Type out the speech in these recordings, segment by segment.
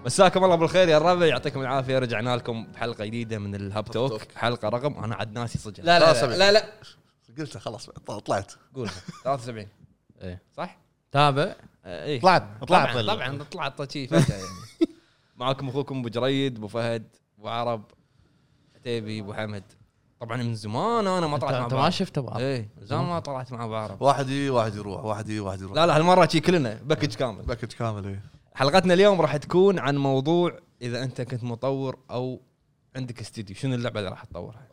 مساكم الله بالخير يا الربع، يعطيكم العافيه. رجعنا لكم بحلقه جديده من الهاب توك، حلقه رقم انا عاد ناسي صدق. لا قلت خلاص طلعت قول 73. ايه صح تابع. ايه طلعت طبعا طلعت شيء فجاه يعني. معكم اخوكم ابو جريد، ابو فهد، ابو عرب، عتيبي، ابو حمد. طبعا من زمان انا ما طلعت مع بعض. انت ما شفته بعض. ايه زمان ما طلعت مع ابو عرب. واحد يروح واحد يروح. لا هالمره شي كلنا باكج كامل. باكج كامل. ايه حلقتنا اليوم راح تكون عن موضوع اذا انت كنت مطور او عندك استديو، شنو اللعبه اللي راح تطورها؟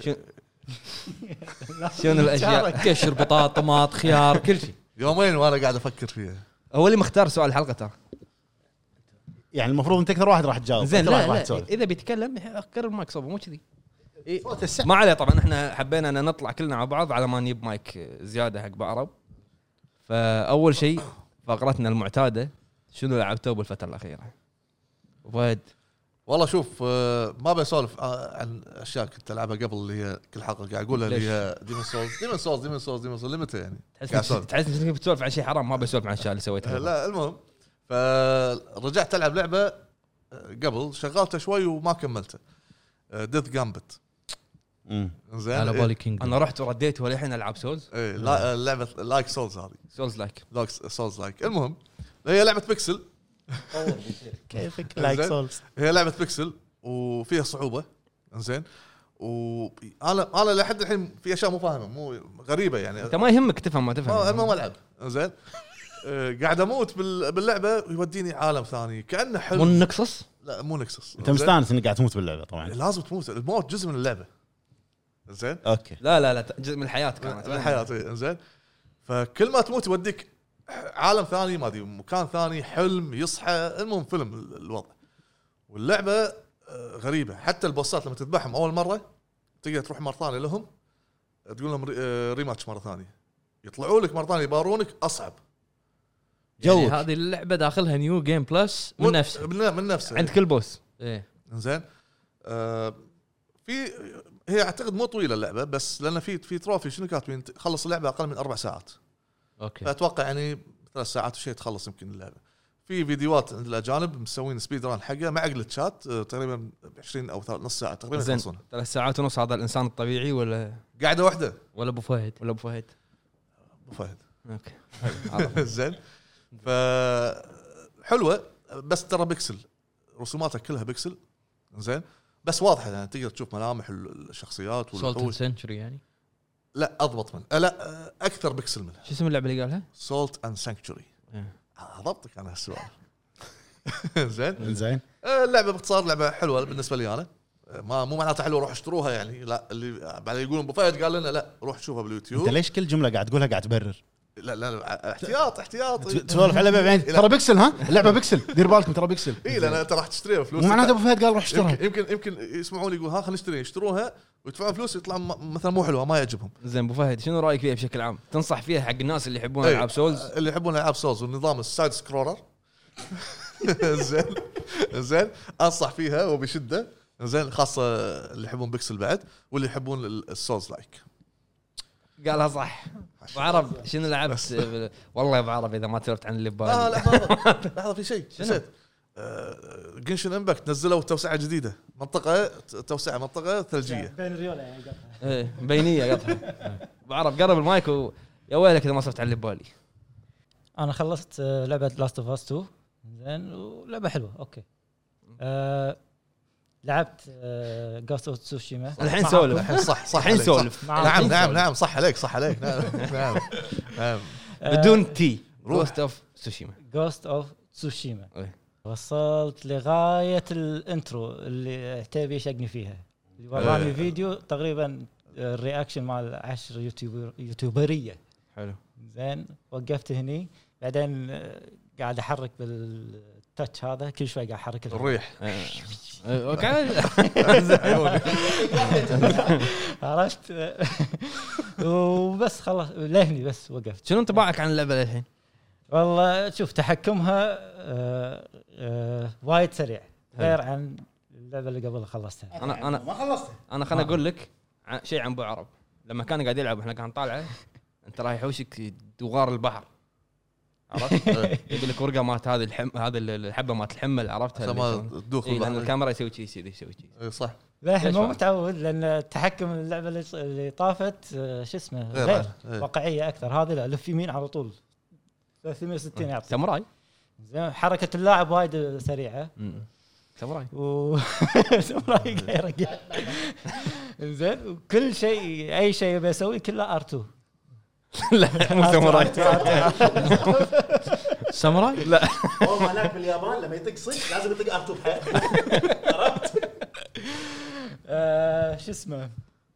شنو الاشياء؟ كشر بطاطا طماط خيار كل شيء. يومين وانا قاعد افكر فيها. هو اللي مختار سؤال الحلقه ترى. يعني المفروض انت اكثر واحد راح تجاوب. زين لا اذا بيتكلم قرب المايك صوبه مو كذي. ما عليه طبعا. احنا حبينا ان نطلع كلنا مع بعض على ما نجيب مايك زياده حق بعرب. فاول شيء فقرتنا المعتاده، شنو لعبتوا بالفتره الاخيره؟ وفهد والله شوف ما بسولف عن اشياء كنت العبها قبل اللي هي كل حلقه قاعد اقولها اللي هي ديمون سولز لمتى يعني تحس انك بتسولف عن شيء حرام، ما بسولف عن الاشياء اللي سويتها. لا المهم فرجعت العب لعبه قبل شغلتها شوي وما كملتها. ديث جامبت. زين على بالي كينج. انا رحت ورديت وللحين العب سولز. لا لعبه لايك سولز، هذه سولز لايك. المهم هي لعبه بيكسل. كيفك لايك سولز؟ هي لعبه بيكسل وفيها صعوبه. زين وانا لحد الحين في اشياء مو فاهمها، مو غريبه يعني. انت ما يهمك تفهم ما تفهم. انا ما العب. زين قاعد اموت باللعبه ويوديني عالم ثاني كانه حلم. مو نكسس؟ لا مو نكسس. انت مستانس انك قاعد تموت باللعبه؟ طبعا لازم تموت، الموت جزء من اللعبه. زين اوكي. لا جزء من الحياه كانت. من الحياه. زين فكل ما تموت يوديك عالم ثاني، ما ادري مكان ثاني، حلم، يصحى. المهم فيلم الوضع. واللعبه غريبه، حتى البوسات لما تذبحهم اول مره تقدر تروح مره ثانيه لهم تقول لهم ريماتش مره ثانيه، يطلعوا لك مره ثانيه يبارونك اصعب. يعني هذه اللعبه داخلها نيو جيم بلس من نفسه عند كل بوس. ايه زين في هي اعتقد مو طويله اللعبه، بس لان في تروفي شنو كاتبين تخلص اللعبه اقل من 4 ساعات. اوكي. فاتوقع يعني 3 ساعات وشيء تخلص يمكن اللعبه. في فيديوهات عند الاجانب مسوين سبيد ران حقه مع جلتشات تقريبا 20 او نص ساعه تقريبا يخلصون. 3 ساعات ونص. هذا الانسان الطبيعي ولا قاعده واحده ولا ابو فهد؟ ابو فهد. اوكي. زين ف حلوه، بس ترى بيكسل، رسوماتها كلها بيكسل. زين بس واضحه يعني تقدر تشوف ملامح الشخصيات والوحوش. سنتشري يعني لا اضبط من لا اكثر بيكسل منها. شو اسم اللعبه اللي قالها؟ سولت اند سانكتوري. ضبطك انا هالسؤال. زين اللعبه باختصار لعبه حلوه بالنسبه لي انا. مو معناته حلوه روح اشتروها يعني، لا. اللي بعد يقولون ابو فهد قال لنا لا روح شوفها باليوتيوب. انت ليش كل جمله قاعد تقولها قاعد تبرر؟ لا احتياط تسولف على لعبه ترى بيكسل. ها اللعبه بيكسل، دير بالكم ترى بيكسل. اي لان انت راح تشتريها فلوس. مو معناته ابو فهد قال روح اشتريها. يمكن يسمعون يقول ها خلينا يشتروها ويدفعون فلوس يطلع مثلا مو حلوه ما يعجبهم. زين ابو فهد شنو رايك فيها بشكل عام؟ تنصح فيها حق الناس اللي يحبون العاب سولز؟ اللي يحبون العاب سولز والنظام السايد سكرولر. زين انصح فيها وبشده. زين خاصه اللي يحبون بيكسل بعد واللي يحبون السولز لايك. قالها صح. بعرب شنو لعبت؟ والله بعرب اذا ما تلفت عن اللي ببالي. لحظه في شيء نسيت. جنشن امباكت نزلوا توسعه جديده، توسعه منطقه ثلجيه بين ريوله يعني ايه بينيه قطعه. بعرب قرب المايك يا ويلك اذا ما صرت عن اللي ببالي. انا خلصت لعبه لاست اوف اس 2. زين ولعبه حلوه. اوكي لعبت جوست اوف تسوشيما. الحين سولف. صح الحين سولف. نعم صح عليك نعم بدون تي. جوست اوف تسوشيما. وصلت لغايه الانترو اللي عتيبي يشقني فيها، اللي وراني فيديو تقريبا الرياكشن مال 10 يوتيوبريه. حلو. زين وقفت هني، بعدين قاعد احرك بالتاتش هذا كل شوي قاعد احرك الريح. اوكي عرفت. وبس خلاص لهني بس وقفت. شنو انطباعك عن اللعبه للحين؟ والله شوف تحكمها وايد سريع غير عن اللعبه اللي قبل خلصتها. انا ما خلصتها. انا خلنا اقول لك شيء عن ابو عرب. لما كان قاعد يلعب واحنا قاعد نطالعه انت رايح يحوشك دوغار البحر. عرفت؟ يقول لك ورقه مات هذه هذه الحبه مات الحمل، عرفتها؟ عشان ما تدوخ لان الكاميرا يسوي شيء يصير يسوي شيء. اي صح. لا الحين ليش مو بعد؟ متعود لان التحكم اللعبه اللي طافت شو اسمه غير واقعيه اكثر. هذه لا لف يمين على طول 360 يعطي ساموراي. زين حركه اللاعب وايد سريعه ساموراي ساموراي غير زين وكل شيء اي شيء يبي يسوي كله R2. لا مو ساموراي. ساموراي لا هو هناك باليابان لما يطق صيد لازم يطق ارتو بحياته. عرفت؟ شو اسمه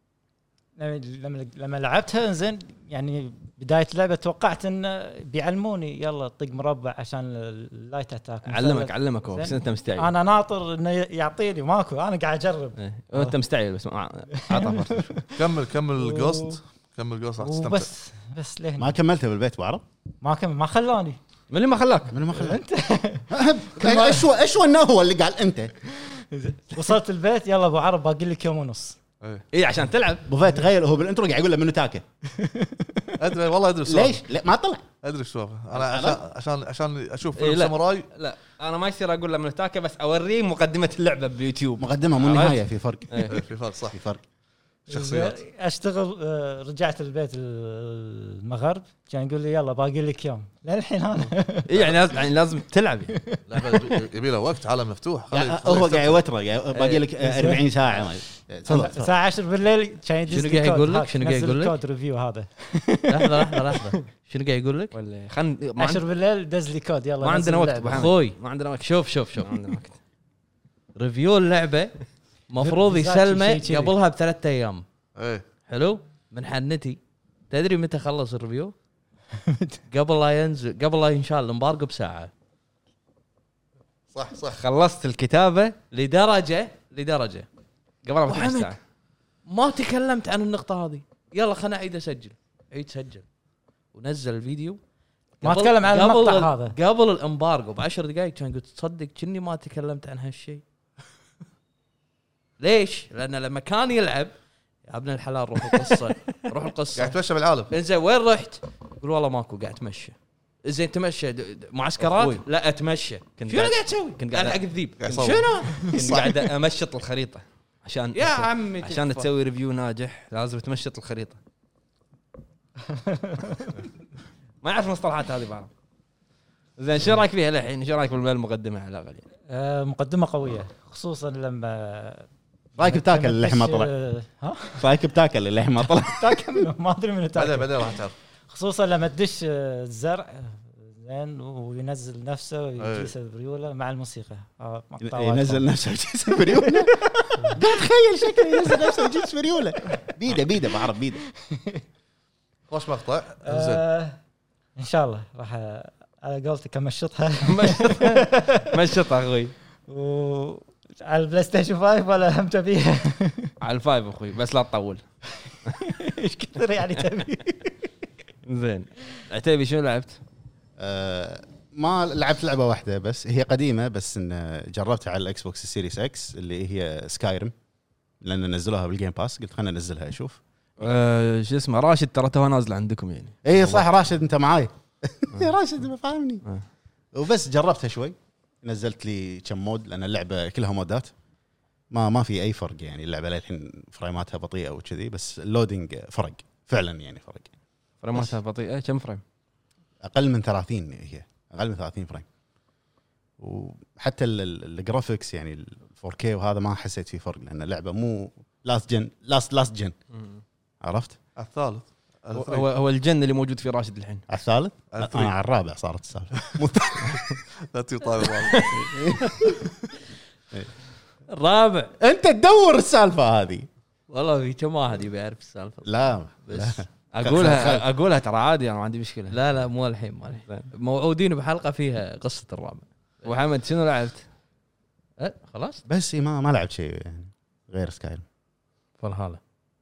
لما لعبتها زين يعني بدايه اللعبه توقعت ان بيعلموني يلا طق مربع عشان اللايت اتاك. علمك هو بس انت مستعجل. انا ناطر انه يعطيني ماكو انا قاعد اجرب. انت مستعجل بس عطى فرصه. كمل جوست راح تستمتع. بس ليه ما كملته بالبيت بعرف. ما خلاني. من اللي ما خلاك؟ من ما خلاه انت. ايش انه هو اللي قال انت. وصلت البيت يلا ابو عرب باقي لك يوم ونص. اي عشان تلعب. ابو فهد تخيل هو بالانترو قاعد يقول له منو تاكه. ادري والله ادري ليش لا ما طلع. ادري السالفه انا عشان اشوف فيلم ساموراي. لا انا ما يصير اقول له من تاكه بس اوريه مقدمه اللعبه بيوتيوب. مقدمه مو نهايه في فرق. في فرق صح في فرق. شخصيات. اشتغل رجعت البيت المغرب كان يقول لي يلا باقي لك يوم للحين انا. يعني لازم تلعب لعبه يبي له وقت عالم مفتوح. هو قاعد يوتره باقي لك 40 ساعه. الساعه 10 بالليل كان يدز شنو قاعد يقول لك؟ شنو قاعد يقول لك؟ كود ريفيو هذا. لحظه شنو قاعد يقول لك؟ ولا 10 بالليل دز لي كود يلا. ما عندنا وقت اخوي ما عندنا وقت. شوف ما عندنا وقت. ريفيو اللعبه مفروض يسلمه شيء قبلها ب3 ايام. ايه حلو من حنتي. تدري متى خلص الريفيو؟ قبل لا ينزل قبل لا ينشال الامبارجو بساعه. صح خلصت الكتابه لدرجه قبل ما 12 ساعه. ما تكلمت عن النقطه هذه. يلا خلنا عيد اسجل. عيد سجل ونزل الفيديو. ما اتكلم عن المقطع هذا قبل الامبارجو ب10 دقائق. كان قلت تصدق كني ما تكلمت عن هالشيء. ليش؟ لأن لما كان يلعب يا ابن الحلال روح القصة قاعد تمشى بالعالم. إنزين وين رحت؟ يقول والله ماكو قاعد تمشي. إنزين تمشي معسكرات؟ لا أتمشى. شنو قاعد تسوي؟ كنت قاعد ألعب الذيب. شنو؟ كنت قاعد أمشط الخريطة عشان يا عمي عشان تسوي ريفيو ناجح لازم تمشط الخريطة. ما يعرف المصطلحات هذه بعض. زين شو رايك فيها الحين؟ شو رايك بالمقدمة على الأقل؟ مقدمة قوية خصوصا لما رايك بتاكل اللحم ما طلع. ها رايك بتاكل اللحم ما طلع. تاكل ما ادري من تاكل. بعدين راح تعرف. خصوصا لما تدش الزرع زين وينزل نفسه ويجلس بريوله مع الموسيقى. ينزل نفسه ويجلس بريوله. قاعد تخيل شكله ينزل نفسه ويجلس بريوله. بيده بعرف بيده. خوش مقطع. زين ان شاء الله راح على قولتك امشطها. مشطها اخوي. على البلاي ستيشن 5 ولا هم تبيها؟ على الفايف اخوي بس لا تطول. ايش كثر يعني تبي؟ زين عتيبي شنو لعبت؟ ما لعبت لعبه واحده بس هي قديمه بس ان جربتها على الاكس بوكس السيريس اكس اللي هي سكايرم لان نزلوها بالجيم باس قلت خلنا ننزلها اشوف. شو اسمه راشد ترى توها نازله عندكم يعني. اي صح راشد انت معاي. راشد ما فاهمني. وبس جربتها شوي نزلت لي كم مود لان اللعبه كلها مودات ما في اي فرق يعني اللعبه للحين فريماتها بطيئه وكذي بس اللودينج فرق فعلا يعني فرق. فريماتها بطيئه كم فريم؟ اقل من 30 هي اقل من 30 فريم وحتى الجرافيكس يعني 4K وهذا ما حسيت فيه فرق لان اللعبه مو لاست جن عرفت؟ الثالث هو الجن اللي موجود في راشد الحين على الثالث انا على الرابع صارت السالفه. لا تطالب الرابع انت تدور السالفه هذه والله في كم واحد يبي يعرف السالفه. لا بس اقولها ترى عادي انا ما عندي مشكله. لا مو الحين موعودين بحلقه فيها قصه الرابع. وحمد شنو لعبت؟ خلاص بس ما لعبت شيء يعني غير سكايرم. فالهاله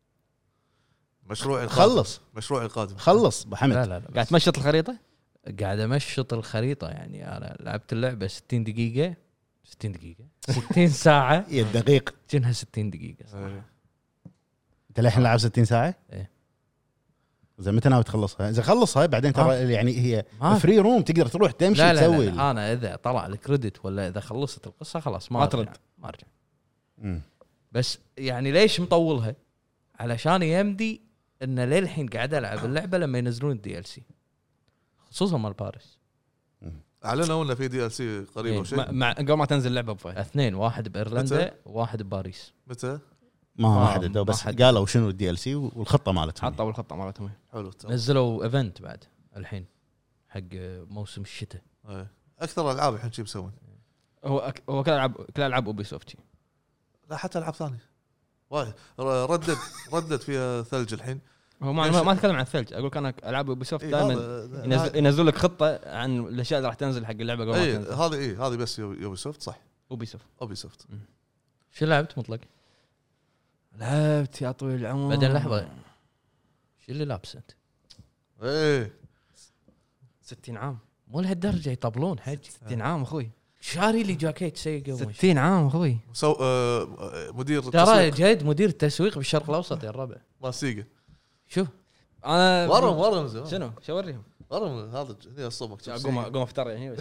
مشروع القادم خلص ابو حمد. لا قاعد تمشط الخريطه؟ قاعد امشط الخريطه يعني انا لعبت اللعبه 60 دقيقه 60 ساعه. يا الدقيق جنها 60 دقيقه انت للحين لعب 60 ساعه؟ ايه زين متى ناوي تخلصها؟ اذا خلصها بعدين ترى يعني هي ما في. فري روم تقدر تروح تمشي لا لا تسوي لا لا. انا اذا طلع الكريدت ولا اذا خلصت القصه خلاص ما ترد. ما ارجع. مم. بس يعني ليش مطولها؟ علشان يمدي ان للحين قاعد العب اللعبه لما ينزلون الدي ال سي خصوصا مال باريس. اعلنوا انه في دي ال سي قريب او شيء. مع قبل ما تنزل اللعبه بفايت. اثنين، واحد بايرلندا وواحد بباريس. متى؟ ما ما حددوا بس حدد. قالوا شنو الدي ال سي والخطه مالتهم. حطوا الخطه مالتهم. حلو تمام. نزلوا ايفنت بعد الحين حق موسم الشتاء. إيه. اكثر العاب الحين شي مسوين. هو كل العاب اوبي سوفت. لا حتى العاب ثانيه وايد. ردت فيها ثلج الحين. هو ما اتكلم عن الثلج، اقول كان العاب اوبي سوفت إيه دائما ينزل لك خطه عن الاشياء اللي راح تنزل حق اللعبه قبل ما اي تنزل. هذه بس يوبي سوفت صح. اوبي سوفت. اوبي سوفت. شو لعبت مطلق؟ لعبت يا طويل العمر. بعدين لحظه، شو اللي لابس انت؟ ايه 60 عام. مو لهالدرجه يطبلون حج. 60 عام اخوي. شاري لي جاكيت سيء قوي. 60 عام اخوي. مدير ترى التسويق جد مدير التسويق بالشرق الاوسط يا الربع. مال سيجا. شوف انا ورم زين. شنو شو اوريهم؟ ورم هذا هي الصبح. اقوم افطر يعني.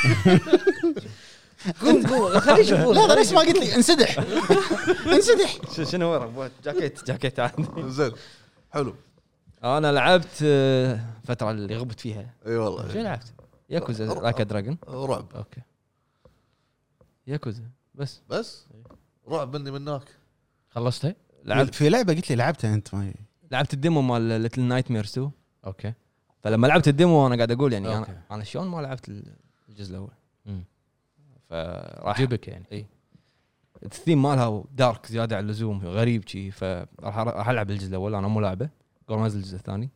قوم خليه يشوفون. لا نفس ما قلت لي انسدح انسدح. شنو ورا جاكيت عندي. زين حلو. انا لعبت فتره اللي غبت فيها. اي والله. شو لعبت؟ ياكوزا لايك دراجون. رعب. اوكي ياكوزا بس رعب مني منك. خلصتها؟ لعبت في لعبه قلت لي لعبتها انت ما لعبت الديمو مال ليتل نايت ميرز 2. اوكي. فلما لعبت الديمو انا قاعد اقول يعني أوكي. انا شلون ما لعبت الجزء الاول. مم. فراح جيبك يعني. الثيم مالها دارك زياده عن اللزوم غريب شيء. فراح العب الجزء الاول انا مو لعبه قبل ما انزل الجزء الثاني.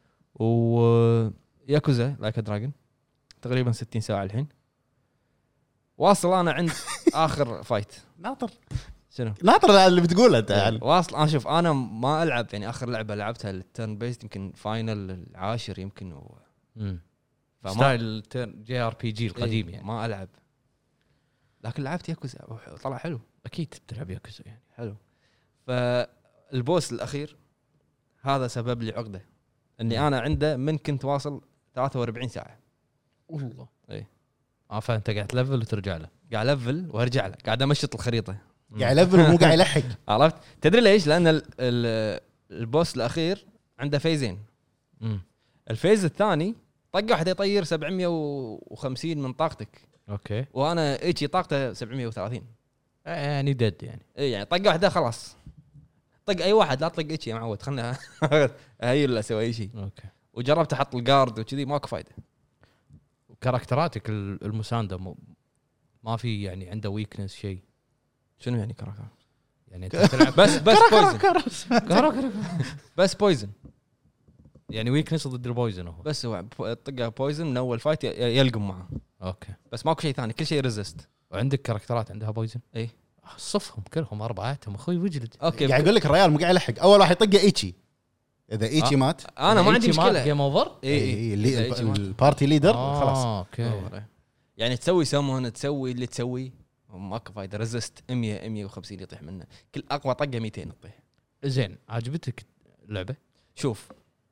وياكوزا لايك دراجون تقريبا 60 ساعه الحين. واصل انا عند اخر فايت. ناطر شنو ناطر اللي بتقوله انت يعني. واصل انا شوف انا ما العب يعني اخر لعبه لعبتها التيرن بيست يمكن فاينل العاشر يمكن ستايل جي ار بي جي القديم يعني. ما العب لكن لعبت ياكوزا طلع حلو. اكيد بتلعب ياكوزا يعني. حلو. فالبوس الاخير هذا سبب لي عقده اني انا عنده من كنت واصل 43 ساعه. والله اي فانت قاعد تلفل وترجع له. قاعد الفل وارجع له قاعد امشط الخريطه. قاعد يلفل ومو قاعد يلحق. عرفت تدري ليش؟ لان البوس الاخير عنده فيزين. الفيز الثاني طقه واحده يطير 750 من طاقتك. اوكي. وانا ايشي طاقته 730 يعني دد يعني. اي يعني طقه واحده خلاص. طق اي واحد لا تطق ايشي يا معود خلنا هي اللي اسوي اي شيء. اوكي. وجربت احط الجارد وكذي ماكو فايده. وكاركتراتك المسانده ما في يعني عنده ويكنس شيء. شنو يعني كراكر؟ يعني انت تلعب بس بويزن. بس بويزن يعني ويكنس ضد البويزن هو. بس هو طقه بويزن من اول فايت يلقم معه. اوكي. بس ماكو شيء ثاني كل شيء ريزست. وعندك كاركترات عندها بويزن؟ اي صفهم كلهم اربعاتهم اخوي وجلد. اوكي قاعد اقول لك الريال مو قاعد يلحق. اول واحد يطقه ايتشي. اذا ايتشي مات انا ما عندي مشكله. جيم اوفر. اي اللي البارتي ليدر خلاص. اوكي. يعني تسوي سمون تسوي اللي تسوي ماكو فايده. ريزست 150 يطيح منه. كل اقوى طقه 200 تطيح. زين عجبتك اللعبه؟ شوف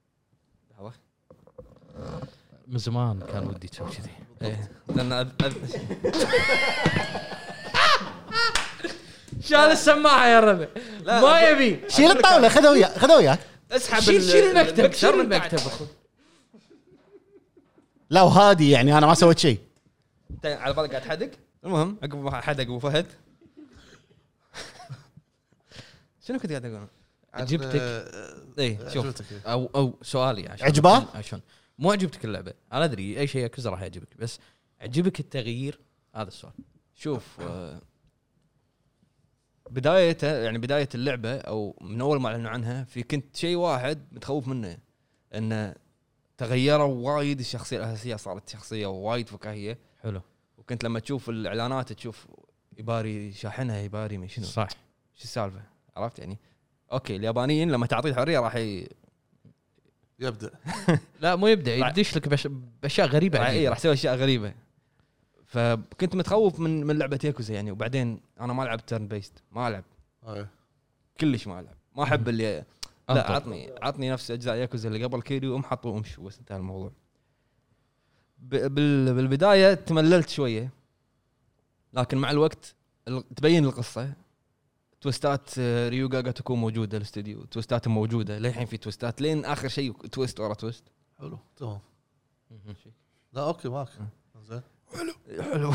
من زمان كان ودي تسوي كذي. ايه لان شال السماعه يا ربع. ما يبي شيل الطاوله خذوا وياك. اسحب شيل المكتب. شيل المكتب اخوي. لا وهادي يعني انا ما سويت شيء. انت على بالك قاعد تحدق. المهم عقب ما حدق ابو فهد شنو كنت قاعد اقول؟ عجبتك؟ ايه شوف او سؤالي عشان مو عجبتك اللعبه. انا ادري اي شيء ياكوزا راح يعجبك بس عجبك التغيير؟ هذا السؤال. شوف بدايته يعني بدايه اللعبه او من اول ما اعلنوا عنها في كنت شيء واحد متخوف منه انه تغيروا وايد. الشخصيه الاساسيه صارت شخصيه وايد فكاهيه. حلو. وكنت لما تشوف الاعلانات تشوف يباري شاحنها يباري من شنو صح. شو السالفه عرفت يعني. اوكي اليابانيين لما تعطيه الحريه راح يبدا لا مو يبدا يدش لك باشياء غريبه. اي راح يسوي اشياء غريبه. فكنت متخوف من لعبه ياكوزا يعني. وبعدين انا ما العب تيرن بيست ما العب كلش ما العب. ما احب اللي لا عطني نفس اجزاء ياكوزا اللي قبل كيريو ومحطوا وامشوا بس انتهى الموضوع. بالبدايه تمللت شويه لكن مع الوقت تبين القصه. تويستات ريوغا تكون موجوده الاستوديو تويستات موجوده للحين في تويستات لين اخر شيء تويست ورا تويست. حلو تمام. لا اوكي معك زين حلو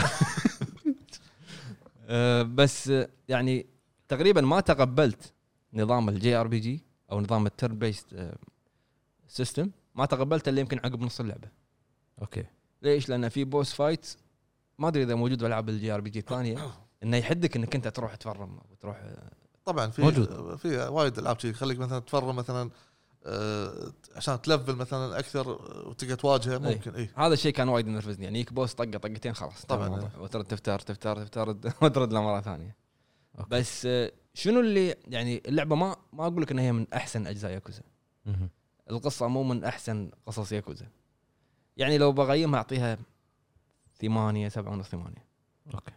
بس يعني تقريبا ما تقبلت نظام الجي ار بي جي او نظام التيرن بيست سيستم ما تقبلت اللي يمكن عقب نص اللعبه. اوكي ليش؟ لان في بوس فايت ما ادري اذا موجود بالعاب الجي ار بي جي الثانيه انه يحدك انك انت تروح تفرم وتروح. طبعا في وايد العاب شيء يخليك مثلا تفرم مثلا عشان تلفل مثلا اكثر وتقدر تواجهه ممكن. اي هذا الشيء كان وايد ينرفزني يعني يك بوس طقه طقتين خلاص طبعا وترد تفتر وترد له مره ثانيه. بس شنو اللي يعني اللعبه ما اقول لك ان هي من احسن اجزاء ياكوزا. القصه مو من احسن قصص ياكوزا يعني لو بقيمها اعطيها 8 7 8. اوكي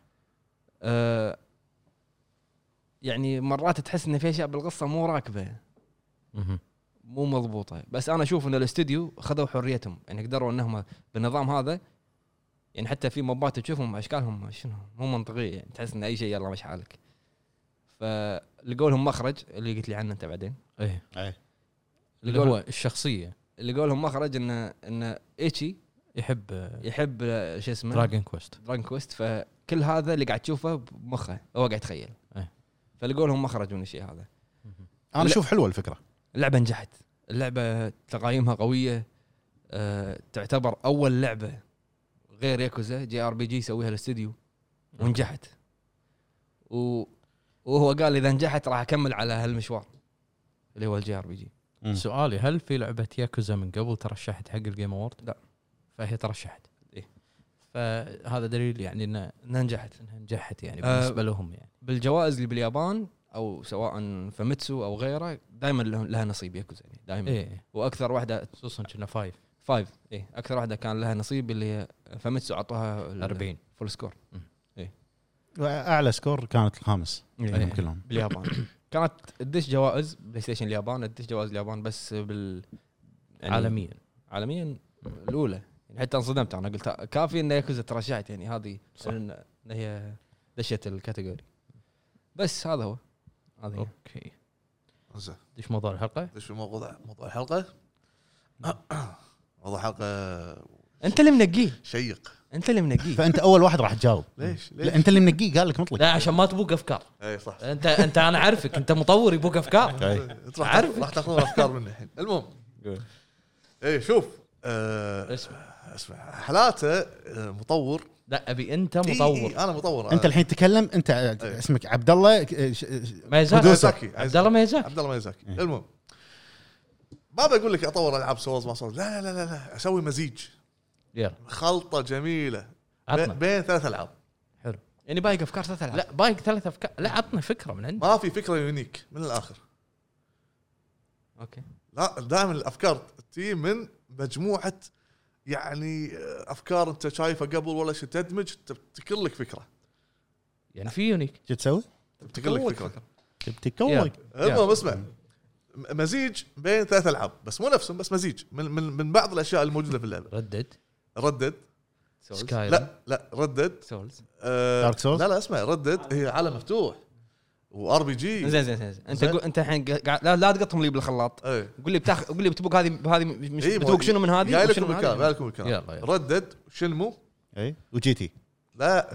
يعني مرات تحس ان في اشياء بالقصه مو راكبه مو مضبوطه. بس انا اشوف ان الاستوديو خذوا حريتهم يعني قدروا انهم بالنظام هذا يعني حتى في موبات تشوفهم اشكالهم شنو مو منطقيه يعني تحس ان اي شيء يلا مش حالك. فلقوا لهم مخرج اللي قلت لي عنه انت بعدين ايه اللي هو الشخصيه اللي قالوا لهم مخرج ان ايتشي يحب شو اسمه دراجون كويست فكل هذا اللي قاعد تشوفه بمخه هو قاعد يتخيل. فلقوا لهم مخرج من الشيء هذا. انا اشوف حلوه الفكره. اللعبه نجحت. اللعبه تقايمها قويه تعتبر اول لعبه غير ياكوزا جي ار بي جي يسويها الاستوديو ونجحت. وهو قال اذا نجحت راح اكمل على هالمشوار اللي هو الجي ار بي جي. سؤالي هل في لعبه ياكوزا من قبل ترشحت حق الجيم اوورد؟ لا فهي ترشحت. إيه؟ فهذا دليل يعني انها نجحت يعني بالنسبه لهم يعني بالجوائز اللي باليابان او سواء فاميتسو او غيره دائما لها نصيب ياكوزا يعني دائما. إيه؟ واكثر واحده خصوصا كنا 5 ايه اكثر واحده كان لها نصيب اللي فاميتسو عطوها 40 فول سكور. واعلى سكور كانت الخامس إيه. كلهم باليابان. كانت تدش جوائز بلاي ستيشن اليابان تدش جوائز اليابان بس يعني عالميا الاولى يعني حتى انصدمت انا قلت كافي ان ياكوزا ترشحت يعني هذه ان هي دشت الكاتيجوري. بس هذا هو هذا اوكي زين ايش موضوع الحلقه؟ ايش موضوع الحلقه؟ موضوع الحلقه انت اللي منقيه شيق انت اللي منقيه فانت اول واحد راح تجاوب. ليش لا انت اللي منقيه قال لك مطلق. لا عشان ما تبوق افكار. اي صح انت انا عارفك انت مطور يبوق افكار. راح تاخذون افكار مني الحين. المهم اي شوف اسمع حالاته مطور. لا ابي انت مطور. انا مطور. انت الحين تكلم انت اسمك عبد الله ميازاكي. عبد الله ميازاكي. المهم ما بقول لك اطور العاب سولز ما سولز لا اسوي مزيج يلا خلطه جميله بين 3 العاب. حلو يعني بايق افكار 3 العاب. لا بايق 3 افكار. لا عطنا فكره من عندك. ما في فكره يونيك من الاخر. اوكي لا دائما الافكار تي من مجموعه يعني افكار انت شايفها قبل ولا شيء تدمج تبتكر لك فكره يعني في يونيك شو تسوي؟ تبتكر لك فكره تبتكر. المهم اسمع مزيج بين 3 العاب بس مو نفسهم بس مزيج من بعض الاشياء الموجوده في اللعبه. ردد سكاي لا ردد سولز دارك سولز. لا اسمع ردد هي عالم مفتوح وار بي جي. زين انت الحين لا تقطهم لي بالخلاط. قول لي قول لي بتبوق هذه مش بتبوق شنو من هذه جاي لكم الكلام ردد شنمو اي وجي تي. لا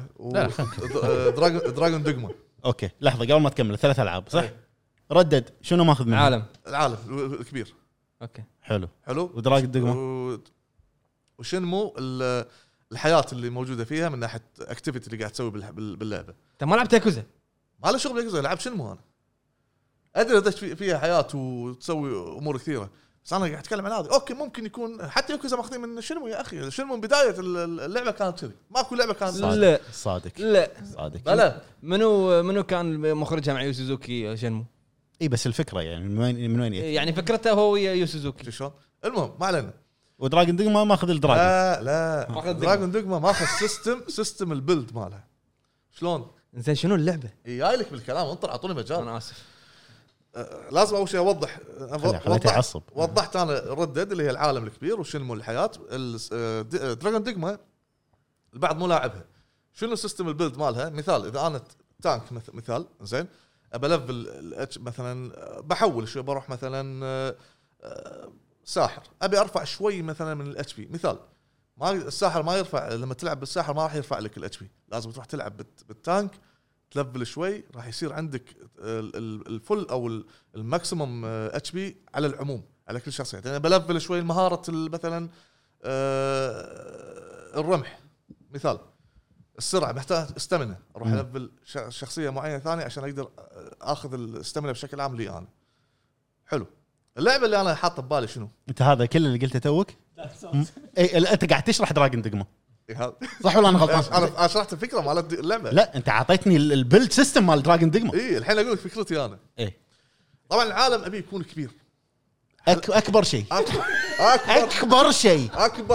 دراجون دوغما. اوكي لحظه قبل ما تكمل 3 العاب صح؟ ردد شنو ماخذ منه؟ العالم الكبير. اوكي حلو ودراجون دوغما وشنمو الحياه اللي موجوده فيها من ناحيه اكتيفيتي اللي قاعد تسوي باللعبه. انت ما لعبت ياكوزا؟ ما له شغل ياكوزا لعب شنمو. انا ادري دش فيها حياه وتسوي امور كثيره بس انا قاعد اتكلم عن هذه. اوكي ممكن يكون حتى ياكوزا ماخذين من شنمو يا اخي. شنمو من بدايه اللعبه كانت كذي ماكو لعبه كانت صادق. لا منو كان مخرجها مع يو سوزوكي شنمو؟ اي بس الفكره يعني من وين يعني فكرته هو يو سوزوكي شلون. المهم ما علينا. ودراجون دوغما ماخذ الدراجون. لا دراجون دوغما ماخذ سيستم البيلد ماله شلون. زين شنو اللعبه؟ جاي لك بالكلام انطر اعطوني مجال. انا اسف. لازم اول شيء اوضح خليته يعصب. وضحت انا ردد اللي هي العالم الكبير وشنمو الحياه. دراجون ديجما البعض مو لاعبها. شنو السيستم البيلد مالها؟ مثال اذا انا تانك مثال زين ابى ليفل مثلا بحول شوي بروح مثلا ساحر ابي ارفع شوي مثلا من الاتش بي مثال. ما الساحر ما يرفع لما تلعب بالساحر ما راح يرفع لك الاتش بي. لازم تروح تلعب بالتانك تلفل شوي راح يصير عندك الفل او الماكسيمم اتش بي على العموم على كل شخصيه. يعني بلفل شوي مهاره مثلا الرمح مثال. السرعه محتاج استمنه اروح الفل شخصيه معينه ثانيه عشان اقدر اخذ الاستمنه بشكل عام لي انا. حلو. اللعبه اللي انا حاطه ببالي شنو؟ انت هذا كل اللي قلته توك؟ اي انت قاعد تشرح دراجون ديجما صح ولا انا غلطان؟ انا شرحت الفكره مال اللعبه. لا انت اعطيتني البيلد سيستم مال دراجون ديجما. اي الحين اقول لك فكرتي انا. ايه طبعا العالم ابي يكون كبير. اكبر شيء اكبر شيء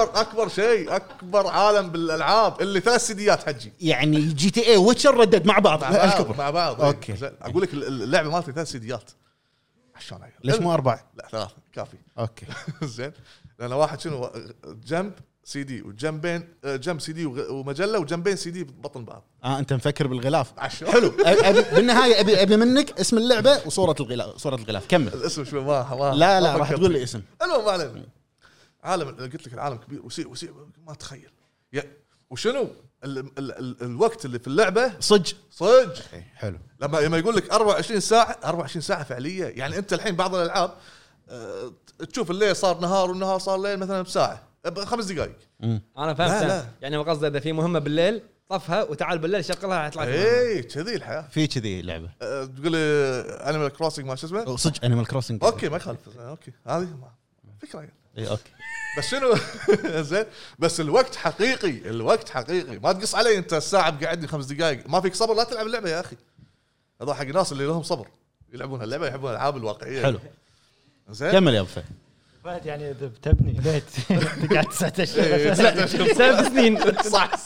اكبر عالم بالالعاب اللي 3 سيديات حجي. يعني جي تي اي ويتشر ردد مع بعض مع بعض. اوكي اقول لك اللعبه مالتي 3 سيديات عشان ليش مو 4؟ لا 3 كافي. اوكي زين لان واحد شنو جنب سي دي وجنبين جنب سي دي ومجله وجنبين سي دي بطن بعض. انت مفكر بالغلاف. حلو. بالنهايه ابي منك اسم اللعبه وصوره الغلاف كمل. الاسم شوي ما لا راح تقول لي اسم. المهم ما علينا. عالم قلت لك العالم كبير وسيء ما تخيل وشنو الوقت اللي في اللعبه صج حلو. لما يقول لك 24 ساعه فعليه. يعني انت الحين بعض الالعاب تشوف الليل صار نهار والنهار صار ليل مثلا بساعه ب5 دقائق. انا فهمت. لا. يعني قصدي اذا في مهمه بالليل طفها وتعال بالليل شغلها يطلع. اي كذي الحياه في كذي لعبه. تقول لي انيمال كروسنج ما شو اسمه صدق انيمال كروسنج. اوكي ما يخالف. اوكي هذه فكره يعني. اي اوكي بس شنو زين بس الوقت حقيقي ما تقص علي انت الساعه بقعدني 5 دقائق ما فيك صبر لا تلعب اللعبه يا اخي. هذا حق الناس اللي لهم صبر يلعبون اللعبه يحبون الالعاب الواقعيه. حلو زين كمل يا ابو فهد. بعد يعني اذا بتبني بيت تقعد 9 اشهر 7 سنين صح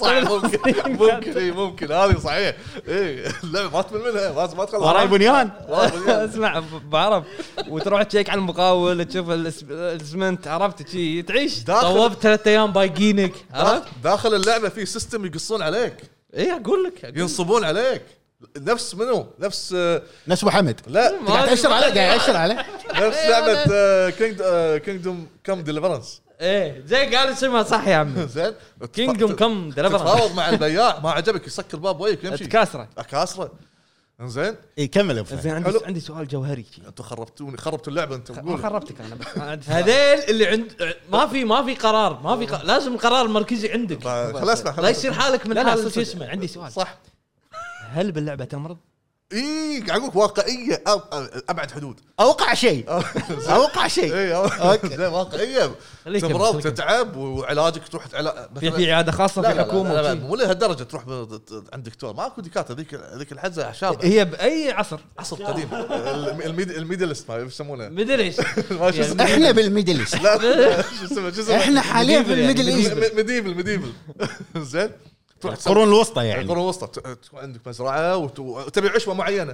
ممكن هذه صحيح. ايه اللعبه ما تمل منها ما تخلص وراء البنيان. اسمع بعرف وتروح تشيك على المقاول تشوف الاسمنت عرفت شيء تعيش. طوبت 3 ايام بايقينك داخل اللعبه في سيستم يقصون عليك. ايه اقول لك ينصبون عليك نفس منو نفس ابو حمد. لا قاعد يأشر عليه نفس لعبه كينجدوم كم ديليفرنس. ايه زي قال اسمها صح يا عم. زين كينجدوم كم ديليفرنس. تفاوض مع البياع ما عجبك يسكر باب وياك يمشي كاسره. زين ايه كمل يا ابو زين عندي سؤال جوهري. انتوا خربتوا اللعبه. انت ما خربتك انا هذيل اللي عند ما في قرار لازم القرار المركزي عندك. خلاص لا يصير حالك من حال شو اسمه. عندي سؤال صح. هل باللعبه تمرض؟ ايه قاعد اقولك واقعيه ابعد حدود. اوقع شيء ايه اوكي زين واقعيه. تمرض تتعب وعلاجك تروح في عياده خاصه في الحكومه لا مو لهالدرجه تروح عند دكتور ماكو دكاتره ذيك الحزه اعشاب. هي باي عصر قديم. الميدلست ما يسمونه ميدلست. احنا بالميدلست. لا شو اسمه احنا حاليا في الميدل ايست. ميديفل زين القرون الوسطى يعني القرون الوسطى عندك مزرعه وتبي عشبه معينه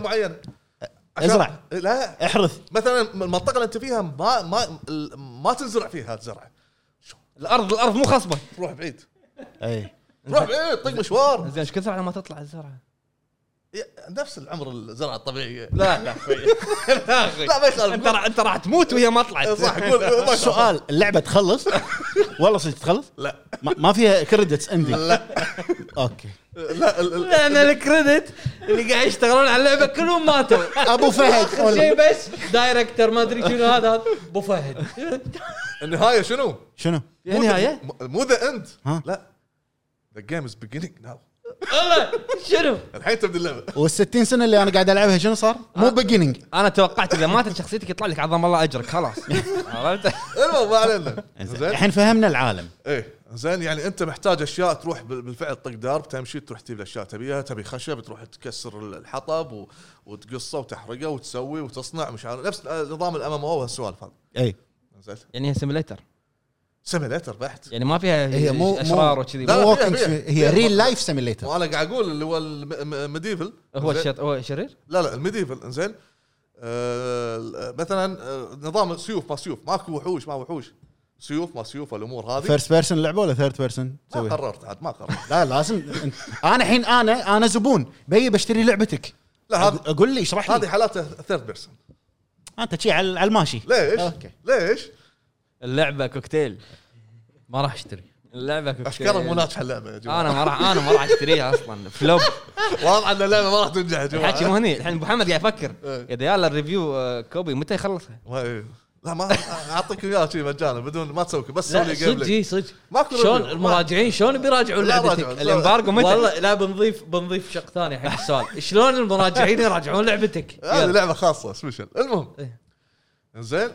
ازرع لا احرث مثلا المنطقه اللي انت فيها ما تزرع فيها الزرع. الارض مو خصبه تروح بعيد. اي تروح بعيد طق مشوار. زين ايش كثر على ما تطلع الزرعه؟ نفس العمر الزرعه الطبيعيه. لا لا ما يخالف. انت راح تموت وهي ما طلعت. صح قول سؤال اللعبه تخلص والله صدق تخلص؟ لا ما فيها كريدتس اندنج. لا اوكي لا انا الكريدت اللي قاعد يشتغلون على اللعبه كلهم ماتوا. ابو فهد شيء بس دايركتور ما ادري شنو هذا ابو فهد. النهايه شنو النهايه مو ذا اند. لا the game is beginning now. والله شنو الحين تبدا اللعبه. وال60 سنه اللي انا قاعد العبها شنو صار؟ مو بيجيننج. انا توقعت اذا ماتت شخصيتك يطلع لك عظم الله اجرك خلاص. عرفت المهم ما علينا. الحين فهمنا العالم. ايه زين يعني انت محتاج اشياء تروح بالفعل طق دارب تمشي تروح تجيب الاشياء تبيها. تبي خشب تروح تكسر الحطب وتقصه وتحرقه وتسوي وتصنع مش عارف نفس نظام الام ام او هالسوالف هذه. اي زين يعني هي سيميليتر بحت. يعني ما فيها هي مو اشرار وكذي. هي ريل لايف سيميليتر. وانا قاعد اقول اللي هو الميديفل هو شرير. لا الميديفل زين مثلا نظام سيوف ما سيوف، ماكو وحوش ما وحوش، سيوف ما سيوف، الامور هذه. فيرست بيرسون لعبه ولا ثيرد بيرسون ما تسوي؟ قررت عاد ما قررت. لا لازم انا الحين انا زبون بشتري لعبتك، لا هذا اقول لي اشرح لي. هذه حالاتها ثيرد بيرسون. انت شي على الماشي. ليش؟ أوكي. ليش؟ اللعبه كوكتيل، ما راح اشتري. اللعبه كوكتيل اشكرا مو ناجحه اللعبه يا جماعه. انا ما راح اشتريها اصلا، فلوب. واضح ان اللعبه ما راح تنجح يا جماعه. الحكي مو هني الحين. ابو محمد قاعد يفكر إيه. يا ديال الريفيو كوبي متى يخلصها؟ لا ما اعطيك اياه شيء مجانا بدون ما تسوي بس سوي لي لا جيم صدق بلاي. صدق. ماكو شلون ريفيو. المراجعين شلون بيراجعون لا لعبتك؟ راجعوا. الامبارجو متى؟ والله لا بنضيف شق ثاني حق السؤال. شلون المراجعين يراجعون لعبتك؟ هذه لعبه خاصه سبيشل. المهم إيه. زين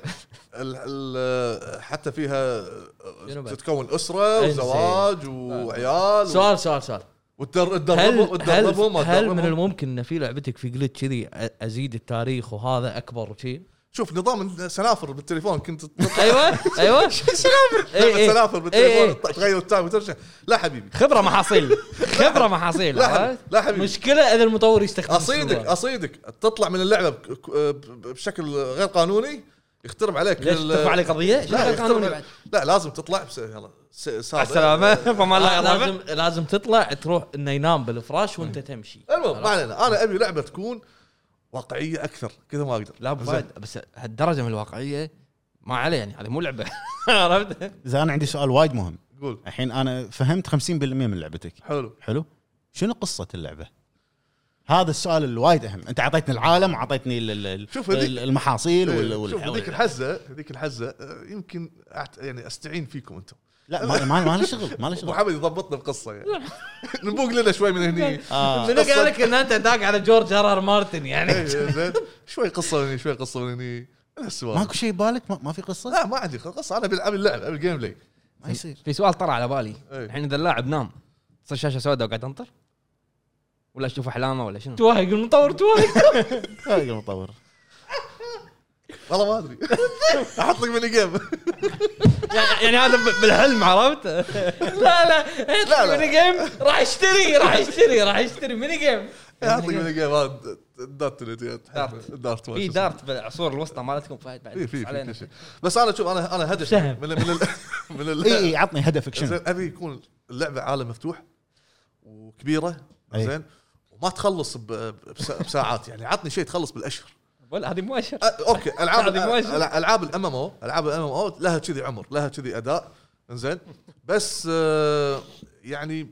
حتى فيها شنو بعد؟ تتكون اسره إنزين. وزواج وعيال سؤال وتدربهم هل من الممكن ان في لعبتك في جلتش كذي ازيد التاريخ وهذا اكبر وشي؟ شوف نظام سنافر بالتليفون كنت ايوه سنافر بالتليفون تغير التايم وترجع. لا حبيبي خبره محاصيل لا حبيبي مشكله اذا المطور يستخدم اصيدك تطلع من اللعبه بشكل غير قانوني يخترب عليك. ليش ترفع علي قضيه؟ لا قانوني بعد. لا لازم تطلع يلا السلامه فما الله لازم تطلع تروح انه ينام بالفراش وانت تمشي. المهم ما علينا. انا ابي لعبه تكون واقعيه اكثر كذا ما اقدر. لا فهد بس هالدرجه من الواقعيه ما عليه يعني. هذه مو لعبه. عرفت؟ اذا انا عندي سؤال وايد مهم قول. الحين انا فهمت 50% من لعبتك. حلو شنو قصه اللعبه؟ هذا السؤال الوايد اهم. انت اعطيتني العالم وعطيتني شوف هذيك المحاصيل شوف هذيك الحزه يمكن يعني استعين فيكم انتم. لا ما له شغل ابو حمد يضبطنا بقصه يعني. نبوق لنا شوي من هني. من قال لك ان انت داق على جورج ار مارتن يعني؟ زين شوي قصه من هني شوي قصه من هني. السؤال ماكو شيء بالك؟ ما في قصه؟ لا ما عندي قصه. انا بلعب اللعب ابي الجيم بلاي. ما يصير. في سؤال طرى على بالي إيه. الحين. اذا اللاعب نام تصير شاشه سوداء وقاعد تنطر ولا اشوف احلامه ولا شنو؟ تواهق المطور هاي المطور والله ما ادري. احط لك ميني جيم. يعني هذا بالحلم عرفت؟ لا ميني جيم. راح اشتري ميني جيم. احط لك ميني جيم. هذا دارت في دارت بالعصور الوسطى مالتكم فهد بعد في كل شيء. بس انا شوف انا هدف من اي عطني هدفك شنو؟ زين ابي يكون اللعبه عالم مفتوح وكبيره أي. زين وما تخلص بساعات يعني. عطني شيء تخلص بالاشهر. ولا هذه مؤشر. اوكي العاب الام ام او لها كذي عمر لها كذي اداء زين. بس يعني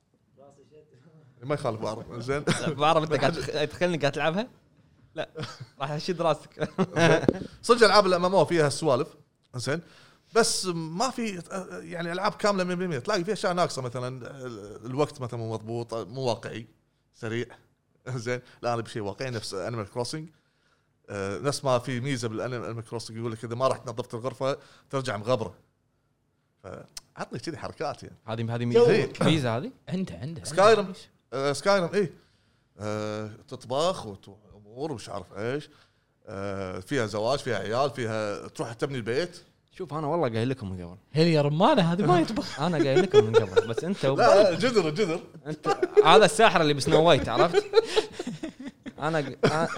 ما يخالف بعرف زين. بعرف انت قاعد تخليني قاعد تلعبها. لا راح اشد راسك. صدق العاب الام ام او فيها السوالف زين بس ما في يعني العاب كامله 100% تلاقي فيها اشياء ناقصه. مثلا الوقت مثلا مو مضبوط مو واقعي سريع زين. لا انا بشيء واقعي نفس انيمال كروسنج. نفس ما في ميزه بالانيمال كروسنج يقول لك اذا ما رحت نظفت الغرفه ترجع مغبره. فعطني كذي حركات يعني. هذه ميزه هذه عنده سكايرم ايه تطبخ وامور ومش عارف ايش. فيها زواج فيها عيال فيها تروح تبني البيت. شوف انا والله قايل لكم من قبل. هي يا رمانه هذه ما يطبخ. انا قايل لكم من قبل بس انت لا جذر انت هذا الساحر اللي بسنو وايت عرفت. انا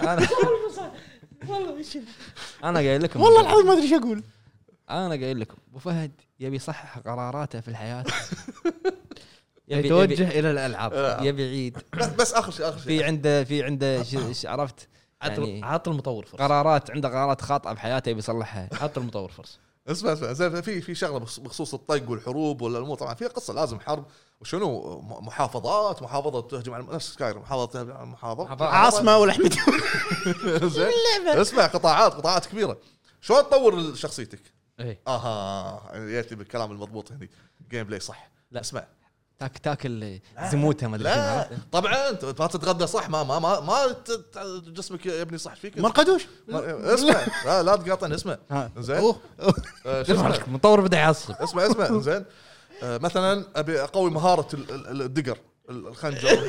انا قايل لكم والله العظيم ما ادري ايش اقول. انا قايل لكم ابو فهد يبي يصحح قراراته في الحياه. يتوجه الى الالعاب. يبي يعيد. بس اخر شيء في عنده عرفت يعني. عط المطور فرصه. عنده قرارات خاطئه بحياته يبي يصلحها. عط المطور فرصه. اسمع زين في شغله بخصوص الطق والحروب ولا الامور. طبعا فيها قصه لازم حرب وشنو محافظه تهجم على نفس سكايرم. محافظه تهجم على محافظه عاصمه والاحمد. زين اسمع قطاعات كبيره. شلون تطور شخصيتك؟ ايه ياتي بالكلام المضبوط هني جيم بلاي صح. لا اسمع تاكل زموتها ما ادري. لا طبعا انت ما تتغدى صح ما جسمك يبني صح فيك. مرقدوش. اسمع لا تقاطعني. اسمع زين المطور بدا يعصب. اسمع زين مثلا ابي اقوي مهاره الدقر الخنجر.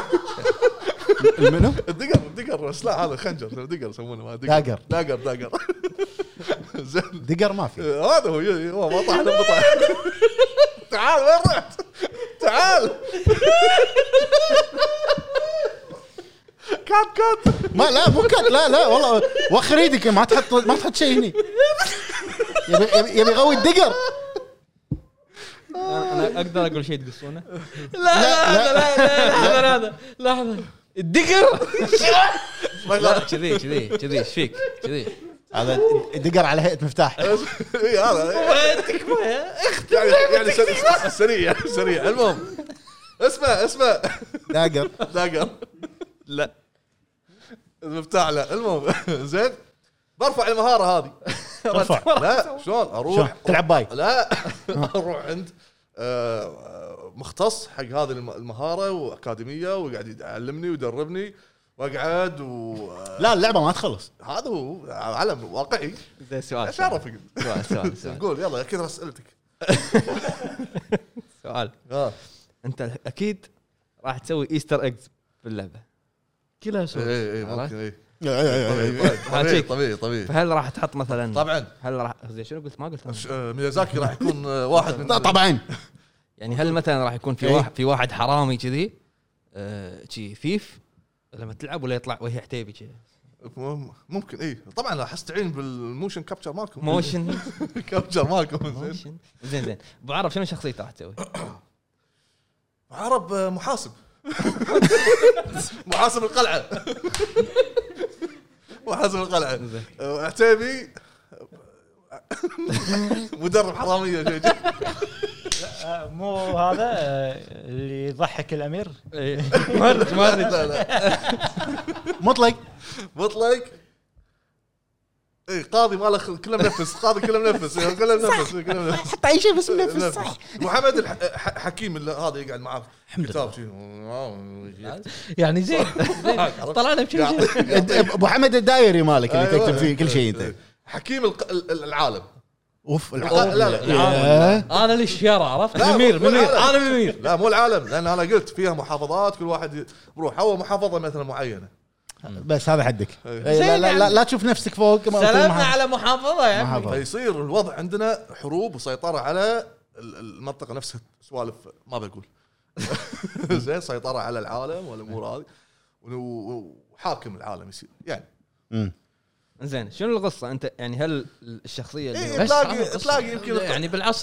منو؟ الدقر بس لا هذا خنجر دقر يسمونه ما دقر زين دقر ما في. هذا هو ما طاح نبطه. تعال وين رحت؟ تعال كات ما لا مو كات لا والله وخر ايدك ما تحط شيء هني يبي يغوي الدقر انا اقدر اقول شيء تقصونه لا لحظه الدقر لا كذي ايش فيك كذي هذا الدقر على هيئه مفتاح. اي هذا يعني سريع المهم اسمع داقر لا المفتاح لا المهم زين برفع المهاره هذه لا شلون اروح تلعب باي لا اروح عند مختص حق هذه المهاره واكاديميه وقاعد يعلمني ويدربني واقعد لا اللعبه ما تخلص. هذا هو عالم واقعي. زين سؤال ايش عرفك سؤال قول يلا كثر اسئلتك. سؤال انت اكيد راح تسوي ايستر ايجز في اللعبه كلها سؤال اي ممكن اي طبيعي فهل راح تحط مثلا طبعا هل راح زين شنو قلت ما قلت ميازاكي راح يكون واحد من طبعا يعني هل مثلا راح يكون في واحد حرامي كذي شي ثيف لما تلعب ولا يطلع وهي عتيبي كذي ممكن اي طبعا راح استعين بالموشن كابتشر مالكم موشن كابتشر مالكم زين ابو عرب شنو شخصيته راح تسوي عرب محاسب محاسب القلعه عتيبي مدرب حراميه شيء مو هذا اللي يضحك الامير مارد لا مطلق اي قاضي ماله كله منفس قاضي كله منفس حتى اي شيء بس منفس صح. محمد الحكيم هذا يقعد معاه كتاب شيء يعني زين طلعنا بشيء ابو حمد الدايري مالك اللي تكتب فيه كل شيء انت حكيم العالم اوف لا انا للشيارة عرفت منير انا منير لا مو العالم لان انا قلت فيها محافظات كل واحد يروح هو محافظه مثلا معينه بس هذا حدك. لا تشوف نفسك فوق سلامنا على محافظه يعني فيصير الوضع عندنا حروب وسيطره على المنطقه نفسها سوالف ما بقول زين سيطره على العالم والامور هذه وحاكم العالم يصير يعني زين شنو القصه انت يعني هل الشخصيه اللي تلاقي يمكن يعني بالعصر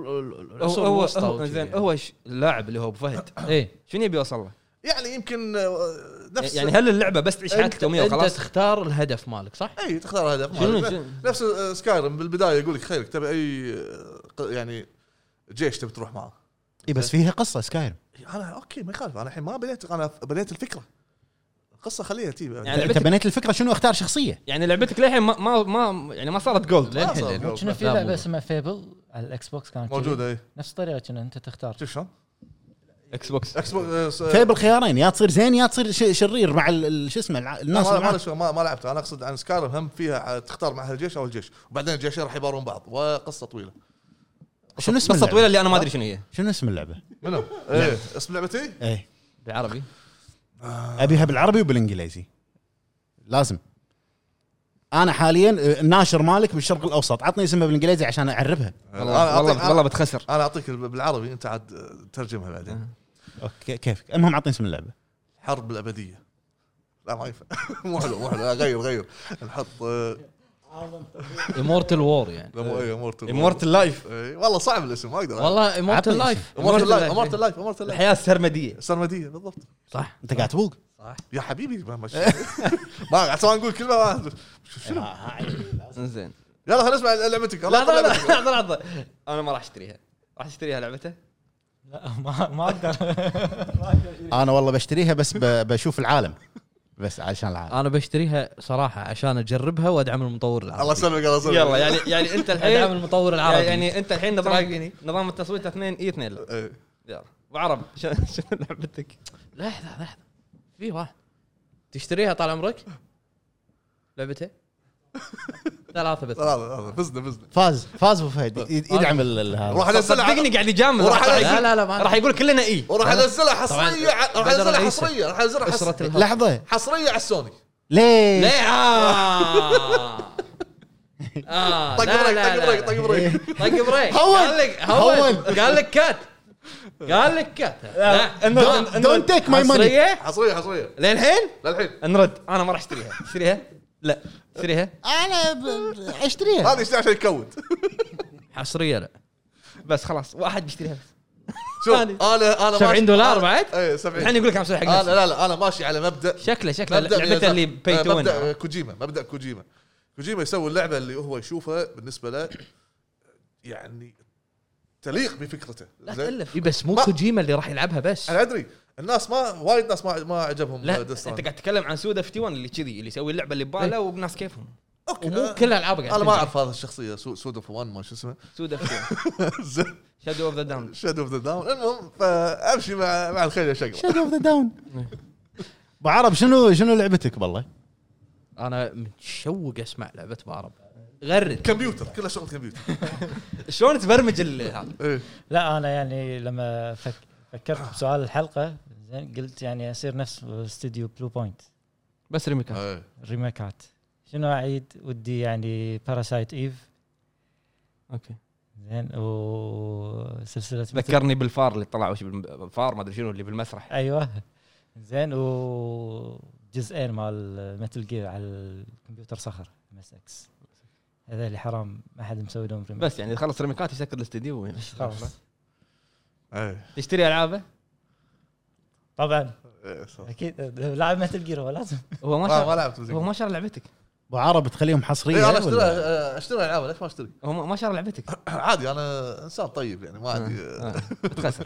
الوسطى زين هو اللاعب اللي هو ابو فهد ايه شنو يبي يوصل له يعني يمكن نفس يعني هل اللعبه بس تعيش حياتك يوميه وخلاص انت تختار الهدف مالك صح اي تختار الهدف نفس سكايرم بالبدايه يقول لك خيرك تبي اي يعني جيش تبي تروح معه اي بس فيها قصه سكايرم انا اوكي ما يخالف انا الحين ما بنيت الفكره القصه خليها تجيب يعني انت بنيت الفكره شنو اختار شخصيه يعني لعبتك للحين ما يعني ما صارت جولد للحين شنو في لعبه اسمها فيبل على الاكس بوكس كانت موجوده اي نفس الطريقه كنا انت تختار شوف شلون اكس بوكس فيبل خيارين يا تصير زين يا تصير شرير مع شو اسمه الناس ما لعبت انا اقصد عن سكايرم هم فيها تختار مع الجيش او الجيش وبعدين الجيشين راح يبارون بعض وقصه طويله شنو اسم قصه طويله اللي انا ما ادري شنو هي شنو اسم اللعبه منو ايه اسم لعبتي ايه بالعربي ابيها بالعربي وبالانجليزي لازم انا حاليا الناشر مالك بالشرق الاوسط عطني اسمها بالانجليزي عشان اعربها والله بتخسر انا اعطيك بالعربي انت عاد ترجمها بعدين اوكي كيفك المهم عطني اسم اللعبه حرب الابديه لا ما ينفع مو حلو غير نحط امورتال وور يعني امورتال لايف والله صعب الاسم ما اقدر والله امورتال لايف الحياه السرمديه بالضبط صح انت قاعد تفوق صح يا حبيبي ما قاعد سواء نقول كلمه شنو زين يلا خلينا نسمع لعبتك لا انا ما راح اشتريها لعبته لا ما اقدر انا والله بشتريها بس بشوف العالم بس عشان العالم انا بشتريها صراحه عشان اجربها وادعم المطور العربي الله يسلمك الله يسلمك يلا يعني انت الحين ادعم المطور العربي يعني انت الحين نظام التصويت 2 لا يلا وعرب شنو لعبتك لحظه في واحد تشتريها طال عمرك لعبته 3 بس فزنا فاز ابو فهد يدعم هذا راح انزلها صدقني قاعد يجامل لا راح يقول كلنا اي وراح انزلها حصريه راح انزلها لحظه حصريه على السوني ليه طق بريك قال لك كات قال لك كات دونت تيك ماي ماني. حصريه للحين للحين نرد. انا ما راح اشتريها لا اشتريها انا اشتريها هذه اشتري عشان يكود. حصريه لا بس خلاص واحد بيشتريها بس. شوف ثاني. انا $70 بعد؟ اي 70. الحين يقول لك عم اسوي حق انا نفسي. لا انا ماشي على مبدا شكله لعبته اللي بي تو مبدا كوجيما يسوي اللعبه اللي هو يشوفها بالنسبه له يعني تليق بفكرته. لا تالف. بس مو ما- كوجيما اللي راح يلعبها بس. انا ادري الناس وايد ناس ما عجبهم لا Death Stranding. انت قاعد تتكلم عن سودا 51 اللي كذي اللي يسوي اللعبه اللي بباله والناس كيفهم. اوكي ومو كل العابه قاعد انا ما تنزل. اعرف هذا الشخصيه سود اوف 1 ما شو اسمه سودا 51 شادو اوف ذا داون. شادو اوف ذا داون. المهم فامشي مع الخيل يا شقر. شادو اوف ذا داون. ابو عرب شنو لعبتك بالله؟ انا متشوق اسمع لعبه بعرب. غرد كمبيوتر كله شغل كمبيوتر. شلون تبرمج هذا؟ ايه لا انا يعني لما فكرت بسؤال الحلقه زين قلت يعني اصير نفس استوديو بلو بوينت بس ريميكات. ايه ريميكات. شنو اعيد ودي يعني باراسايت ايف اوكي زين وسلسله ذكرني بالفار اللي طلع وش بالفار ما ادري شنو اللي بالمسرح. ايوه زين وجزئين مال متل جير على الكمبيوتر صخر MSX. هذا اللي حرام ما حد مسوي لهم ريميك. بس يعني خلص ريميكات يسكر الاستديو خلاص ايه تشتري العابه. طبعا إيه، صح. اكيد لاعب متل جير هو لازم. هو ما ما شاء لعبت هو ما شرى لعبتك. ابو عرب تخليهم حصريه ايه انا ولا؟ اشتري العاب ليش ما اشتري؟ هو ما شرى لعبتك. عادي انا انسان طيب يعني ما عندي بتخسر.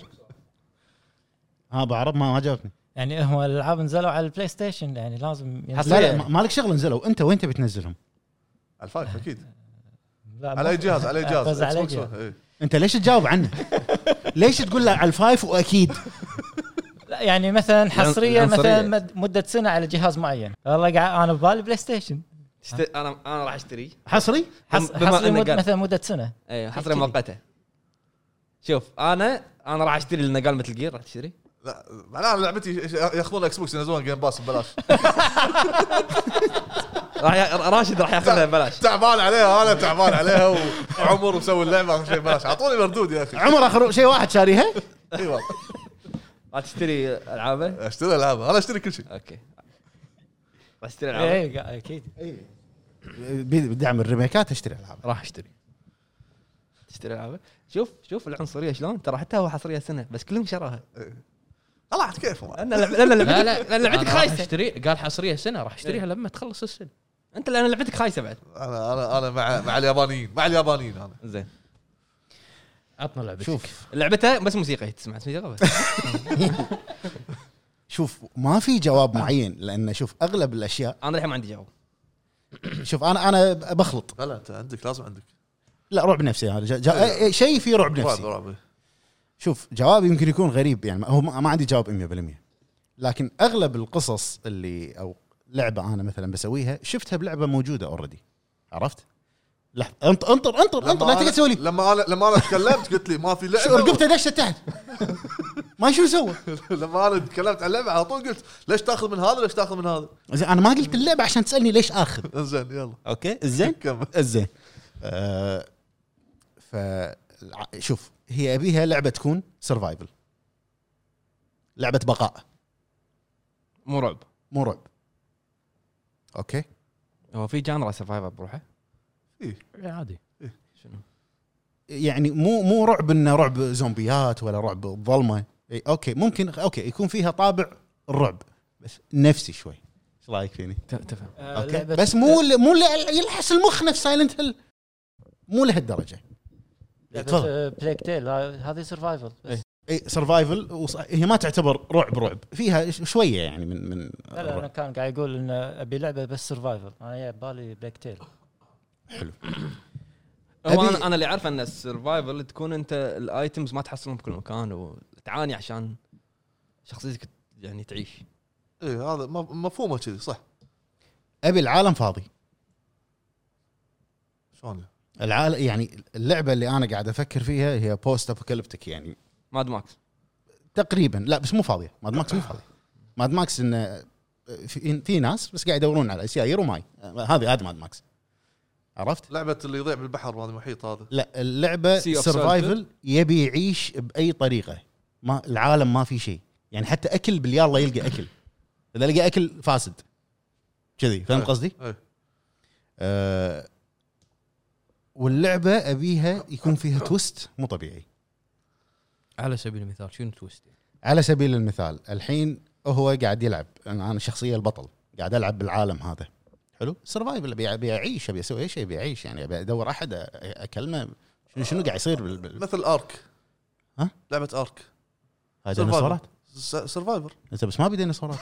ابو عرب ما عجبني. يعني هم الالعاب نزلوا على البلاي ستيشن يعني لازم حصرية. لا مالك شغل نزلوا انت وين تبي تنزلهم؟ على الفايف اكيد لا على اي جهاز على اي جهاز فاز على Xbox جهاز. One. إيه. انت ليش تجاوب عنه؟ ليش تقول له على الفايف واكيد؟ لا يعني مثلا حصريه العنصرية. مثلا مده سنه على جهاز معين. والله قاعد انا ببالي بلاي ستيشن انا راح اشتري. حصري؟ بما حصري إنه قال. مثلا مده سنه. اي حصري مؤقته. شوف انا راح اشتري لنا قال مثل جير. راح تشتري لا معناها لعبتي ياخذون اكس بوكس ينزلون جيم باس ببلاش. راشد راح ياخذها ببلاش. تعبان عليها انا تعبان عليها وعمر وسوي اللعبه اخر شيء ببلاش. اعطوني مردود يا اخي. عمر اخر شيء واحد شاريها؟ اي والله راح تشتري العابه. اشتري العاب انا اشتري كل شيء. اوكي راح تشتري العابه. اي اكيد. بدعم الريميكات اشتري العاب. راح تشتري العابه. شوف العنصريه شلون ترى حتى هو حصريه سنه بس كلهم شراها. طلعت كيفهم. لان لعبتك لعبتك خايسه. اشتري قال حصريه سنه راح اشتريها لما تخلص السنه. انت لان لعبتك خايسه بعد. انا مع اليابانيين انا زين عطنا لعبتك. شوف لعبتها بس موسيقى تسمع موسيقى بس. شوف ما في جواب معين لان شوف اغلب الاشياء. انا الحين ما عندي جواب. شوف انا بخلط. لا انت عندك لازم عندك لا رعب نفسي هذا شيء في رعب نفسي. رعب. شوف جوابي يمكن يكون غريب يعني هو ما عندي جواب 100%. لكن اغلب القصص اللي او لعبه انا مثلا بسويها شفتها بلعبه موجوده اوريدي. عرفت؟ لحظه انطر لا تقدر تسوي لي. لما انا تكلمت قلت لي ما في لعبه. شو رقبته دشت تحت. ما شو سوى. لما انا تكلمت عن اللعبه على طول قلت ليش تاخذ من هذا ليش تاخذ من هذا. زين انا ما قلت اللعبه عشان تسالني ليش اخذ. زين يلا اوكي زين كمل. زين شوف هي ابيها لعبه تكون سرفايفل. لعبه بقاء مو رعب. مو رعب. اوكي هو في جانرا سرفايفر بروحه. عادي. شنو يعني مو رعب انه رعب زومبيات ولا رعب ظلمه. اوكي ممكن اوكي يكون فيها طابع الرعب بس نفسي شوي. ايش رايك فيني؟ تفهم. اوكي بس مو اللي يلحس المخ نفس سايلنت هيل. مو لهالدرجه. تفضل. بلاك تيل هذه سرفايفل بس. اي سرفايفل هي ما تعتبر رعب فيها شويه يعني من لا انا كان قاعد يقول ان ابي لعبه بس سرفايفل. انا بالي بلاك تيل. حلو. هو انا اللي عارفه ان السرفايفل تكون انت الايتمز ما تحصلهم بكل مكان وتعاني عشان شخصيتك يعني تعيش. ايه هذا مفهومه كذي صح. ابي العالم فاضي. شلون العالم يعني اللعبه اللي انا قاعد افكر فيها هي بوست ابوكاليبتيك يعني ماد ماكس تقريبا. لا بس مو فاضيه. ماد ماكس مو فاضيه. ماد ماكس انه في ناس بس قاعد يدورون على سيايير وماي. هذه ماد ماكس. عرفت؟ لعبه اللي يضيع بالبحر هذا المحيط هذا. لا اللعبه سرفايفل يبي يعيش باي طريقه ما العالم ما في شيء يعني، حتى اكل باليلا يلقى اكل، اذا لقى اكل فاسد كذي، فهمت قصدي؟ واللعبه ابيها يكون فيها تويست مو طبيعي. على سبيل المثال شنو تويست؟ على سبيل المثال الحين هو قاعد يلعب، انا شخصيه البطل قاعد العب بالعالم هذا، حلو سرفايفل، ابي اعيش، ابي اسوي اي شيء، ابي اعيش يعني، ابي ادور احد اكلمه شنو قاعد يصير مثل ارك. ها لعبه ارك هاي ديناصورات سرفايفر انت بس ما بدينا صورات.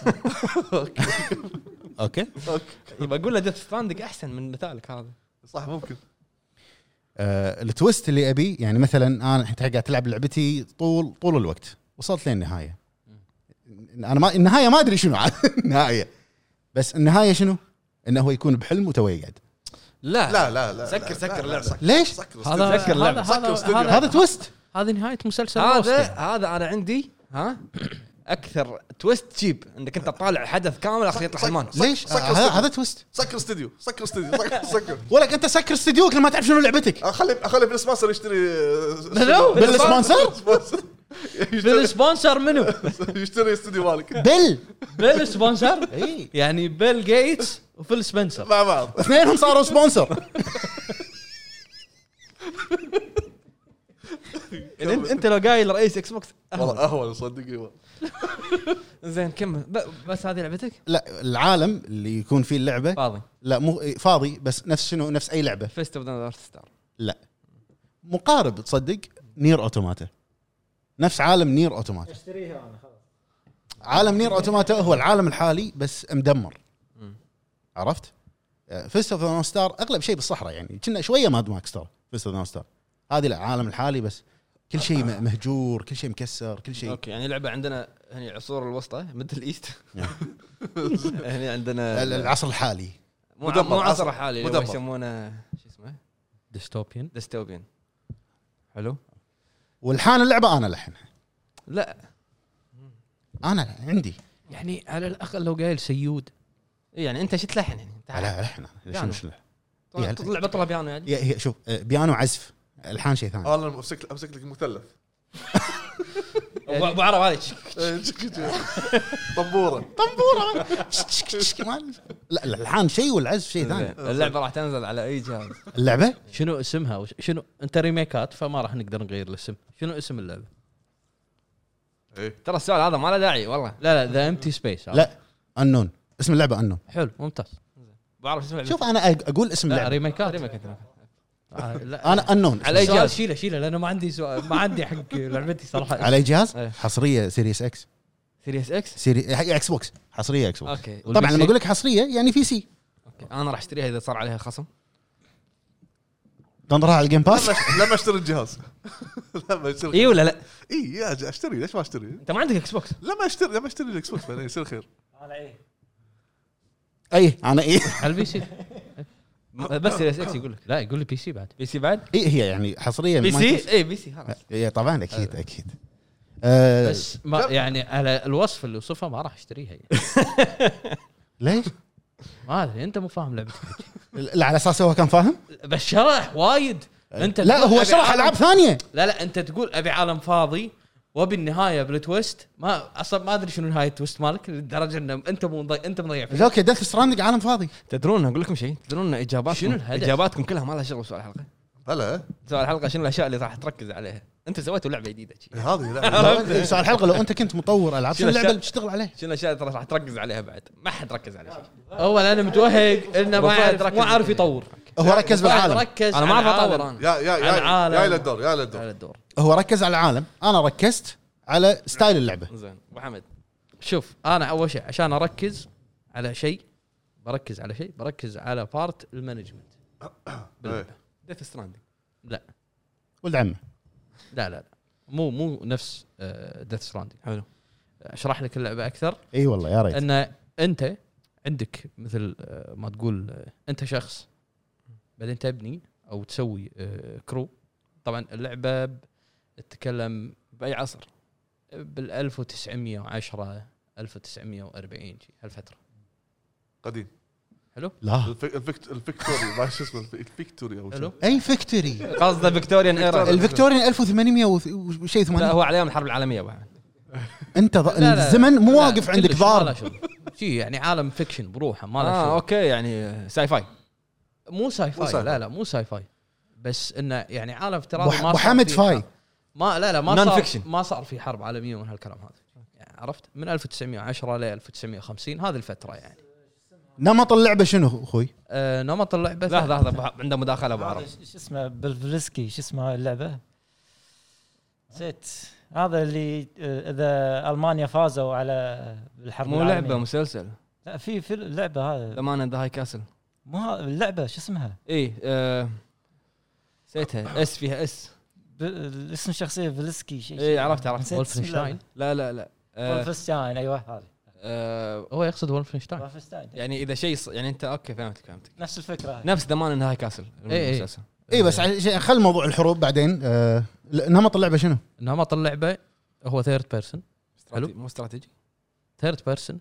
اوكي يبقى اقول له ديث ستراندنج احسن من مثالك هذا. صح ممكن. التويست اللي ابي يعني مثلا انا الحين قاعد تلعب لعبتي طول الوقت، وصلت للنهايه، انا ما النهايه ما ادري شنو النهايه، بس النهايه شنو؟ انه هو يكون بحلم وتو يقعد. لا سكر اللعبه. ليش هذا سكر اللعبة. هذا تويست؟ هذه نهايه مسلسل هذا انا عندي اكثر تويست تشيب انك انت طالع حدث كامل اخر يطلع حلمان. ليش هذا تويست؟ سكر استوديو ولك انت سكر استديوك لما تعرف شنو لعبتك. اخلي بالسبونسر يشتري بالسبونسر بالسبونسر منو؟ يشتري استوديو مالك بالسبونسر يعني بيل جيتس وفيل سبنسر مع بعض، اثنينهم صاروا سبونسر. انت لو قايل رئيس اكس بوكس والله اهون صدقني. زين كمل. بس هذه لعبتك؟ لا العالم اللي يكون فيه اللعبه فاضي. لا مو فاضي، بس نفس شنو، نفس اي لعبه. فيست اوف ذا نورث ستار. لا مقارب، تصدق نير اوتوماتا، نفس عالم نير اوتوماتا. اشتريها انا خلاص. عالم نير اوتوماتا هو العالم الحالي بس مدمر، عرفت؟ فيست اوف ذا نورث ستار اغلب شيء بالصحراء يعني، كنا شويه ماد ماكس ترى. فيست اوف ذا نورث ستار هذه العالم الحالي بس كل شيء مهجور، كل شيء مكسر، كل شيء. اوكي يعني لعبه عندنا هني العصور الوسطى ميدل ايست. هني عندنا العصر الحالي، مو عصر حالي اللي يسمونه شو اسمه ديستوبيان. حلو. والحان اللعبه انا لحنها. لا انا عندي يعني على الاقل لو قايل سيود يعني انت شو تلحن يعني لا لحن شنو لعبه طلب بيانو يعني. هي شوف بيانو عزف، الحان شيء ثاني. انا امسك لك المثلث ابو عرب هذه طنبوره لا الالحان شيء والعزف شيء ثاني. اللعبه راح تنزل على اي جهاز. اللعبه شنو اسمها شنو؟ انت ريميكات فما راح نقدر نغير الاسم. شنو اسم اللعبه؟ ترى السؤال هذا ما له داعي والله. لا ذا امتي سبيس. لا انون، اسم اللعبه انون. حلو ممتاز. بعرف اسمه. شوف انا اقول اسم اللعبه ريميكات. لا انا انون على اي جهاز؟ شيله لانه ما عندي سؤال، ما عندي حق لعبتي صراحه. على اي جهاز؟ حصريه سيريس اكس. سيريس اكس اكس بوكس، حصريه اكس بوكس. اوكي. طبعا لما اقول لك حصريه يعني في سي. اوكي انا راح اشتريها اذا صار عليها خصم. تنظرها على الجيم باس. لما اشتري الجهاز. لما اشتري اي ولا لا؟ اي يا اشتري، ليش ما اشتري؟ انت ما عندك اكس بوكس. لما اشتري الاكس بوكس بعدين يصير خير. انا ايه انا ايه على البي سي بس سيريس اكس يقول لك. لا يقول لي بي سي بعد. بي سي بعد. اي هي يعني حصريه بي سي. اي بي سي خلاص. اي طبعا اكيد. بس ما يعني على الوصف اللي وصفه ما راح اشتريها يعني. ليش؟ ما ادري انت مو فاهم لعبتك. لا على اساس هو كان فاهم. بس شرح وايد. انت لا هو شرح العاب ثانيه. لا انت تقول ابي عالم فاضي وبالنهايه بالتويست ما اصلا ما ادري شنو نهايه التويست مالك لدرجه ان انت مضيع فيه. اوكي ديث ستراندنج عالم فاضي. تدرون اقول لكم شيء، تدرون اجاباتكم شنو الهدف؟ اجاباتكم كلها ما لها شغل بسؤال الحلقه. هلا سؤال الحلقه شنو الاشياء اللي راح تركز عليها؟ انت سويتوا لعبه جديده هذه لا سؤال الحلقه لو انت كنت مطور العاب شنو اللعبه اللي بتشتغل عليها؟ شنو الاشياء اللي راح تركز عليها بعد؟ ما حد ركز على شيء. اول انا متوهق انه ما عارف يطور. هو ركز بالعالم. انا ما اعرف اطور انا. يا للدور هو ركز على العالم، انا ركزت على ستايل اللعبه. زين ابو حمد شوف انا اول شيء عشان اركز على شيء بركز على بارت المانجمنت باللعبه. ديث ستراندنج لا ولد عمه لا مو نفس ديث ستراندنج. حلو. اشرح لك اللعبه اكثر. اي والله يا ريت. ان انت عندك مثل ما تقول انت شخص بعدين تبني او تسوي كرو. طبعا اللعبه تتكلم باي عصر؟ بال 1910 1940 هالفتره قديم. حلو لا الفيكتوري ما شو اسمه الفيكتوري او حلو اي فيكتوري قصده فيكتوريان ايرا. الفيكتوريان 1800 وشيء لا 80. هو على ايام الحرب العالميه بعد. انت الزمن مو واقف عندك ضارب. شيء يعني عالم فيكشن بروحه ما له شغل. اوكي يعني ساي فاي. مو ساي فاي لا مو ساي فاي بس انه يعني عالم افتراضي ما ابو حمد فاي ما لا ما نون صار فيكشن. ما صار في حرب عالميه من هالكلام هذا يعني عرفت من 1910 ل 1950 هذه الفتره يعني. نمط اللعبه شنو اخوي؟ نمط اللعبه لحظه عنده مداخله ابو عرب. شو اسمه بالفلسكي شو اسمه هاي اللعبه نسيت هذا اللي اذا المانيا فازوا على الحرب مو العالمية. لعبه مسلسل. لا في اللعبه هذا زمان ذا هاي كاسل. مو اللعبه شو اسمها ايه نسيتها اس فيها اس. اسم الشخصيه فلسكي شيء ايه عرفت وولفنشتاين لا وولفنشتاين ايوه هذا هو يقصد وولفنشتاين وولفنشتاين يعني اذا شيء يعني انت اوكي فهمتك نفس الفكره هاي. نفس زمان هاي كاسل المسلسل. اي بس خل موضوع الحروب بعدين. نمط اللعبه شنو؟ نمط اللعبه هو ثيرد بيرسون. حلو. مو استراتيجي. ثيرد بيرسون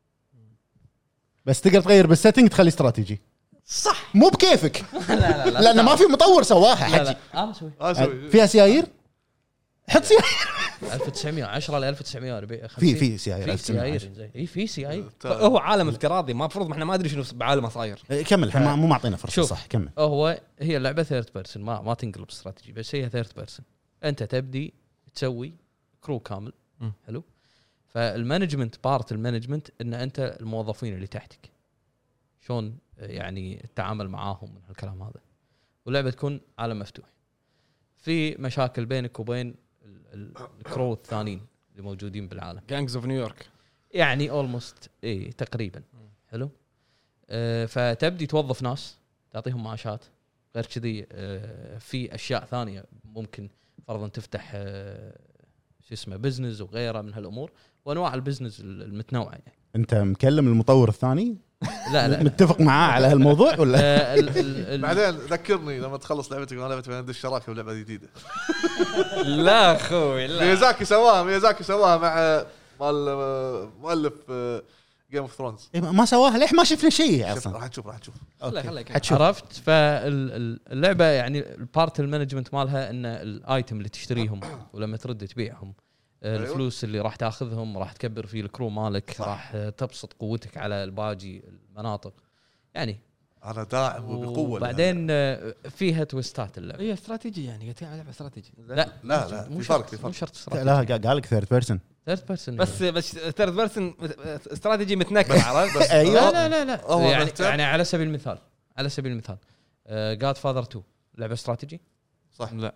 بس تقدر تغير بالسيتنج تخلي استراتيجي صح مو بكيفك. لا لان ما في مطور سواها حجي. انا اسوي فيها سيايير حط سيايير 1910 ل 1940 في سيايير في سيايير زين اي في سيايير. هو عالم افتراضي ما المفروض احنا ما ادري شنو بعالمه صاير. كمل احنا مو معطينا فرصه. شوف. صح كمل. هي اللعبه ثيرد بيرسون ما تنقلب استراتيجي بس هي ثيرد بيرسون. انت تبدي تسوي كرو كامل. حلو. فالمانجمنت بارت المانجمنت ان انت الموظفين اللي تحتك شلون يعني التعامل معاهم من هالكلام هذا. واللعبه تكون عالم مفتوح في مشاكل بينك وبين الكرو الثانيين اللي موجودين بالعالم. جانجز اوف نيويورك يعني اولموست اي تقريبا. حلو. فتبدي توظف ناس تعطيهم معاشات غير كذي. في اشياء ثانيه ممكن فرضا تفتح شو اسمه بزنس وغيره من هالامور وانواع البزنس المتنوعه يعني. انت مكلم المطور الثاني؟ لا متفق معاه على هالموضوع ولا؟ بعدين ذكرني لما تخلص لعبتك وانا لعبتي عند الشراكه بلعبه جديده. لا اخوي لا. ميازاكي سواها مع مال مؤلف جيم اوف ثرونز. ما سواها ليش ما شفنا شيء اصلا؟ راح نشوف عرفت. فاللعبه يعني البارت المانجمنت مالها ان الايتم اللي تشتريهم ولما ترد تبيعهم الفلوس اللي راح تاخذهم راح تكبر فيه الكرو مالك راح تبسط قوتك على الباقي المناطق يعني. انا داعم وبقوه. بعدين فيها تويستات اللعبه. هي استراتيجي يعني قلت لعبه استراتيجي. لا في فرق مو شرط استراتيجي. لا قال لك ثيرد بيرسون. ثيرد بيرسون بس ثيرد بيرسون استراتيجي متنكر عرفت. ايوه لا يعني على سبيل المثال جاد فاذر 2 لعبه استراتيجي صح. لا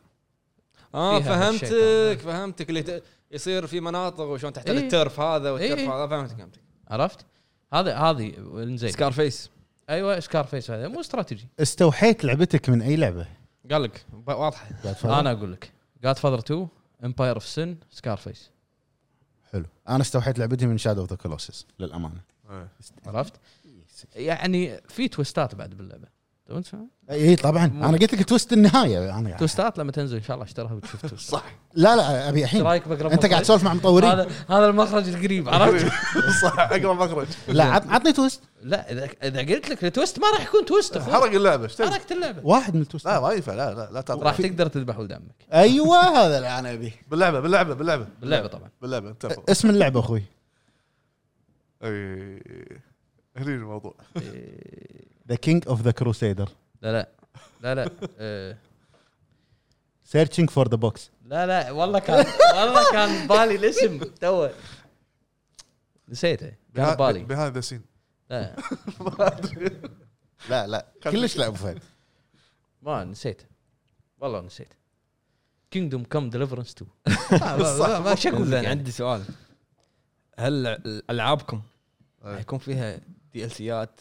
فهمتك اللي يصير في مناطق وشون تحتاج الترف هذا والترف هذا فهمتك عرفت. هذه زين سكارفيس. ايوه سكارفيس هذا مو استراتيجي. استوحيت لعبتك من اي لعبه؟ قال لك واضحه. انا اقول لك جاد فاذر 2 امباير اوف سن سكارفيس. حلو. انا استوحيت لعبتي من شادو اوف ذا كولوسس للامانه. عرفت يعني في تويستات بعد باللعبه. اي طبعا انا قلت لك تويست النهايه. انا تويستات لما تنزل ان شاء الله اشتريها وتشوف تويست. صح. لا ابي الحين. انت قاعد تسولف مع مطورين. هذا المخرج القريب عرفت. صح اقرب مخرج. لا عطني تويست. لا اذا قلت لك التويست ما راح يكون تويست. حرق اللعبه حرقت اللعبه. واحد من التويست. لا ما ينفع. لا تعطي. راح تقدر تذبح ولد عمك. ايوه هذا اللي انا ابي. باللعبه طبعا باللعبه اتفق. اسم اللعبه اخوي. اي هني الموضوع. ذا كينج اوف ذا كروسيدر. لا سيرشينج فور ذا بوكس. لا والله كان بالي الاسم تو نسيته. كان بالي بهذا سين. لا ما ادري. لا كلش لا ابو فهد. ما نسيته والله نسيت. كينجدوم كم ديليفرنس 2. ما شكو زين. عندي سؤال. هل العابكم يكون فيها دي ال سيات؟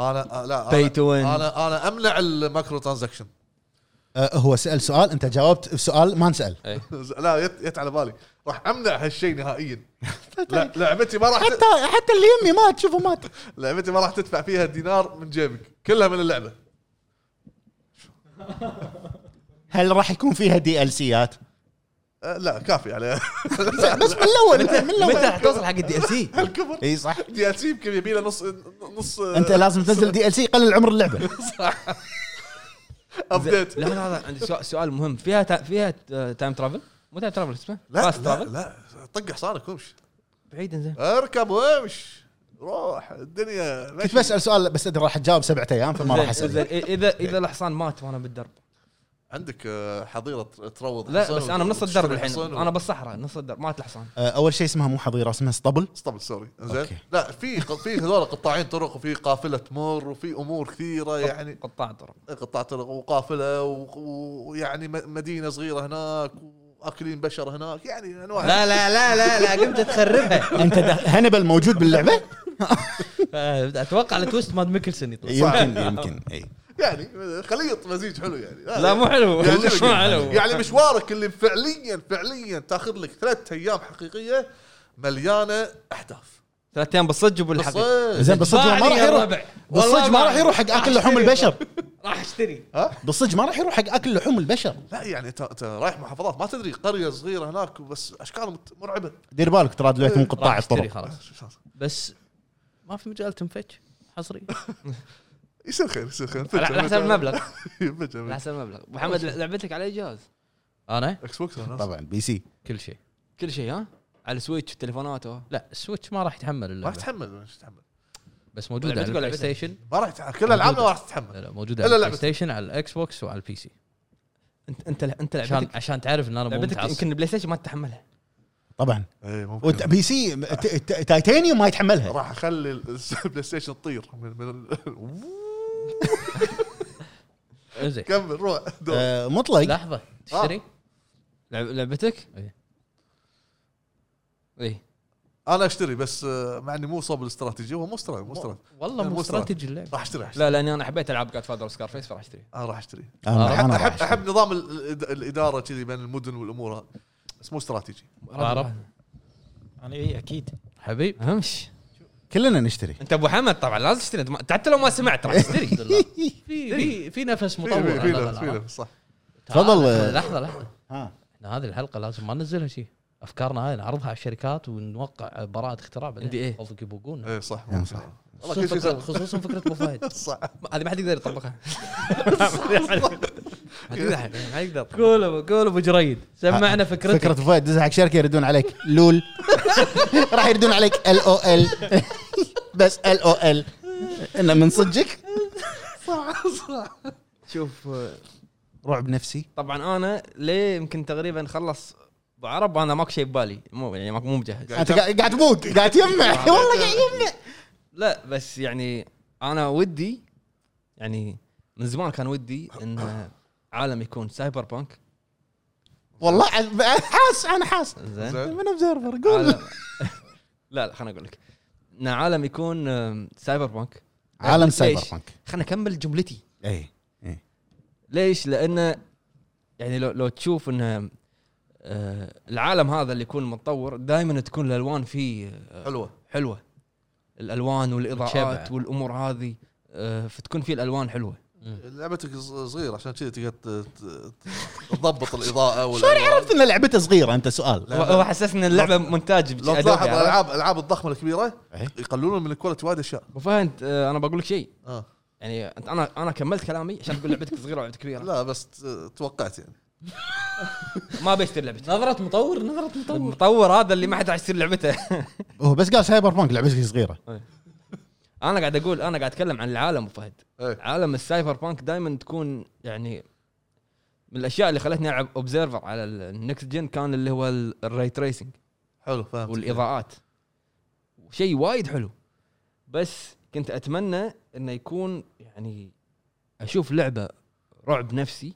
انا امنع المايكرو ترانزاكشن. هو سأل سؤال انت جاوبت سؤال ما نسأل. لا يت على بالي راح امنع هالشيء نهائيا. لا لعبتي ما راح حتى اللي يمي ما تشوفه مات. لعبتي ما راح تدفع فيها دينار من جيبك كلها من اللعبه. هل راح يكون فيها دي ال سيات؟ لا كافي عليه. بس من الاول انت من متى الاول راح توصل حق الدي ال سي؟ الكبر اي صح. دي ال سي يمكن يبي له نص انت لازم تنزل دي ال سي يقلل عمر اللعبه. ابديت. لا عندي سؤال مهم. فيها تايم ترافل؟ مو تايم ترافل اسمه لا فاست لا, ترافل. لا طق حصانك وامشي بعيد زين. اركب وامشي روح الدنيا ماشي. كنت بسال سؤال بس ادري راح تجاوب 7 ايام فما راح اسال. اذا الحصان مات وانا بالدرب. عندك حظيره تروض لا حصان بس انا بنص الدرب وتشتري الحين. حصان انا بالصحراء نص الدرب مات الحصان. اول شيء اسمها مو حظيره اسمها اسطبل. اسطبل سوري زين. أوكي. لا في هذول قطاعين طرق وفي قافله تمر وفي امور كثيره يعني قطاع طرق. قطاع طرق وقافله ويعني مدينه صغيره هناك واكلين بشر هناك يعني انواع. لا قمت تخربها. انت هانيبال موجود باللعبه؟ اتوقع التويست ماد ميكلسون يطلع. يمكن اي يعني خليط مزيج حلو يعني. لا مو حلو. يعجبك. مو حلو. يعني مشوارك اللي فعليا تاخذ لك 3 ايام حقيقيه مليانه احداث. 3 ايام بالصدق وبالحقيقه. زين بالصدق ما راح يروح. بالصدق ما راح يروح حق اكل لحوم البشر. راح اشتري. بالصدق ما راح يروح حق اكل لحوم البشر. لا يعني انت رايح محافظات ما تدري قريه صغيره هناك بس اشكال مرعبه. دير بالك ترى دلوقتي من قطاع راح أشتري الطرق. خلاص. بس ما في مجال تنفتش حصري. يصير خير على حسب المبلغ. ينفجر. على حسب المبلغ. محمد لعبتك على اي جهاز؟ انا اكس بوكس طبعا بي سي. كل شيء. كل شيء ها؟ على السويتش التليفونات لا السويتش ما راح يتحمل ما اللعبة. راح تتحمل مش تتحمل بس موجوده على لعبتك ولا البلاي ستيشن. ما راح تتحمل كل الالعاب ما راح تتحمل. لا موجوده إلا على لعبة. البلاي ستيشن على الاكس بوكس وعلى البي سي. انت لعبتك عشان تعرف ان انا مو لعبتك متعصب. يمكن البلاي ستيشن ما تتحملها. طبعا اي ممكن بي سي تايتانيوم ما يتحملها. راح اخلي البلاي ستيشن تطير من زين كمل روح دور. مطلق. لحظه تشتري. لعبتك؟ اي انا اشتري بس مع اني مو صوب الاستراتيجي هو مو استراتيجي والله مو استراتيجي اللعبه. راح اشتري لا لاني انا حبيت العاب جاد فادر وسكار فيس فراح اشتري. راح اشتري أنا احب نظام الاداره كذي بين المدن والامور هذه بس مو استراتيجي. عرب انا اي اكيد حبيب همش كلنا نشتري. انت ابو حمد طبعا لازم تشتري. حتى لو ما سمعت راح تشتري. في نفس مطور. في لا، لا، لا. في صح. تفضل. لحظه ها احنا هذه الحلقه لازم ما ننزلها شيء. افكارنا هاي نعرضها على الشركات ونوقع براءه اختراع بعدين. NDA. قصدك يبوقون اي صح صح. والله كل شيء صح. خصوصا فكره ابو فهد. صح هذه ما حد يقدر يطبقها. ما يقدر. قول ابو جريد سمعنا فكرتك. فكرة فؤاد دز حق شركة يردون عليك لول. راح يردون عليك ال او ال. بس ال او ال انه من صدقك. شوف رعب نفسي. طبعا انا ليه يمكن تقريبا خلص ابو عرب انا ماكو شيء ببالي مو يعني مو مجهز. انت قاعد تبوق قاعد تجمع والله قاعد يجمع. لا بس يعني انا ودي يعني من زمان كان ودي ان عالم يكون سايبر بانك. والله حاس انا حاس زين من اوبزرفر قول. عالم لا خليني اقول لك ان عالم يكون سايبر بانك. عالم ليش؟ سايبر بانك. خليني اكمل جملتي. اي ليش؟ لانه يعني لو تشوف ان العالم هذا اللي يكون متطور دائما تكون الالوان فيه حلوه الالوان والاضاءات تشبع. والامور هذه فتكون فيه الالوان حلوه. لعبتك صغيره عشان كذا تقدر تضبط الاضاءه شلون عرفت ان لعبته صغيره انت سؤال؟ هو حسسني ان اللعبه مونتاج لو تلاحظ الالعاب الضخمه الكبيره إيه. يقللون من الكواليتي وايد اشياء. ابو فهد انا بقول لك شيء يعني يعني انا كملت كلامي عشان تقول لعبتك صغيره ولعبتك كبيره. لا بس توقعت يعني ما بيشتري لعبتي. نظره مطور المطور هذا اللي ما حد راح يشتري لعبته. هو بس قال سايبر بانك لعبتك صغيره. انا قاعد اتكلم عن العالم ابو فهد. إيه. عالم السايبر بانك دائما تكون يعني من الاشياء اللي خلتني العب اوبزرفر على النكست جن كان اللي هو الري تريسنج حلو فهمت والاضاءات شيء وايد حلو. بس كنت اتمنى انه يكون يعني اشوف لعبه رعب نفسي.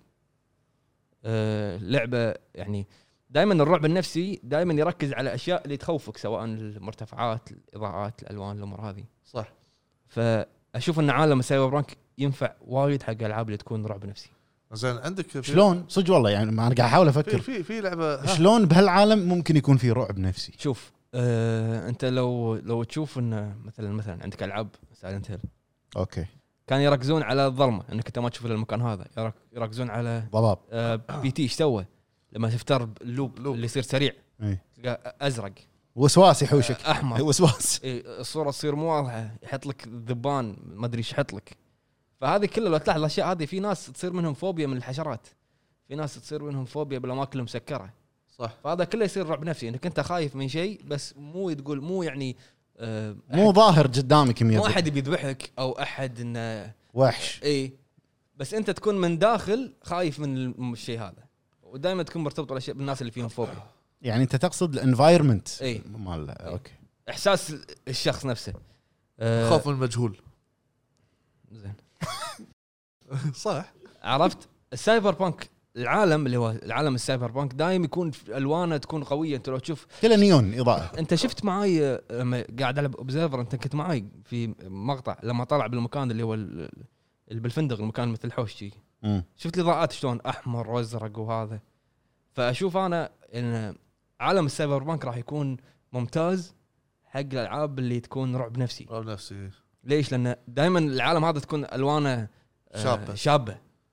لعبه يعني دائما الرعب النفسي دائما يركز على اشياء اللي تخوفك سواء المرتفعات الاضاءات الالوان الامور هذه صح. فاشوف ان عالم السايبر بانك ينفع وايد حق العاب اللي تكون رعب نفسي. زين عندك شلون صدق والله يعني ما انا قاعد احاول افكر في لعبه شلون بهالعالم ممكن يكون في رعب نفسي. شوف انت لو تشوف ان مثلا عندك العاب سايلنت هيل اوكي كان يركزون على الظلمه انك انت ما تشوف الا المكان هذا. يركزون على ضباب بي تي ايش سوى لما تفتر اللوب اللي يصير سريع إيه. تلقى ازرق وسواس يحوشك احمر وسواس. الصوره تصير مو واضحه يحط لك ذبان ما ادري ايش يحط لك. فهذه كلها لو تلاحظ الاشياء هذه في ناس تصير منهم فوبيا من الحشرات في ناس تصير منهم فوبيا بالاماكن المسكره صح فهذا كله يصير رعب نفسي انك انت خايف من شيء بس مو تقول مو يعني مو ظاهر قدامك 100 مو احد بيذبحك او احد انه وحش. اي بس انت تكون من داخل خايف من الشيء هذا ودائما تكون مرتبط بالاشياء بالناس اللي فيهم فوبيا يعني انت تقصد الانفايرمنت إيه. مال اوكي احساس الشخص نفسه خوف من المجهول. زين صح عرفت السايبر بانك العالم اللي هو العالم السايبر بانك دايم يكون الوانه تكون قويه. انت لو تشوف كله نيون اضاءه. انت شفت معاي لما قاعد العب اوبزرفر انت كنت معاي في مقطع لما طلع بالمكان اللي هو اللي بالفندق المكان مثل الحوش شي شفت الاضاءات شلون احمر وازرق وهذا. فاشوف انا ان عالم السايبر بانك راح يكون ممتاز حق الالعاب اللي تكون رعب نفسي. رعب نفسي ليش؟ لان دائما العالم هذا تكون الوانه شابه.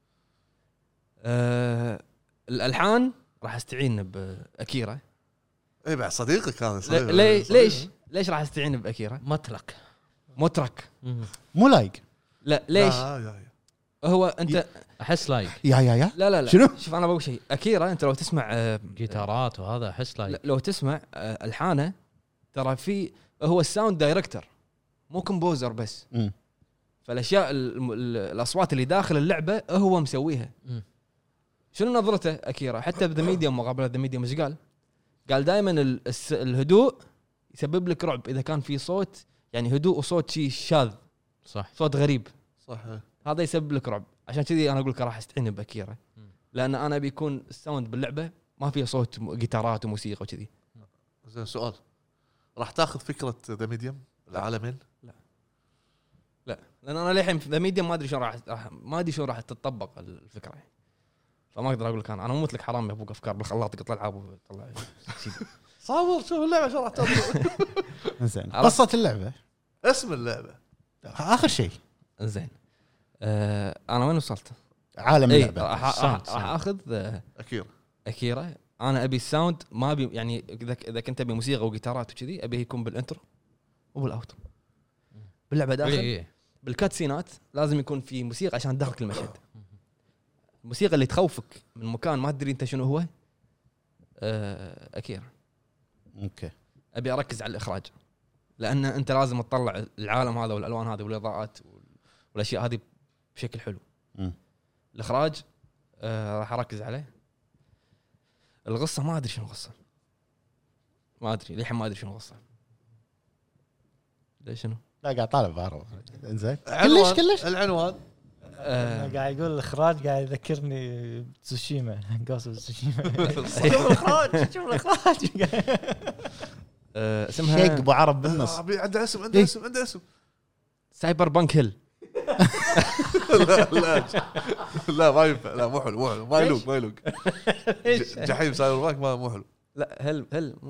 الالحان راح استعين باكيرا. اي بعد صديقك هذا ليش راح استعين باكيرا؟ مترك مو لايق. لا ليش هو انت احس لايق. يا لا شنو؟ شوف انا بقول شيء اكيرا انت لو تسمع جيتارات وهذا احس لايق. لو تسمع الحانه ترى في هو الساوند دايركتور مو كومبوزر بس. فالاشياء الاصوات اللي داخل اللعبه هو مسويها. شنو نظرته اكيرا حتى بذا ميديوم مقابله ذا ميديوم ايش قال دائما الهدوء يسبب لك رعب اذا كان في صوت يعني هدوء وصوت شيء شاذ صح صوت غريب صح هذا يسبب لك رعب. عشان كذي انا اقول لك راح استعين باكيرا لان انا بيكون الساوند باللعبه ما فيه صوت جيتارات وموسيقى وكذي. زين سؤال راح تاخذ فكره ذا ميديوم العالمين؟ لا لان انا للحين في ذا ميديوم ما ادري شلون ما ادري شلون راح تطبق الفكره فما اقدر اقول لك انا مو مثلك حرام يا ابوك افكار بالخلاط يقطع العاب ويطلع صور شوف اللعبه شو راح تطلع. زين قصه اللعبه اسم اللعبه اخر شيء. زين انا وين وصلت؟ عالم اللعبه راح اخذ اكيرا. انا ابي الساوند ما ابي يعني اذا كنت ابي موسيقى وجيتارات وكذي ابي يكون بالانترو وبالاوترو باللعبه داخل بالكاتسينات لازم يكون في موسيقى عشان تدخلك المشهد. الموسيقى اللي تخوفك من مكان ما تدري انت شنو هو اكيرا. اوكي ابي اركز على الاخراج لان انت لازم تطلع العالم هذا والالوان هذه والاضاءات والاشياء هذه بشكل حلو. الاخراج راح اركز عليه. القصه ما ادري شنو القصه ما ادري للحين ما ادري شنو القصه ليش شنو لا قاعد طالب بعرف. انزين كلش العنوان قاعد يقول الاخراج قاعد يذكرني بتسوشيما قاصد تسوشيما. شوف الاخراج اسمها شيك ابو عرب بالنص. عنده اسم سايبر بانك هيل. لا ما ينفع لا مو حلو ما يلوق جحيم سايبر بانك مو حلو. لا هل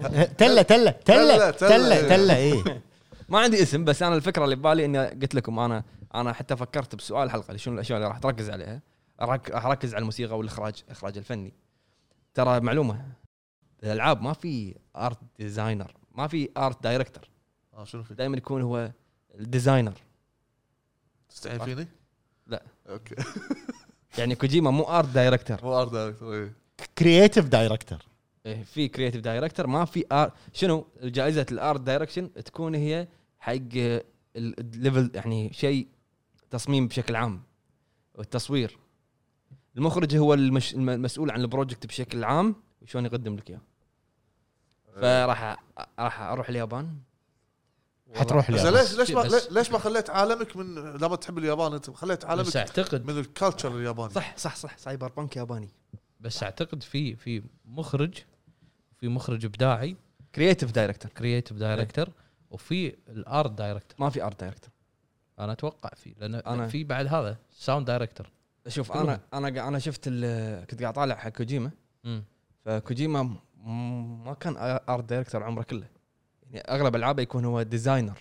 تله ايه ما عندي اسم بس انا الفكره اللي ببالي اني قلت لكم انا حتى فكرت بسؤال الحلقه شنو الاشياء اللي راح تركز عليها. راح اركز على الموسيقى والاخراج الفني. ترى معلومه الالعاب ما في ارت ديزاينر ما في ارت دايركتور. شنو في دائما يكون هو الديزاينر. تستعين فيني؟ لا اوكي. يعني كوجيما مو ارت دايركتور مو ارت دايركتور كرييتيف دايركتور. في كرييتيف دايركتور ما في شنو جائزه الارت دايركشن تكون هي حق الليفل يعني شيء تصميم بشكل عام والتصوير. المخرج هو المسؤول عن البروجكت بشكل عام وشلون يقدم لك اياه. فراح اروح اليابان. حتروح اليابان. ليش ما خليت عالمك من لما تحب اليابان انت خليت عالمك بس اعتقد من الكالتشر الياباني. صح سايبر بانك ياباني. بس اعتقد في مخرج ابداعي كرييتيف دايركتور وفي الارت دايركتور. ما في ارت دايركتور انا اتوقع لان انا في بعد هذا ساوند دايركتور. شوف انا شفت كنت قاعد طالع حق كوجيما. فكوجيما ما كان ارت دايركتور عمره كله يعني اغلب العابه يكون هو ديزاينر.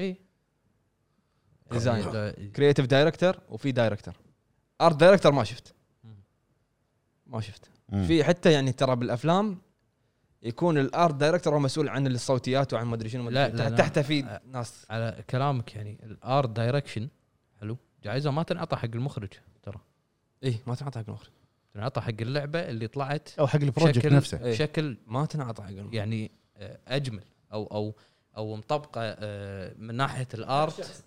ديزاين كرييتيف دايركتور وفي دايركتور. ارت دايركتور ما شفت في حتى يعني ترى بالافلام يكون الارت دايركتور هو مسؤول عن الصوتيات وعن ما ادري شنو. لا، تحت في ناس على كلامك يعني الارت دايركشن حلو، جائزه ما تنعطى حق المخرج ترى، ما تنعطى حق المخرج، تنعطى حق اللعبه اللي طلعت او حق البروجكت نفسه بشكل ما تنعطى حق المخرج. يعني اجمل او مطبقه من ناحيه الارت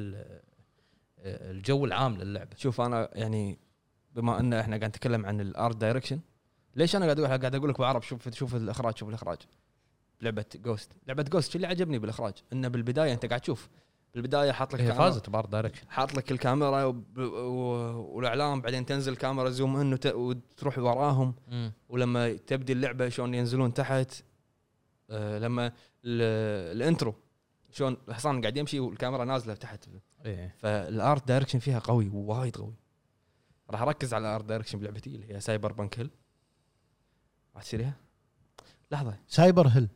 الجو العام للعبه. شوف انا يعني بما ان احنا قاعد نتكلم عن الارت دايركشن، ليش انا قاعد اقول لك بعرب شوف الاخراج لعبه جوست اللي عجبني بالاخراج انه بالبدايه انت قاعد تشوف بالبدايه حاط لك فازت بارت دايركشن، حاط لك الكاميرا والاعلام، بعدين تنزل كاميرا زوم ان وتروح وراهم. ولما تبدي اللعبه شلون ينزلون تحت، لما الانترو شلون الحصان قاعد يمشي والكاميرا نازله تحت. فالارت دايركشن فيها قوي وايد قوي. راح اركز على الارت دايركشن بلعبتي اللي هي سايبر بانك هيل. راح تشتريها لحظه. سايبر هيل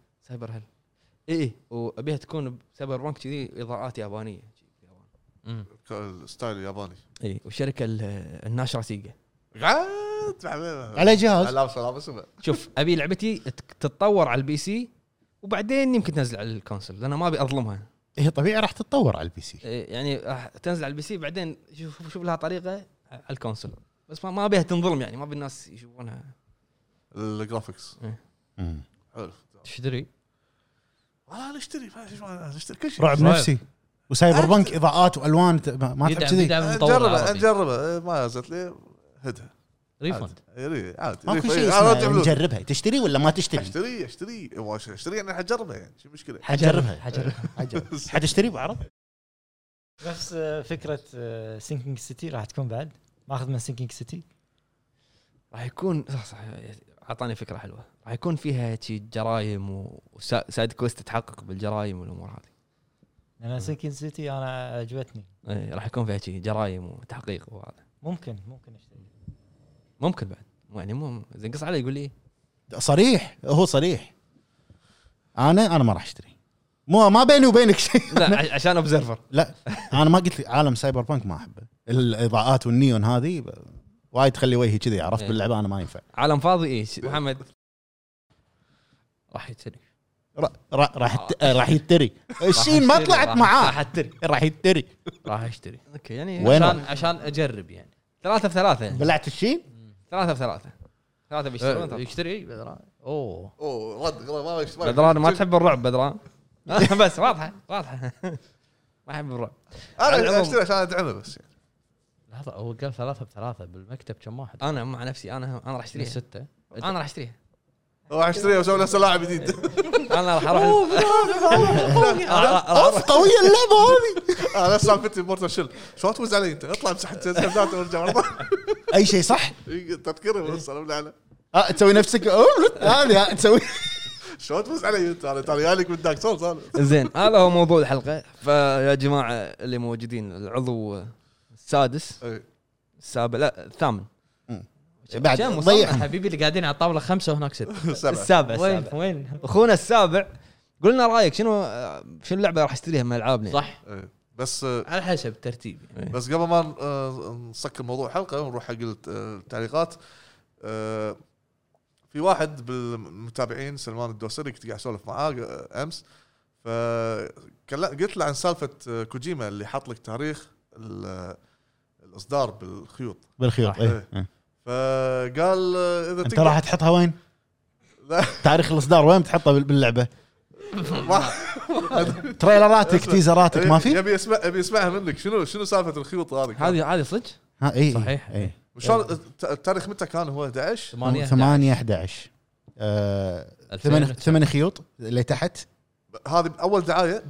اي وابيها تكون سايبر بانك كذي اضاءات يابانيه الستايل الياباني. اي والشركه الناشره سيجا قعدت على جهاز. على سلام شوف ابي لعبتي تتطور على البي سي وبعدين يمكن تنزل على الكونسول لأن ما ابي اظلمها. هي طبيعي راح تتطور على البي سي، يعني راح تنزل على البي سي بعدين شوف لها طريقه على الكونسول، بس ما ابيها تنظلم، يعني ما ابي الناس يشوفونها الجرافيكس. حلو تشتري والله نشتري كل شيء رعب نفسي وسايبر بانك اضاءات والوان ما تحب كذي. نجربها ما نزلت لي هدها ريفند عادي ماكو شيء اسمه نجربها. تشتري ولا ما تشتري؟ اشتري يعني حجربها، يعني شو مشكله حجربها حتشتري بعرب. بس فكره سينكينج سيتي راح تكون بعد ماخذ من سينكينج سيتي، راح يكون صح اعطاني فكره حلوه. راح يكون فيها شيء جرايم وسايد كويست تحقق بالجرايم والامور هذه. انا سينكينج سيتي انا عجبتني. راح يكون فيها شيء جرايم وتحقيق وهذا. ممكن اشتري، ممكن بعد يعني مو زين قص علي يقول لي صريح. هو صريح. انا ما راح اشتري، ما بيني وبينك شيء. لا عشان اوبزرفر. لا انا ما قلت لي عالم سايبر بانك ما احبه. الاضاءات والنيون هذه وايد تخلي وجهي كذي، عرفت باللعبه انا ما ينفع. عالم فاضي محمد راح يشتري. راح يتري الشين ما طلعت معاه. راح يتري راح اشتري. اوكي يعني عشان اجرب يعني 3 في 3 يعني. بلعت الشين 3 في 3 بيشترون. يشتري بدران. رد بدران ما تحب الرعب بدران. بس واضحه ما احب الرعب. انا اشتري عشان ادعمه بس يعني. لحظه هو قال 3 في 3 بالمكتب كم واحد؟ انا مع نفسي انا راح اشتريها 6. انا راح اشتريها. راح اشتريها واسوي له لاعب جديد. انا راح اروح قويه اللعبه هذه. انا سالفتي بورتال شيل شو تفوز علي انت؟ اطلع امسح التسديدات وارجع ورا. اي شيء صح. تذكرني بس انا على تسوي نفسك هذه تسوي شو تفوز علي انت؟ انا جايلك من دارك سولز. زين هذا هو موضوع الحلقه. فيا جماعه اللي موجودين العضو السادس السابع لا الثامن بعد ضيع حبيبي اللي قاعدين على الطاوله 5 وهناك 6. السابع وين اخونا السابع قلنا رايك شنو اللعبه راح اشتريها من العابنا صح بس على حسب الترتيب يعني. بس قبل ما نسكر موضوع الحلقه ونروح حق التعليقات، في واحد بالمتابعين سلمان الدوسري كنت قاعد اسولف معاه امس، فقلت له عن سالفه كوجيما اللي حط لك تاريخ الاصدار بالخيوط فقال اذا انت راح تحطها وين؟ تاريخ الاصدار وين بتحطه باللعبه؟ تريلراتك تيزراتك ما في؟ ابي اسمعها منك. شنو سالفه الخيوط هذه صدق؟ اي صحيح. اي شلون التاريخ متى كان؟ هو 11 8 11 8 خيوط اللي تحت. هذه اول دعايه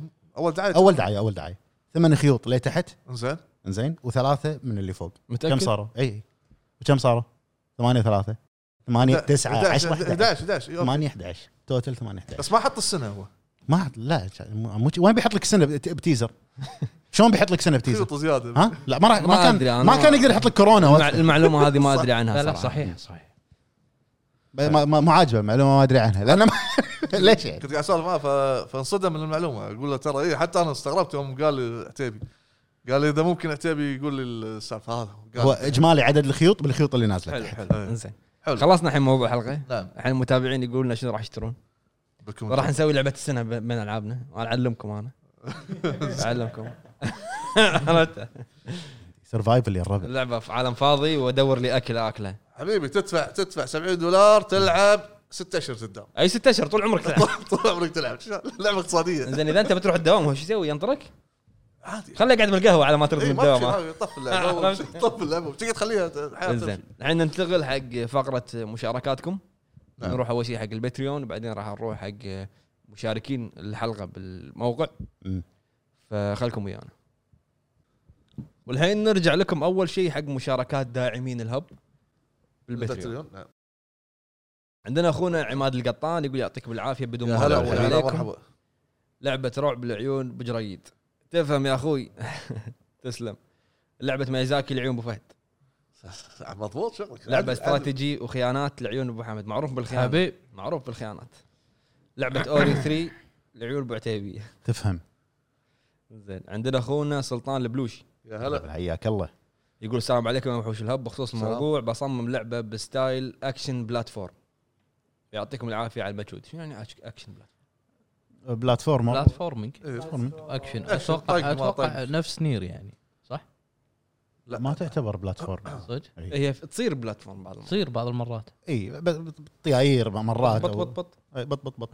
8 خيوط اللي تحت. زين وثلاثه من اللي فوق. متأكد؟ كم صاروا؟ اي وكم صاروا؟ 8 3 8 9 10 11 8 11 توتل 8 11. بس ما حط السنه هو ما حط. لا وين بيحط لك سنه بتيزر؟ شلون بيحط لك سنه بتيزر؟ خيوط زياده. ها لا ما كان يقدر يحط لك كورونا. المعلومه هذه ما ادري عنها. لا صحيح ما عاجبه المعلومه ما ادري عنها لان ليش يعني كنت قاعد اسولف معه فانصدم من المعلومه. اقول له ترى ايه، حتى انا استغربت يوم قال لي عتيبي، قال لي اذا ممكن عتيبي يقول لي السالفه هذا. هو اجمالي عدد الخيوط بالخيوط اللي نازله. حلو زين حلو. خلصنا الحين موضوع الحلقه. نعم الحين المتابعين يقولون لنا شنو راح يشترون. بكم راح نسوي لعبه السنه بين العابنا واعلمكم انا. اعلمكم. سرفايفل يا الربع. اللعبه في عالم فاضي وادور لي اكله. حبيبي تدفع $70 تلعب 6 اشهر قدام. اي 6 اشهر طول عمرك تلعب. طول عمرك تلعب لعبه اقتصاديه. زين اذا انت بتروح الدوام هو شو يسوي ينطرك؟ عادي خليه قاعد بالقهوه على ما ترد من ما الدوام. طف اللعبه طف اللعبه وتقعد تخليها زين الحين ننتقل حق فقره مشاركاتكم. نعم. نروح اول شيء حق الباتريون وبعدين راح نروح حق مشاركين الحلقه بالموقع. فخلكم ويانا. والحين نرجع لكم اول شيء حق مشاركات داعمين الهب بالباتريون. نعم. عندنا اخونا عماد القطان يقول يعطيك بالعافيه بدون ما هلا اطول وهلا عليكم. مرحبا. لعبه رعب بالعيون بجريد. تفهم يا اخوي. تسلم. لعبه ميازاكي العيون ابو فهد. مضبوط شغلك. لعبه استراتيجي وخيانات العيون ابو حمد معروف بالخيانات. حبيب معروف بالخيانات. لعبه اوري 3 العيون ابو عتيبيه. تفهم. زين عندنا اخونا سلطان البلوشي يا هلا. حياك الله. يقول السلام عليكم يا وحوش الهب. بخصوص الموضوع بصمم لعبه بستايل اكشن بلاتفورم. يعطيكم العافيه على المجهود. شنو يعني اكشن بلاتفورم بلاتفورمينج اكشن. اتوقع طيب. نفس نير يعني صح؟ لا ما تعتبر بلاتفورم صدق هي تصير بلاتفورم بعض المرات. تصير بعض المرات. اي طياير مرات بط بط بط بط.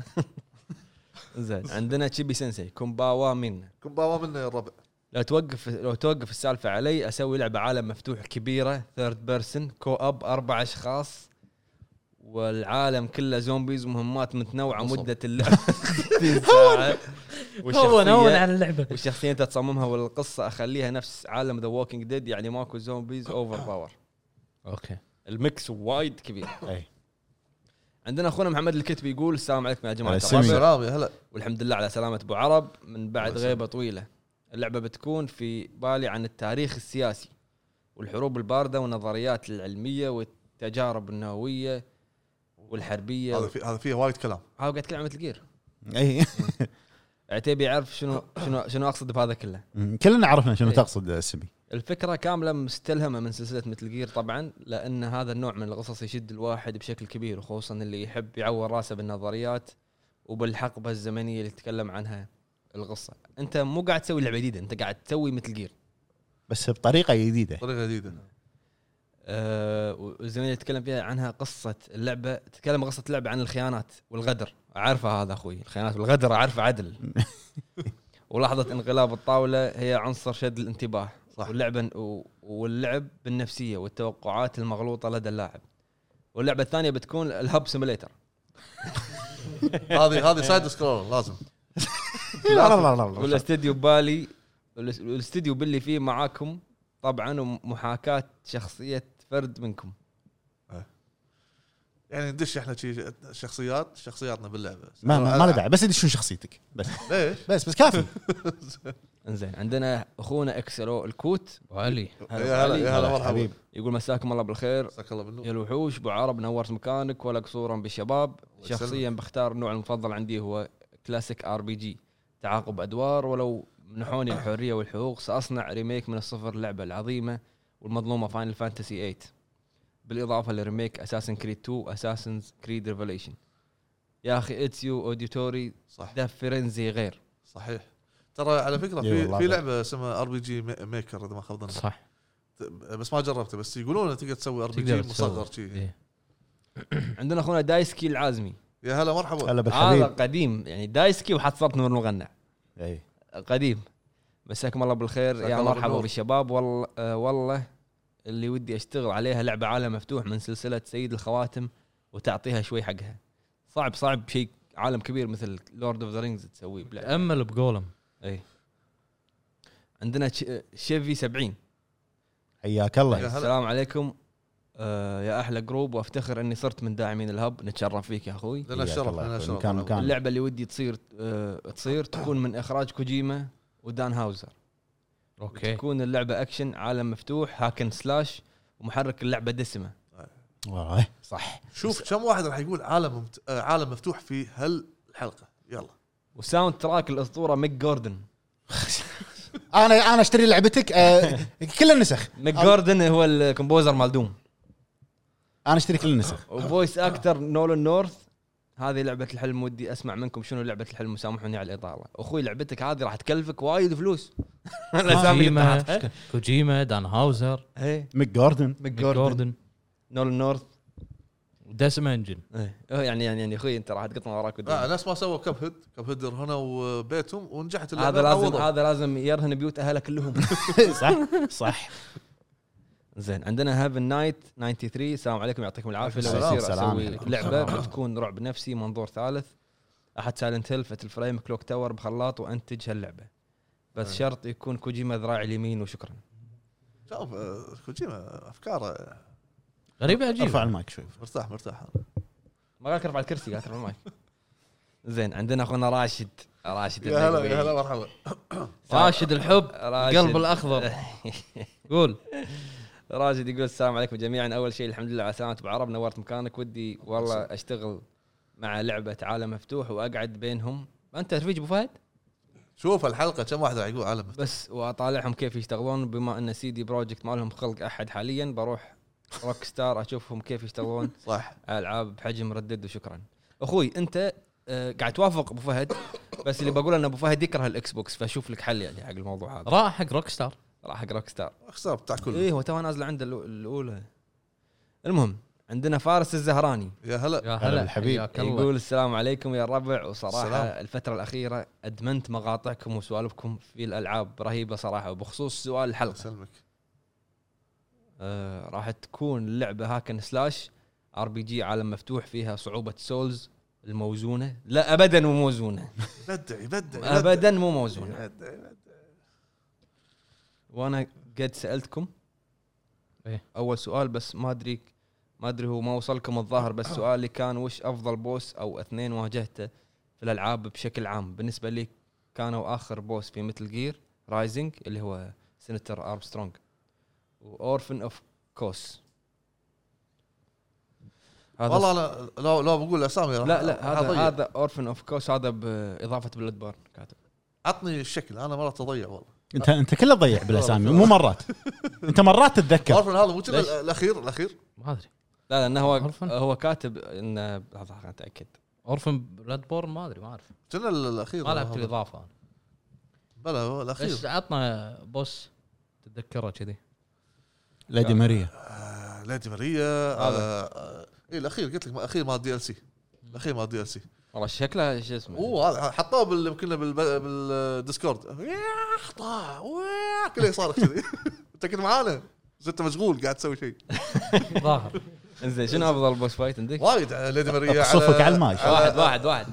زين عندنا تشيبي سensei كومباوا منا. كومباوا منا يا الربع. لو توقف السالفه علي اسوي لعبه عالم مفتوح كبيره ثيرد بيرسون كو اب 4 اشخاص والعالم كله زومبيز ومهمات متنوعه مده اللعبه 60 ساعه. هون عن اللعبه. والشخصيه انت تصممها والقصه اخليها نفس عالم ذا ووكينج ديد يعني ماكو زومبيز اوفر باور. اوكي الميكس وايد كبير. اي عندنا اخونا محمد الكتبي يقول السلام عليكم يا جماعه السلام يا هلا. والحمد لله على سلامه ابو عرب من بعد الله غيبه طويله. اللعبه بتكون في بالي عن التاريخ السياسي والحروب البارده والنظريات العلميه والتجارب النوويه والحربيه. هذا فيه وايد كلام. ها قاعد اتكلم عن مثل جير. اي عتيبي يعرف شنو اقصد بهذا كله. كلنا عرفنا شنو إيه. تقصد السمي. الفكره كامله مستلهمه من سلسله مثل جير طبعا لان هذا النوع من القصص يشد الواحد بشكل كبير وخصوصا اللي يحب يعور راسه بالنظريات وبالحقبه الزمنيه اللي تتكلم عنها القصه. انت مو قاعد تسوي لعبه جديده انت قاعد تسوي مثل جير بس بطريقه جديده. طريقه جديده. والزمن اللي تتكلم فيها عنها قصه اللعبه تتكلم قصه اللعبه عن الخيانات والغدر. اعرفها هذا اخوي الخيانات والغدر اعرفه عدل. ولحظه انقلاب الطاوله هي عنصر شد الانتباه. صح. واللعب بالنفسيه والتوقعات المغلوطه لدى اللاعب. واللعبه الثانيه بتكون الهب سيميليتر. هذه سايد سكرول لازم. لا لا لا لا. والاستديو بالي والاستديو باللي فيه معاكم طبعا ومحاكاه شخصيه فرد منكم. يعني ندش احنا شخصياتنا باللعبه. ما له داعي بس يدشون شخصيتك بس. ليش؟ بس كافي. انزين عندنا اخونا اكسلو الكوت وعلي يا هلا مرحبا. يقول مساكم الله بالخير مساك الله بالنور. يا الوحوش ابو عرب نورت مكانك ولا قصورا بالشباب. شخصيا بختار النوع المفضل عندي هو كلاسيك ار بي جي تعاقب ادوار. ولو منحوني الحريه والحقوق ساصنع ريميك من الصفر اللعبه العظيمه والمظلومه فاينل فانتسي 8 بالاضافه لريميك اساسن كريد 2 اساسن كريد ريفيليشن. يا اخي اتسيو اوديتوري صح ده فرنزي غير صحيح. ترى على فكره في لعبه اسمها ار بي جي ميكر اذا ما خاب ظني صح بس ما جربته بس يقولون تقدر تسوي ار بي جي مصغر شيء. إيه. عندنا اخونا دايسكي العازمي. يا هلا مرحبا. هلا هذا بالحبيب. قديم يعني دايسكي وحط صوت نور مغنى اي قديم. مساكم الله بالخير يا الله مرحبا بالنور. بالشباب. والله اللي ودي اشتغل عليها لعبه عالم مفتوح من سلسله سيد الخواتم وتعطيها شوي حقها. صعب شيء عالم كبير مثل لورد اوف ذا رينجز تسويه بلعبة. امل بقولم. اي عندنا شيفي 70. حياك الله. يا هلا. السلام عليكم يا احلى جروب وافتخر اني صرت من داعمين الهب. نتشرف فيك يا اخوي. لنا الشرف لنا الشرف. كان اللعبه اللي ودي تصير تكون من اخراج كوجيما ودان هاوزر. اوكي تكون اللعبه اكشن عالم مفتوح هاكن سلاش ومحرك اللعبه دسمه. والله صح. شوف كم واحد راح يقول عالم مفتوح في هالحلقه. يلا وساوند تراك الاسطوره ميك جوردن. انا اشتري لعبتك كل النسخ. ميك جوردن هو الكومبوزر مال دوم. انا اشتري كل النسخ. وفويس اكتر نولان نورث. هذه لعبه الحلم، ودي اسمع منكم شنو لعبه الحلم، سامحوني على الاطاله. اخوي لعبتك هذه راح تكلفك وايد فلوس. الاسامي اللي تحطها كوجيما، دان هاوزر، ميك جوردن، جوردن، نولان نورث، ديسم انجن. يعني اخوي انت راح تقطنا وراك ناس ما سووا كب هيد هنا وبيتهم ونجحت هذا لازم يرهن بيوت اهله كلهم. صح. زين عندنا هافن نايت 93. السلام عليكم يعطيكم العافيه. لو يصير اسوي لعبه بتكون رعب نفسي منظور ثالث، احد سايلنت هيل، فتل فريم، كلوك تاور بخلاط، وانتج هاللعبه بس شرط يكون كوجيما ذراع اليمين. وشكرا. شوف كوجيما افكاره غريبه عجيبه. ارفع المايك شوي. مرتاح ما قالك ارفع الكرسي، قالك ارفع المايك. زين عندنا اخونا راشد يا هلا مرحبا. راشد الحب قلب الاخضر. قول. راشد يقول السلام عليكم جميعا. اول شيء الحمد لله على سلامة ابو عرب، نورت مكانك. ودي والله اشتغل مع لعبه عالم مفتوح واقعد بينهم. انت رفيج ابو فهد؟ شوف الحلقه كم واحد راح يقول عالم بس واطالعهم كيف يشتغلون. بما ان سيدي بروجكت ما لهم خلق احد حاليا، بروح روك ستار اشوفهم كيف يشتغلون. صح. العاب بحجم ردد. وشكرا اخوي. انت قاعد توافق ابو فهد، بس اللي بقوله ان ابو فهد يكره الاكس بوكس، فاشوف لك حل يعني حق الموضوع هذا. راح حق روك ستار. اخسر بتاع كله. ايه هو تو نازله عنده الاولى. المهم عندنا فارس الزهراني. يا هلا الحبيب. يقول السلام عليكم يا الربع. وصراحه السلام. الفتره الاخيره ادمنت مقاطعكم وسوالفكم في الالعاب رهيبه صراحه. وبخصوص سؤال الحلقه، سلمك. راح تكون اللعبه هاكن سلاش ار بي جي عالم مفتوح فيها صعوبه سولز الموزونه؟ لا ابدا مو موزونه. يبدع ابدا مو موزونه. وانا قد سالتكم اول سؤال، بس ما ادري هو ما وصلكم الظاهر. بس سؤالي كان وش افضل بوس او اثنين واجهته في الالعاب بشكل عام؟ بالنسبه لي كانوا اخر بوس في مثل جير رايزنج اللي هو سيناتور ارمسترونج، واورفن اوف كوس. والله انا لو بقول الاسامي لا هذا اورفن اوف كوس، هذا باضافه بلاد بارن كاتب. عطني الشكل، انا مرات اضيع والله. انت كله تضيع بالاسامي، مو مرات. انت مرات تتذكر. اورفن هذا مو الاخير ما ادري. لا انه هو كاتب انه لحظه اتاكد. اورفن بلاد بورن ما ادري، ما اعرف. كنا الاخير ما لعبت الاضافه. بلا هو الاخير. بس عطنا بوس تتذكره كذي. ليدي ماريا. ليدي ماريا. اي الاخير قلت لك الاخير مال دي ال سي. الاخير مال دي ال سي. والله شكله شو اسمه. هذا حطوه كنا بالديسكورد. طاح كله صار كذي. انت كنت معانا، انت مشغول قاعد تسوي شيء ظاهر. انزين شنو افضل بوس فايت عندك؟ وايد ليدي ماريا. صفك على الماي. واحد.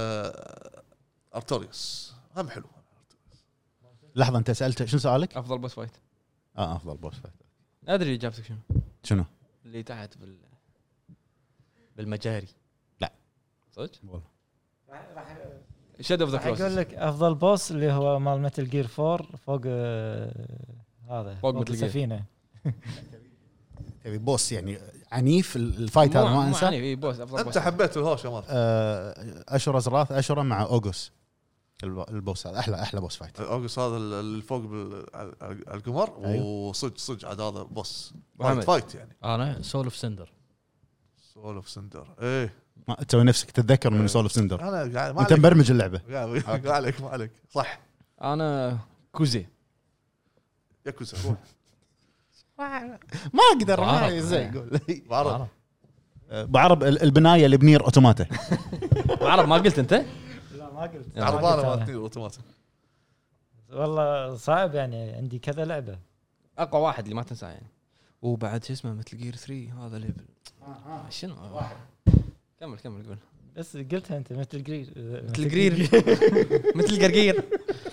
ارتوريوس هم حلو. لحظه انت سالت شنو سؤالك؟ افضل بوس فايت. افضل بوس فايت. ادري اجابتك شنو؟ اللي تحت بالمجاري. لا صدق والله. شادو اوف ذا كلوز. اقول لك افضل بوس اللي هو مال متل جير 4 فوق هذا فوق متل جير. السفينه. تبي بوس يعني عنيف الفايت هذا ما انسى. يعني بوس افضل. انت حبيت الهوشه مال اشهر ازراث اشهر مع اوغوس. البوس هذا احلى بوس فايت. اوغوس هذا اللي فوق القمر. أيوه. وصج عاد هذا بوس محمد. فايت يعني. انا سول اوف سندر. سول اوف سندر. ايه ما تسوي نفسك تتذكر من سول اوف سندر. انا قاعد انت مبرمج اللعبه. ما عليك صح. انا كوزي ياكوزا روح. ما اقدر ما ازاي اقول. بعرف بعرب البنايه اللي بنير اوتوماتا. بعرف ما قلت انت. لا ما قلت. عربانه ما تنير اوتوماتيك. والله صعب يعني، عندي كذا لعبه. اقوى واحد اللي ما تنساه يعني. وبعد شو اسمه مثل جير 3 هذا اللي شنو كمل قول. بس قلتها انت مثل جرير. مثل جرير. مثل قرقير.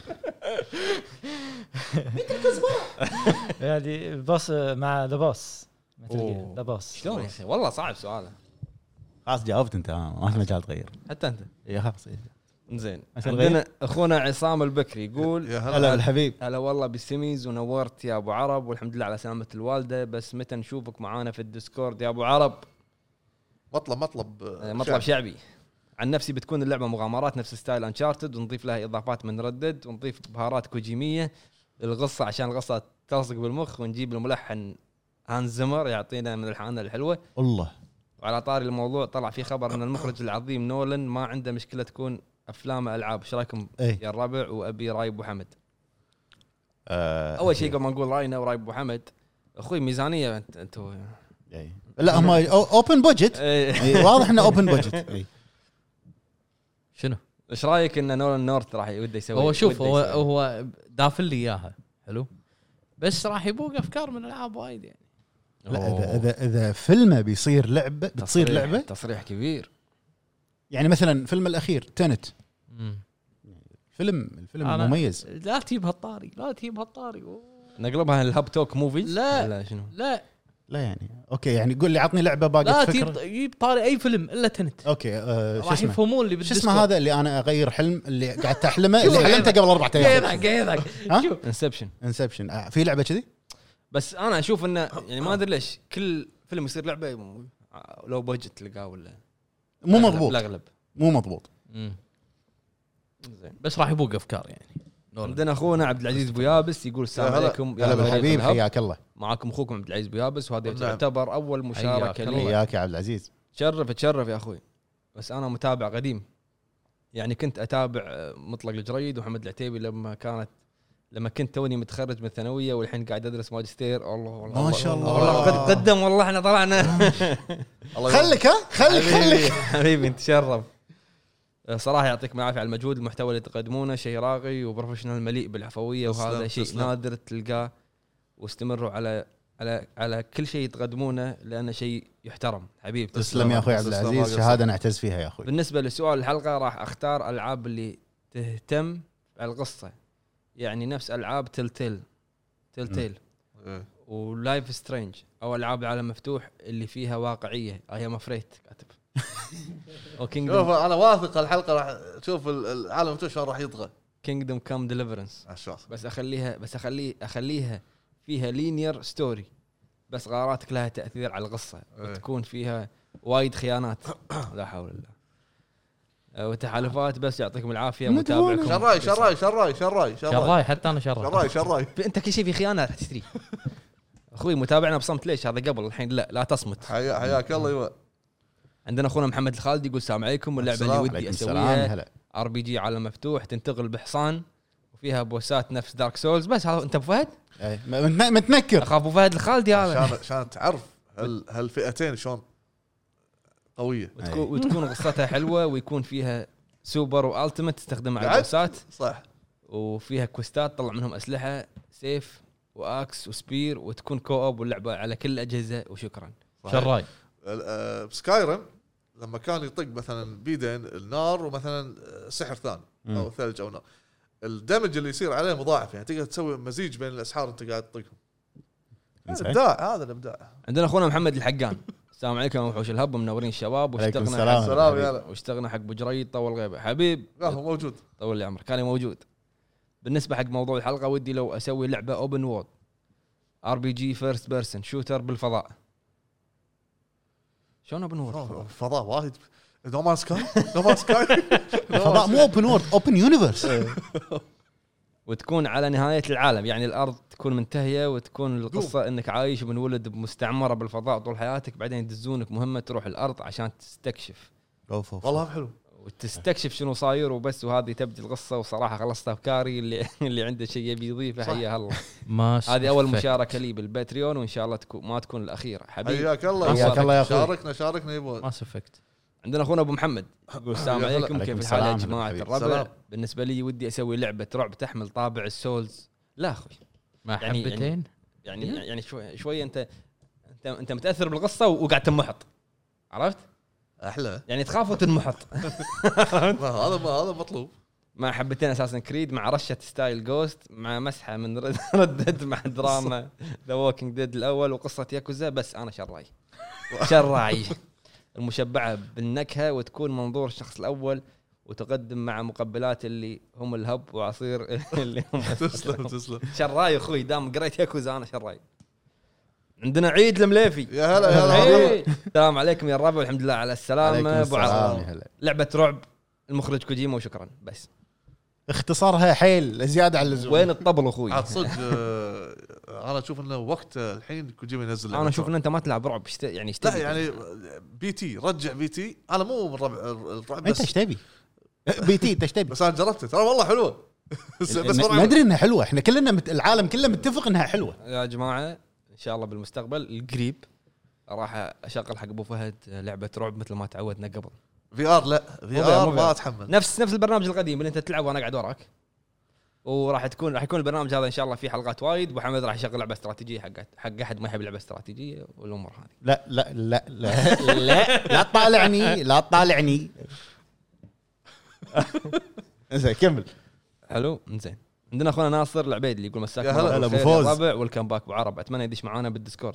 يعني بوس مع ذا بوس. مثل جير ذا بوس. شلون يا اخي والله صعب سؤاله. خلاص جاوبت انت، ما في مجال تغير. حتى انت. يا خلاص. زين عندنا اخونا عصام البكري يقول يا هلا بالحبيب. هلا والله بالسميز ونورت يا ابو عرب، والحمد لله على سلامه الوالده. بس متى نشوفك معانا في الديسكورد يا ابو عرب؟ مطلب شعبي. عن نفسي بتكون اللعبه مغامرات نفس ستايل انشارتد، ونضيف لها اضافات من ردد، ونضيف بهارات كوجيميه للقصه عشان القصه تلصق بالمخ، ونجيب الملحن هانز زمر يعطينا من الحانه الحلوه. الله. وعلى طاري الموضوع طلع في خبر ان المخرج العظيم نولان ما عنده مشكله تكون افلام العاب. ايش رايكم إيه. يا الربع؟ وابي راي ابو حمد. اول اول شيء قبل ما نقول راينا وراي ابو حمد، اخوي ميزانيه انتوا لا هم اوبن بادجت. واضح انه اوبن بادجت. شنو؟ ايش رايك ان نولان نورث راح يوده يسوي؟ هو شوف هو دافل لي اياها حلو، بس راح يبوق افكار من العاب وايد يعني. لا اذا فيلمه بيصير لعبه، بتصير لعبه، تصريح كبير. يعني مثلا فيلم الاخير تنت، الفيلم مميز. لا تجيب هالطاري، لا تجيب هالطاري. نقلبها الهاب توك موفيز. لا شنو؟ لا يعني اوكي، يعني قول لي عطني لعبه باقي لا فكره. تجيب طاري اي فيلم الا تنت. اوكي راح يفهمون اللي شو اسمه هذا اللي انا اغير حلم اللي قعدت احلمه اللي حلمته قبل 4 ايام. قيدك شوف انسبشن. في لعبه كذي. بس انا اشوف انه يعني ما ادري ليش كل فيلم يصير لعبه لو بادجت تلقاه ولا مو مضبوط. الاغلب مو مضبوط. زين. بس راح يبوق افكار يعني. عندنا اخونا عبد العزيز بويابس يقول السلام عليكم يا بالحبيب، حياك الله. معكم اخوكم عبد العزيز بويابس، وهذا يعتبر اول مشاركه لي. حياك يا عبد العزيز. تشرف يا اخوي. بس انا متابع قديم، يعني كنت اتابع مطلق الجريد ومحمد العتيبي لما كنت توني متخرج من الثانويه، والحين قاعد ادرس ماجستير. الله ما شاء الله والله قدم والله احنا طلعنا. خليك حبيبي نتشرف صراحه. يعطيكم العافيه على المجهود. المحتوى اللي تقدمونه شيء راقي وبروفيشنال مليء بالعفويه، وهذا شيء نادر تلقاه. واستمروا على كل شيء تقدمونه لانه شيء يحترم. حبيبي تسلم يا اخوي عبد العزيز، شهاده نعتز فيها يا اخوي. بالنسبه لسؤال الحلقه راح اختار العاب اللي تهتم على القصه، يعني نفس العاب تلتيل ولايف سترينج، او العاب العالم مفتوح اللي فيها واقعيه. اي مفريت كاتب. شوف انا واثق الحلقه راح تشوف العالم مفتوح شلون راح يطغى. كينجدوم كام ديليفرنس. بس اخليها فيها لينير ستوري، بس غاراتك لها تاثير على القصه وتكون فيها وايد خيانات. لا حول الله وتحالفات. بس يعطيكم العافيه متابعكم. شراي حتى انا شراي. انت كل شيء في خيانه راح تشتري. اخوي متابعنا بصمت ليش؟ هذا قبل، الحين لا تصمت. حياك الله. ايوه عندنا اخونا محمد الخالد يقول السلام عليكم. واللعبه اللي ودي اسويها RPG عالم مفتوح تنتقل بحصان وفيها بوسات نفس دارك سولز. بس هذا انت ابو فهد متنكر. اخاف ابو فهد الخالدي هذا عشان تعرف هالفئتين شلون قويه، وتكون قصتها حلوه، ويكون فيها سوبر والتيمت تستخدم على البوسات صح، وفيها كوستات طلع منهم اسلحه سيف واكس وسبير، وتكون كوب واللعبه على كل الاجهزه. وشكرا. شراي. سكايرم لما كان يطق مثلا بيدين النار ومثلا سحر ثاني او ثلج او نار، الدمج اللي يصير عليه مضاعف، يعني تقدر تسوي مزيج بين الاسحار انت قاعد تطقهم. ابداع، هذا الابداع. عندنا اخونا محمد الحقان. السلام عليكم وحوش الهب، منورين الشباب. واشتغلنا حق ابو جريد طول غيبه حبيب. هو موجود طول لي عمرك. كان موجود. بالنسبه حق موضوع الحلقه، ودي لو اسوي لعبه اوبن وورد RPG فيرست بيرسون شوتر بالفضاء. شلون اوبن وورد؟ فضاء وايد. نومان سكاي فضاء مو اوبن وورد، اوبن يونيفرس. وتكون على نهايه العالم، يعني الارض تكون منتهيه، وتكون القصه انك عايش ومنولد بمستعمره بالفضاء طول حياتك، بعدين يدزونك مهمه تروح الارض عشان تستكشف. والله حلو. وتستكشف شنو صاير وبس. وهذه تبدي القصه. وصراحه خلصت افكاري. اللي عنده شيء يبي يضيفه حيا الله. هذه اول مشاركه لي بالباتريون، وان شاء الله ما تكون الاخيره. حبيبي حياك الله يا اخوي. شاركنا يبون. ما سفكت. عندنا اخونا ابو محمد يقول السلام عليكم، كيف الحال يا جماعه الربع؟ بالنسبه لي ودي اسوي لعبه رعب تحمل طابع السولز. لا اخوي ما حبتين يعني شويه انت متاثر بالقصه وقاعد تنمحط، عرفت؟ احلى يعني تخاف وتنمحط. هذا مطلوب. مع حبتين اساسا كريد، مع رشه ستايل جوست، مع من ردد، مع دراما ذا ووكينج ديد الاول، وقصه ياكوزا. بس انا شراعي المشبعه بالنكهه، وتكون منظور الشخص الاول، وتقدم مع مقبلات اللي هم الهب وعصير اللي هم تسلم شراي اخوي. دام قريت ياكوزا انا شراي. عندنا عيد المليفي. يا هلا. السلام عليكم يا الربع، والحمد لله على السلامه. ابو عصام لعبه رعب المخرج كوجيما وشكرا. بس اختصارها حيل زياده على اللزوم. وين الطبل اخوي؟ عاد صدق انا انا اشوف انه وقت الحين كوجيما ينزل انا اشوف ان انت ما تلعب رعب يعني لا يعني بي تي رجع بي تي انا مو الرعب انت ايش تبي بي تي انت ايش تبي بس انا جربته ترى والله حلوه بس ندري انها حلوه احنا كلنا العالم كله متفق انها حلوه يا جماعه ان شاء الله بالمستقبل القريب راح اشغل حق ابو فهد لعبه رعب مثل ما تعودنا قبل. في ار لا في ار ما اتحمل نفس البرنامج القديم اللي انت تلعب وانا قاعد وراك. راح يكون البرنامج هذا ان شاء الله فيه حلقات وايد. ابو حمد راح يشغل لعبه استراتيجيه حق احد ما يحب لعبه استراتيجيه والامور هذه. لا لا لا لا لا لا تطالعني لا تطالعني. زين كمل. حلو زين. عندنا اخونا ناصر العبيد اللي يقول مساكم هلا ابو فوز الربع والكم باك ابو عرب. اتمنى يدش معانا بالديسكورد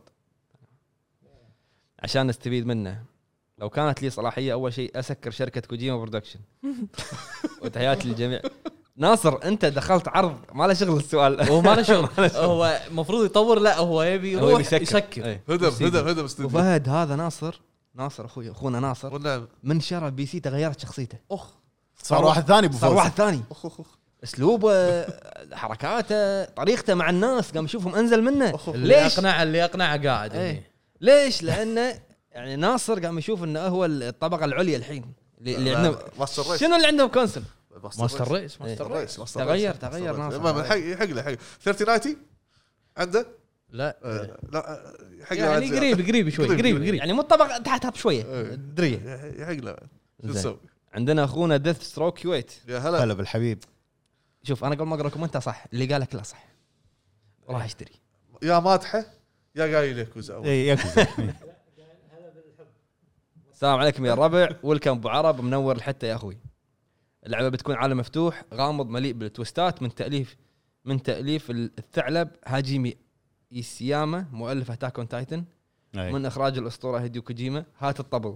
عشان نستفيد منه. لو كانت لي صلاحيه اول شيء اسكر شركه كوجيما برودكشن. وتحياتي للجميع. ناصر انت دخلت عرض ما له شغل السؤال. هو ما له شغل. هو المفروض يطور لا هو يبي يروح يسكر. هدم وفهد هذا ناصر اخونا ناصر من شرى البي سي تغيرت شخصيته. صار واحد ثاني ابو صار فوز. واحد ثاني. اسلوبه حركاته طريقته مع الناس قام يشوفهم انزل منه. ليش اللي اقنعه قاعد. ايه. ليش؟ لانه يعني ناصر قام يشوف انه هو الطبقه العليا الحين اللي عندنا. شنو اللي عندهم كونسل؟ ماستر ريس. تغير ناصر. حق له 3090 عنده لا حق يعني قريب شوي قريب يعني مو الطبقه تحتها بشويه دريه حق له شو نسوي. عندنا اخونا ديث ستروك كويت. يا هلا بالحبيب. شوف انا قبل ما اقرا كومنت صح اللي قالك لا صح راح اشتري يا مادحه يا قايل ياكوزا اي ياكوزا. السلام عليكم يا الربع ويلكم ابو عرب منور الحته يا اخوي. اللعبه بتكون عالم مفتوح غامض مليء بالتويستات من تاليف الثعلب هاجيمي إيسياما مؤلف أتاك أون تايتن من إخراج الأسطورة هيديو كوجيما. هات الطبل.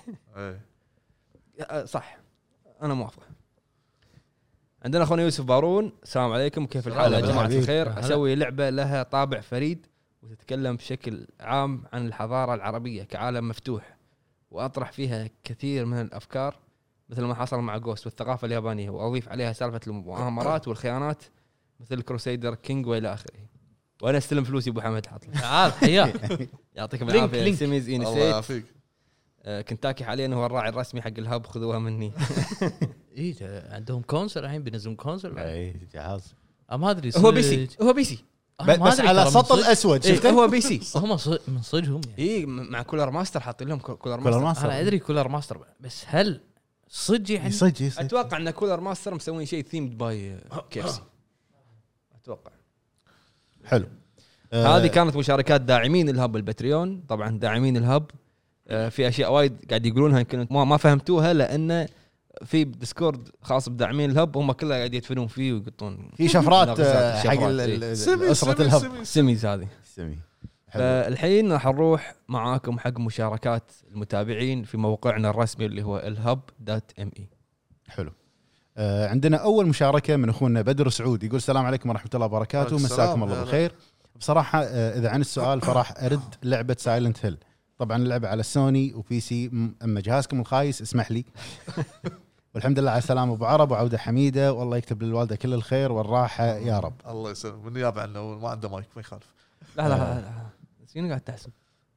صح أنا موافق. عندنا أخونا يوسف بارون. السلام عليكم كيف الحال يا جماعة الخير. أسوي لعبة لها طابع فريد وتتكلم بشكل عام عن الحضارة العربية كعالم مفتوح وأطرح فيها كثير من الأفكار مثل ما حصل مع جوست والثقافة اليابانية وأضيف عليها سالفة المؤامرات والخيانات مثل كروسيدر كينج وإلى آخره. وانا استلم فلوسي ابو حمد حاط تعال حياك. يعطيكم العافيه. سيميز انسيت كنتاكي حاليا هو الراعي الرسمي حق الهب خذوها مني. عندهم كونسل الحين بينزلون كونسل. اي جهاز ما ادري. هو بي سي بس على سطل اسود شفته. هو بي سي هم من صدقهم يعني. اي مع كولر ماستر حاطين لهم كولر ماستر. انا ادري كولر ماستر بس هل صدق يعني صدق اتوقع ان كولر ماستر مسوين شيء ثيمد باي كيفسي اتوقع. حلو. هذه كانت مشاركات داعمين الهب الباتريون. طبعا داعمين الهب في اشياء وايد قاعد يقولونها يمكن ما فهمتوها لان في ديسكورد خاص بداعمين الهب هم كلها قاعد يدفنون فيه ويقطون في شفرات حق اسره الهب سيميز هذه سمي. الحين راح نروح معاكم حق مشاركات المتابعين في موقعنا الرسمي اللي هو الهب.me. حلو. عندنا اول مشاركه من اخونا بدر سعود يقول السلام عليكم ورحمه الله وبركاته. مساكم الله بالخير. بصراحه اذا عن السؤال فراح ارد لعبه سايلنت هيل. طبعا اللعبه على سوني وبي سي. اما جهازكم الخايس اسمح لي. والحمد لله على السلامه ابو عرب وعوده حميده والله يكتب للوالده كل الخير والراحه يا رب. الله يسلمك. من نيابه عنه ما عنده مايك ما يخالف. لا شنو قاعد تحسب؟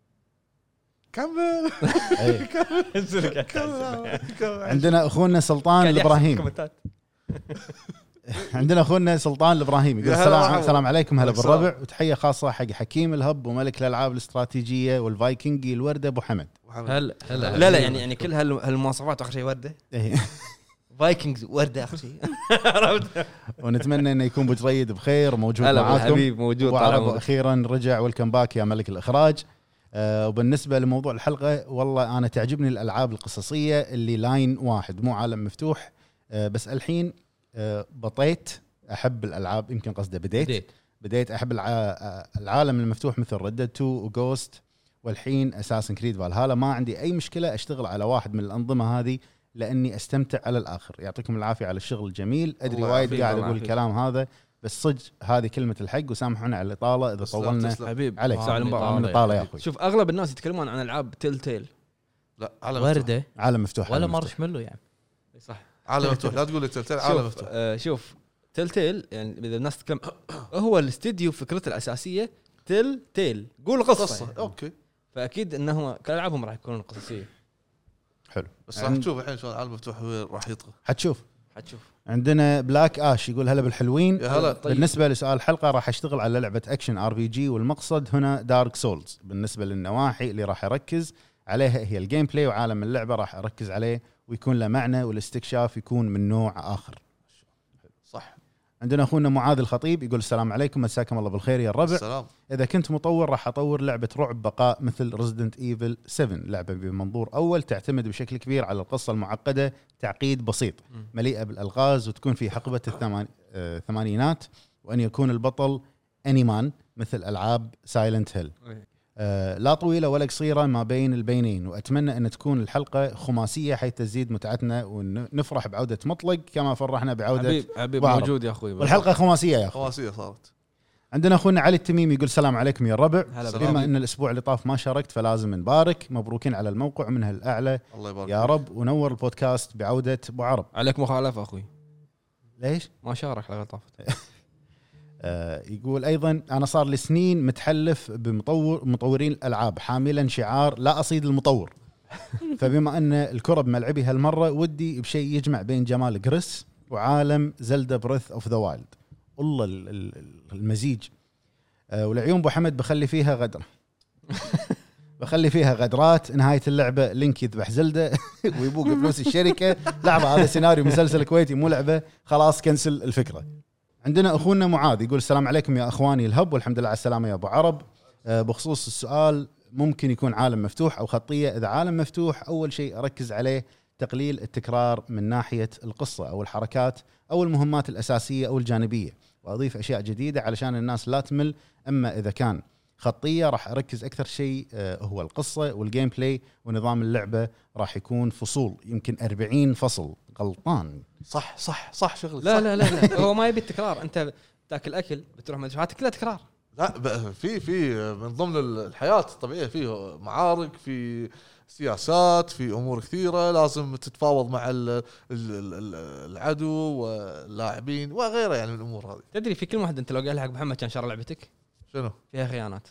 كمل. عندنا اخونا سلطان الابراهيم. عندنا اخونا سلطان الابراهيم يقول السلام عليكم هلا بالربع وتحيه خاصه حق حكيم الهب وملك الالعاب الاستراتيجيه والفايكنجي الورده ابو حمد. لا يعني كل هالمواصفات اخر شيء ورده. فايكنجز ورده اخر شيء. ونتمنى انه يكون ابو جريد بخير وموجود معاكم. حبيب موجود طبعا. اخيرا رجع ويلكم باك يا ملك الاخراج. وبالنسبه لموضوع الحلقه والله انا تعجبني الالعاب القصصيه اللي لاين واحد مو عالم مفتوح. بس الحين بطيت احب الالعاب يمكن قصده بديت احب العالم المفتوح مثل ردد 2 وجوست والحين اساسن كريد فالهالا. ما عندي اي مشكله اشتغل على واحد من الانظمه هذه لاني استمتع على الاخر. يعطيكم العافيه على الشغل الجميل. ادري وايد قاعد اقول الكلام هذا بس صدق هذه كلمه الحق وسامحونا على الاطاله اذا طولنا. حبيب عليك الاطاله يا اخوي. شوف اغلب الناس يتكلمون عن العاب تيل تيل. لا ورده عالم مفتوح ولا مارشميلو يعني صح. عالم مفتوح لا تقول تيل تيل عالم مفتوح. شوف تيل تيل يعني اذا الناس تتكلم هو الاستديو فكرته الاساسيه تيل قول قصه قصه اوكي. فاكيد انهم كالعابهم راح يكونون قصصيه. حلو. بس راح تشوف الحين شلون العالم المفتوح راح يطغى. حتشوف. حتشوف. عندنا بلاك اش يقول هلا بالحلوين. يا هلا. طيب. بالنسبه لسؤال الحلقه راح اشتغل على لعبه اكشن ار بي جي والمقصد هنا دارك سولز. بالنسبه للنواحي اللي راح اركز عليها هي الجيم بلاي وعالم اللعبه راح اركز عليه ويكون له معنى والاستكشاف يكون من نوع اخر. صح. عندنا اخونا معاذ الخطيب يقول السلام عليكم مساكم الله بالخير يا الربع. السلام. اذا كنت مطور راح اطور لعبه رعب بقاء مثل ريزيدنت ايفل 7 لعبه بمنظور اول تعتمد بشكل كبير على القصه المعقده تعقيد بسيط مليئه بالالغاز وتكون في حقبه الثمانينات وان يكون البطل انيمان مثل العاب سايلنت هيل. لا طويله ولا قصيره ما بين البينين واتمنى ان تكون الحلقه خماسيه حيث تزيد متعتنا ونفرح بعوده مطلق كما فرحنا بعوده حبيب بعرب. موجود يا اخوي والحلقه خماسيه يا اخوي. خواسيه صارت. عندنا اخونا علي التميم يقول السلام عليكم يا الربع. هلا بما ان الاسبوع اللي طاف ما شاركت فلازم نبارك مبروكين على الموقع منها الاعلى الله يبارك يا رب ونور البودكاست بعوده ابو عرب. عليك مخالفه اخوي ليش؟ ما شارك على طافت. يقول ايضا انا صار لي سنين متحلف بمطورين الالعاب حاملا شعار لا اصيد المطور. فبما ان الكره بملعبي هالمره ودي بشيء يجمع بين جمال جريس وعالم زلدا بريث اوف ذا وايلد. والله المزيج. والعيون ابو حمد بخلي فيها غدره. بخلي فيها غدرات نهايه اللعبه لينك يذبح زلدا ويبوق فلوس الشركه. لعبه هذا سيناريو مسلسل كويتي مو لعبه خلاص كنسل الفكره. عندنا اخونا معاذ يقول السلام عليكم يا اخواني الهب والحمد لله على السلامه يا ابو عرب. بخصوص السؤال ممكن يكون عالم مفتوح او خطيه. اذا عالم مفتوح اول شيء اركز عليه تقليل التكرار من ناحيه القصه او الحركات او المهمات الاساسيه او الجانبيه واضيف اشياء جديده علشان الناس لا تمل. اما اذا كان خطيه راح اركز اكثر شيء هو القصه والجيم بلاي ونظام اللعبه راح يكون فصول يمكن 40 فصل. غلطان. صح شغلك. لا هو ما يبي التكرار. انت تاكل اكل بتروح مدرسه كلها تكرار. لا في من ضمن الحياه الطبيعيه فيه معارك في سياسات في امور كثيره لازم تتفاوض مع العدو واللاعبين وغيره يعني من الامور هذه. تدري في كلمه واحده انت لو قال لها محمد كان شر لعبتك شنو فيها خيانات.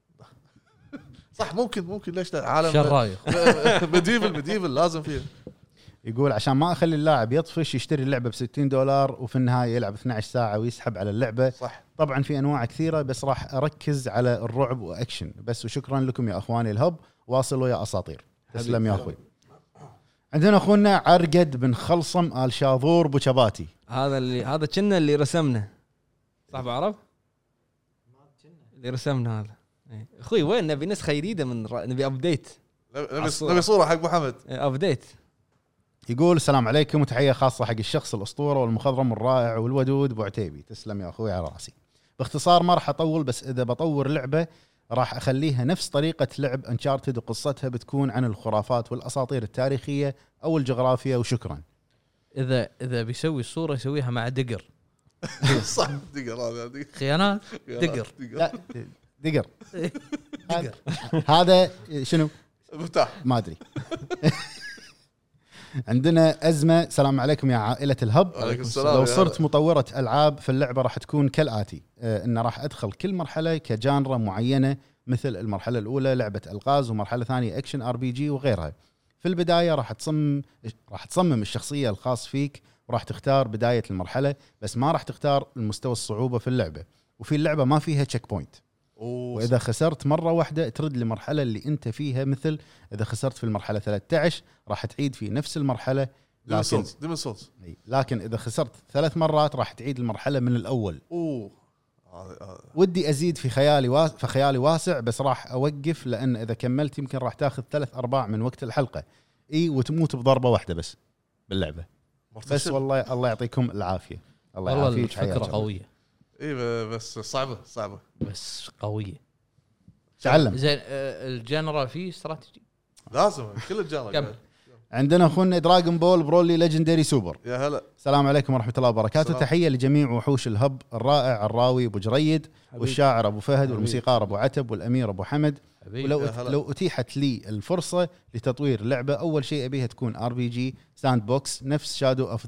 صح ممكن ليش لا عالم شرايخ مديفل لازم فيه. يقول عشان ما اخلي اللاعب يطفش يشتري اللعبه ب$60 وفي النهايه يلعب 12 ساعه ويسحب على اللعبه. صح. طبعا في انواع كثيره بس راح اركز على الرعب واكشن بس. وشكرا لكم يا اخواني الهب واصلوا يا اساطير. تسلم يا اخوي. عندنا اخونا عرقد بن خلصم آل شاذور بوشباتي. هذا كنا اللي رسمنا صح بعرف اللي رسمنا هذا. اخوي وين نبي نسخه جديده من نبي ابديت. نبي صوره حق محمد ابديت. يقول السلام عليكم وتحيه خاصه حق الشخص الاسطوره والمخضرم الرائع والودود ابو عتيبي. تسلم يا اخوي على راسي. باختصار ما راح اطول بس اذا بطور لعبه راح اخليها نفس طريقه لعب انشارتد وقصتها بتكون عن الخرافات والاساطير التاريخيه او الجغرافيا. وشكرا. اذا بيسوي الصوره يسويها مع دقر. صح دقر هذا خيانات دقر. لا دقر هذا شنو مفتاح ما ادري. عندنا أزمة. السلام عليكم يا عائلة الهب. عليكم السلام. لو صرت مطورة ألعاب في اللعبة راح تكون كالآتي. إن راح أدخل كل مرحلة كجانرة معينة مثل المرحلة الأولى لعبة ألغاز ومرحلة ثانية أكشن RPG وغيرها. في البداية راح تصمم الشخصية الخاص فيك وراح تختار بداية المرحلة بس ما راح تختار المستوى الصعوبة في اللعبة. وفي اللعبة ما فيها تشيك بوينت. وإذا خسرت مرة واحدة ترد لمرحلة اللي أنت فيها. مثل إذا خسرت في المرحلة 13 راح تعيد في نفس المرحلة لكن إذا خسرت 3 مرات راح تعيد المرحلة من الأول. ودي أزيد في خيالي واسع بس راح أوقف لأن إذا كملت يمكن راح تاخذ 3/4 من وقت الحلقة وتموت بضربة واحدة بس باللعبة. بس والله الله يعطيكم العافية. الله يعافيك. فكرة قوية. بس صعبة بس قوية. تعلم زين. الجنرال فيه استراتيجي لازم كل الجنرال. عندنا اخونا دراغون بول برولي ليجندري سوبر. يا هلا. السلام عليكم ورحمه الله وبركاته. تحيه لجميع وحوش الهب الرائع الراوي ابو جريد والشاعر ابو فهد والموسيقار ابو عتب والامير ابو حمد. ولو اتيحت لي الفرصه لتطوير لعبه اول شيء ابيها تكون RPG ساند بوكس نفس شادو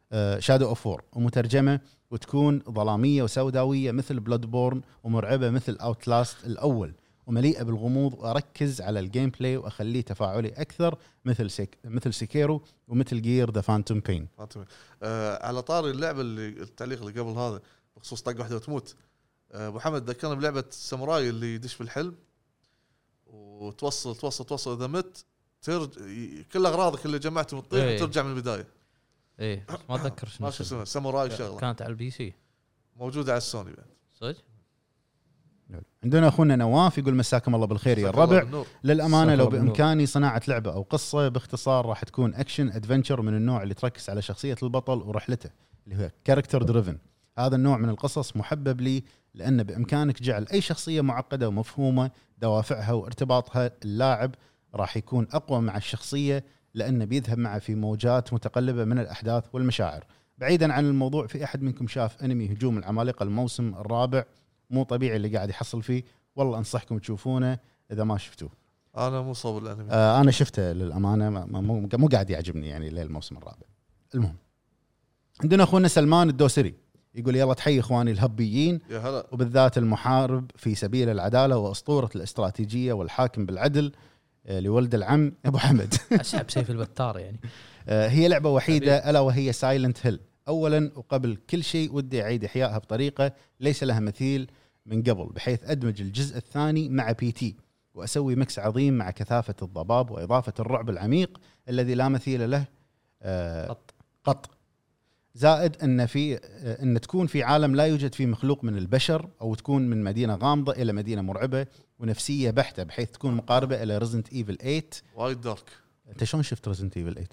شادو اوف وور، ومترجمه وتكون ظلاميه وسوداويه مثل بلاد بورن، ومرعبه مثل اوتلاست الاول، ومليئه بالغموض، واركز على الجيم بلاي واخليه تفاعلي اكثر مثل سيكيرو ومثل جير ذا فانتوم بين. على طاري اللعبه اللي التعليق اللي قبل هذا بخصوص طق واحده وتموت، ابو حمد ذكرنا بلعبه ساموراي اللي يدش في الحلم وتوصل توصل توصل، اذا مت كل اغراضك اللي جمعتهم تطيح وترجع من البدايه. ايه ما اتذكر شنو اسمه ساموراي شغله كانت على البي سي موجوده على السوني بعد صدق. عندنا اخونا نواف يقول مساكم الله بالخير يا الربع. للامانه لو بامكاني صناعه لعبه او قصه باختصار راح تكون اكشن ادفنتشر من النوع اللي تركز على شخصيه البطل ورحلته اللي هو كاركتر دريفن. هذا النوع من القصص محبب لي لان بامكانك جعل اي شخصيه معقده ومفهومه دوافعها وارتباطها اللاعب راح يكون اقوى مع الشخصيه لانه بيذهب معه في موجات متقلبه من الاحداث والمشاعر. بعيدا عن الموضوع، في احد منكم شاف انمي هجوم العمالقه الموسم الرابع؟ مو طبيعي اللي قاعد يحصل فيه، والله انصحكم تشوفونه اذا ما شفتوه. انا مو صوب الانمي. انا شفته للامانه مو قاعد يعجبني يعني للموسم الرابع. المهم عندنا اخونا سلمان الدوسري يقول يلا تحيي اخواني الهبيين يا هلا، وبالذات المحارب في سبيل العداله واسطوره الاستراتيجيه والحاكم بالعدل لولد العم ابو حمد. اسحب سيف البتار يعني. هي لعبه وحيده الا وهي سايلنت هيل. اولا وقبل كل شيء ودي اعيد احيائها بطريقه ليس لها مثيل من قبل، بحيث ادمج الجزء الثاني مع بي تي واسوي مكس عظيم مع كثافه الضباب واضافه الرعب العميق الذي لا مثيل له قط. زائد ان تكون في عالم لا يوجد فيه مخلوق من البشر، او تكون من مدينه غامضه الى مدينه مرعبه ونفسيه بحته، بحيث تكون مقاربه الى ريزنت ايفل 8. وايد دارك. انت شلون شفت ريزنت ايفل 8؟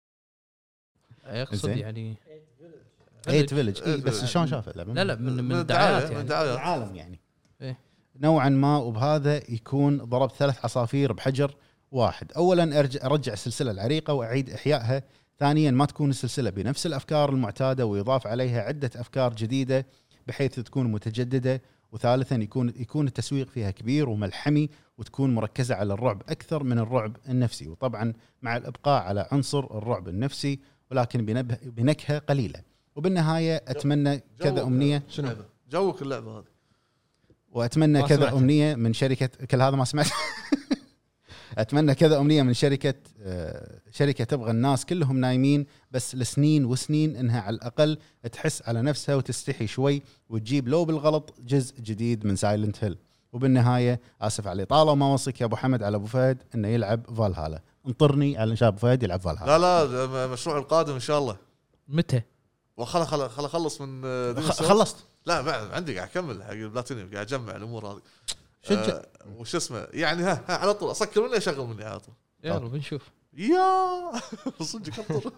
يقصد يعني 8 فيلج. بس شلون شافه؟ لا من الدعايات يعني العالم يعني إيه؟ نوعا ما. وبهذا يكون ضربت 3 عصافير بحجر واحد. اولا ارجع السلسله العريقه واعيد احيائها. ثانيا ما تكون السلسله بنفس الافكار المعتاده ويضاف عليها عده افكار جديده بحيث تكون متجدده. وثالثا يكون التسويق فيها كبير وملحمي وتكون مركزه على الرعب اكثر من الرعب النفسي، وطبعا مع الابقاء على عنصر الرعب النفسي ولكن بنكهه قليله. وبالنهايه اتمنى كذا امنيه. شنو جوك اللعبه هذه؟ واتمنى كذا امنيه من شركه كل هذا ما سمعت. اتمنى كذا امنيه من شركه تبغى الناس كلهم نايمين بس لسنين وسنين انها على الاقل تحس على نفسها وتستحي شوي وتجيب لو بالغلط جزء جديد من سايلنت هيل. وبالنهايه اسف على الاطاله وما وصيك يا ابو حمد على ابو فهد انه يلعب فالهالا. انطرني على شاب ابو فهد يلعب فالهالا. لا المشروع القادم ان شاء الله. متى؟ خل اخلص من خلصت. لا بعد عندي قاعد اكمل حق البلاتينيوم، قاعد اجمع الامور هذه. وش اسمه يعني ها على طول اسكر مني اشغل مني على طول. يلا بنشوف. يا صدق كثر.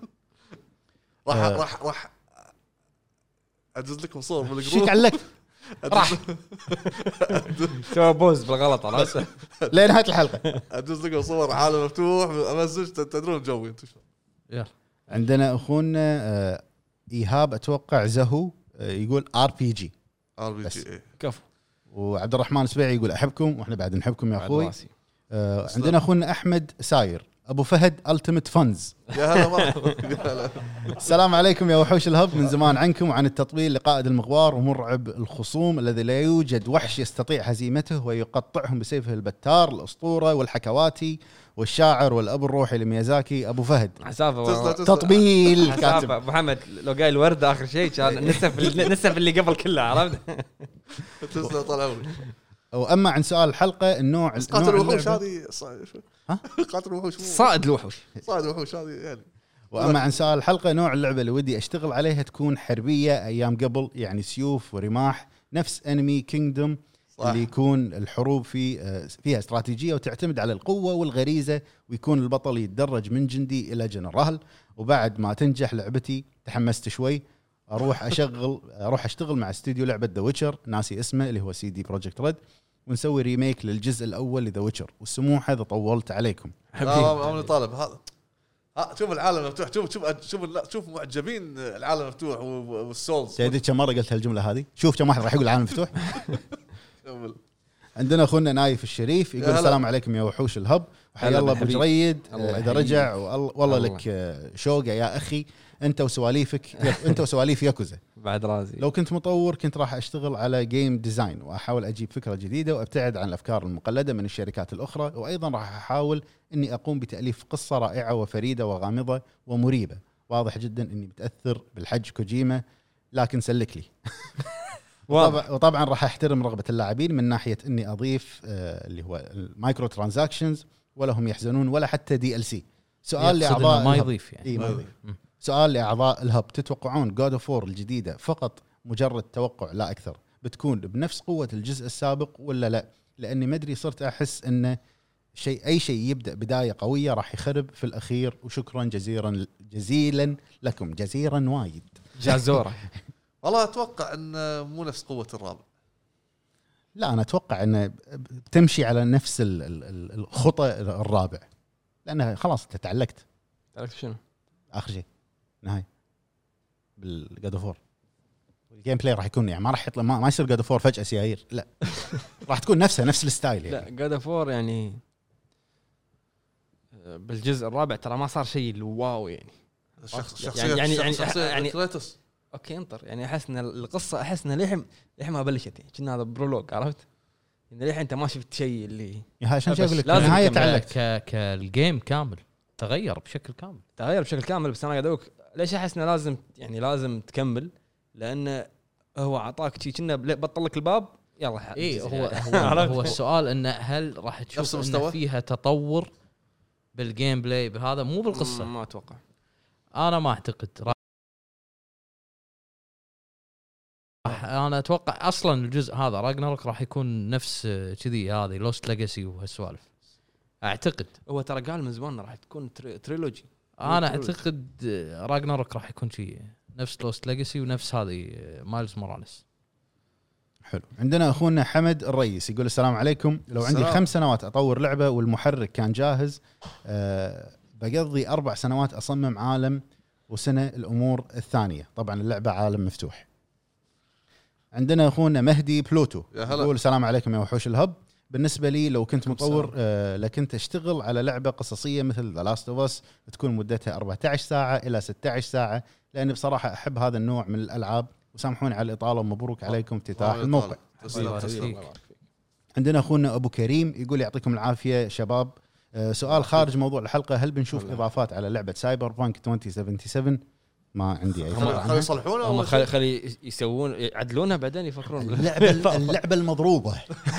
راح ادز لكم صور بالجروب. شيك عليك راح سوى بوز بالغلط على راسه لنهايه الحلقه. ادز لكم صور عالم مفتوح امزج تدرون جوي انتم. يلا عندنا اخونا ايهاب اتوقع زهو يقول RPG كفو. وعبد الرحمن سبيعي يقول احبكم واحنا بعد نحبكم يا اخوي. عندنا اخونا احمد ساير ابو فهد التيمت فنز. يا هلا مرحبا. السلام عليكم يا وحوش الهب. من زمان عنكم وعن التطبيل لقائد المغوار ومرعب الخصوم الذي لا يوجد وحش يستطيع هزيمته ويقطعهم بسيفه البتار. الاسطوره والحكواتي والشاعر والاب الروحي لميازاكي ابو فهد. تطبيل كاتب ابو محمد لو قايل ورده اخر شيء كان نسف اللي قبل كله عرفت. تسلا طلعوا. واما عن سؤال الحلقه النوع قاتل الوحوش هذه قاتل الوحوش صائد الوحوش هذه يعني. واما عن سؤال الحلقه نوع اللعبه اللي ودي اشتغل عليها تكون حربيه ايام قبل، يعني سيوف ورماح نفس انمي كينجدوم اللي يكون الحروب فيها استراتيجيه وتعتمد على القوه والغريزه، ويكون البطل يتدرج من جندي الى جنرال. وبعد ما تنجح لعبتي تحمست شوي اروح اشتغل مع استوديو لعبه ذا ويتشر ناسي اسمه اللي هو CD Projekt Red ونسوي ريميك للجزء الاول لذا ويتشر. والسموح اذا طولت عليكم. لا طالب هذا. شوف العالم مفتوح. شوف معجبين العالم مفتوح والسولز. تدري كم مره قلت هالجمله هذه؟ شوف كم واحد راح يقول العالم مفتوح. عندنا اخونا نايف الشريف يقول السلام عليكم يا وحوش الهب وحيا الله ابو جريد اذا رجع والله لك شوقه يا اخي انت وسواليفك انت وسواليف ياكوزا. بعد رازي. لو كنت مطور كنت راح اشتغل على جيم ديزاين واحاول اجيب فكره جديده وابتعد عن الافكار المقلده من الشركات الاخرى، وايضا راح احاول اني اقوم بتاليف قصه رائعه وفريده وغامضه ومريبه. واضح جدا اني متاثر بالحج كوجيما، لكن سلك لي. وطبعا راح احترم رغبه اللاعبين من ناحيه اني اضيف اللي هو المايكرو ترانزاكشنز، ولا هم يحزنون ولا حتى DLC. سؤال لاعضاء ما يضيف يعني. ما يضيف. سؤال لاعضاء الهب، تتوقعون جود اوف 4 الجديده فقط مجرد توقع لا اكثر بتكون بنفس قوه الجزء السابق ولا لا؟ لاني ما ادري، صرت احس انه اي شيء يبدا بدايه قويه راح يخرب في الاخير. وشكرا جزيلا لكم، جزيرا وايد جازوره. والله اتوقع ان مو نفس قوه الرابع. لا انا اتوقع انه بتمشي على نفس الخطى الرابع، لانها خلاص انت تعلقت. تعرف شنو اخر شيء نهايه بالجاد اوف 4 الجيم بلاي راح يكون يعني ما راح يطلع ما يصير جاد اوف 4 فجاه سيايير، لا راح تكون نفسها نفس الستايل يعني. لا جاد اوف 4 يعني بالجزء الرابع ترى ما صار شيء الواو يعني. يعني كريتوس اوكي انطر يعني. احس ان القصه احس ان لحم ما بلشت يعني كنا هذا برولوج، عرفت يعني ليه انت ما شفت شيء اللي عشان شيء اقول لك النهايه تعلقت كالجيم كامل تغير بشكل كامل. بس انا قاعد اقول ليش احس انه لازم تكمل، لان هو عطاك شيء كنا بطل لك الباب يلا. ايه هو السؤال انه هل راح تشوف انه فيها تطور بالجيم بلاي بهذا مو بالقصه؟ ما اتوقع. انا ما اعتقد. انا اتوقع اصلا الجزء هذا راجناروك راح يكون نفس كذي، هذه لوست ليجاسي وهالسوالف. اعتقد هو ترى قال من زمان راح تكون تريلوجي. انا اعتقد راجناروك راح يكون شيء نفس لوست ليجاسي ونفس هذه مايلز موراليس. حلو. عندنا اخونا حمد الرئيس يقول السلام عليكم. لو عندي 5 سنوات اطور لعبه والمحرك كان جاهز، بقضي 4 سنوات اصمم عالم وسنه الامور الثانيه. طبعا اللعبه عالم مفتوح. عندنا اخونا مهدي بلوتو يقول السلام عليكم يا وحوش الهب. بالنسبه لي لو كنت مطور لكنت اشتغل على لعبه قصصيه مثل ذا لاست اوف اس تكون مدتها 14 ساعه الى 16 ساعه، لان بصراحه احب هذا النوع من الالعاب. وسامحوني على الاطاله ومبروك عليكم افتتاح الموقع. عندنا اخونا ابو كريم يقول يعطيكم العافيه شباب. سؤال خارج موضوع الحلقه، هل بنشوف اضافات على لعبه سايبر بانك 2077؟ ما عندي اي فكره. خلي يصلحونها هم خلي يسوون يعدلونها بعدين يفكرون اللعبه المضروبه.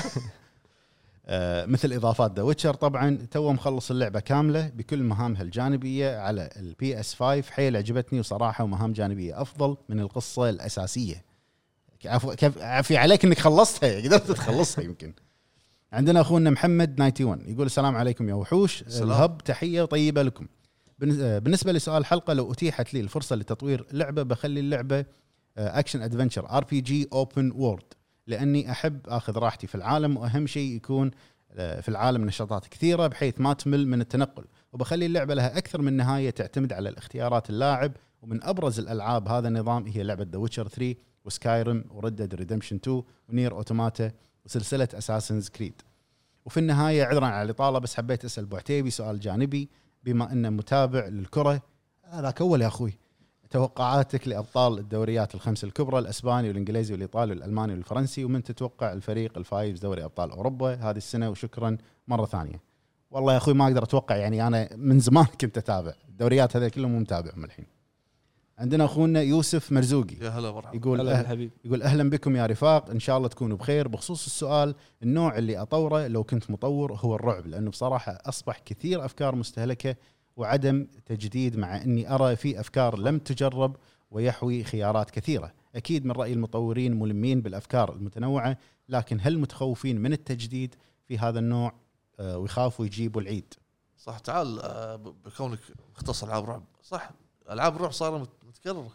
مثل اضافات ذا ويتشر. طبعا تو مخلص اللعبه كامله بكل مهامها الجانبيه على البي اس 5، حيل عجبتني وصراحه ومهام جانبيه افضل من القصه الاساسيه. عافي عليك انك خلصتها، قدرت تخلصها يمكن. عندنا اخونا محمد 91 يقول السلام عليكم يا وحوش الهب، تحيه طيبه لكم. بالنسبه لسؤال الحلقه، لو اتيحت لي الفرصه لتطوير لعبه بخلي اللعبه اكشن ادفنتشر RPG اوبن وورد، لاني احب اخذ راحتي في العالم، واهم شيء يكون في العالم نشاطات كثيره بحيث ما تمل من التنقل. وبخلي اللعبه لها اكثر من نهايه تعتمد على الاختيارات اللاعب. ومن ابرز الالعاب هذا النظام هي لعبه ذا ويتشر 3 وسكايرم وريد ديد ريدمشن 2 ونير اوتوماتا وسلسله اساسنز كريد. وفي النهايه عذرا على الاطاله بس حبيت اسال ابو عتيبي سؤال جانبي، بما انه متابع للكره. هذاك اول يا اخوي، توقعاتك لابطال الدوريات الخمس الكبرى، الاسباني والانجليزي والايطالي والالماني والفرنسي، ومن تتوقع الفريق الفايز دوري ابطال اوروبا هذه السنه؟ وشكرا مره ثانيه. والله يا اخوي ما اقدر اتوقع، يعني انا من زمان كنت اتابع الدوريات هذه كلهم، متابعهم الحين. عندنا اخونا يوسف مرزوقي يا هلا مرحبا. يقول اهلا بكم يا رفاق، ان شاء الله تكونوا بخير. بخصوص السؤال، النوع اللي اطوره لو كنت مطور هو الرعب، لانه بصراحه اصبح كثير افكار مستهلكه وعدم تجديد، مع اني ارى في افكار لم تجرب ويحوي خيارات كثيره. اكيد من راي المطورين ملمين بالافكار المتنوعه، لكن هل متخوفين من التجديد في هذا النوع ويخافوا يجيبوا العيد؟ صح. تعال بكونك مختص العاب رعب، صح العاب الرعب صارت متكرره.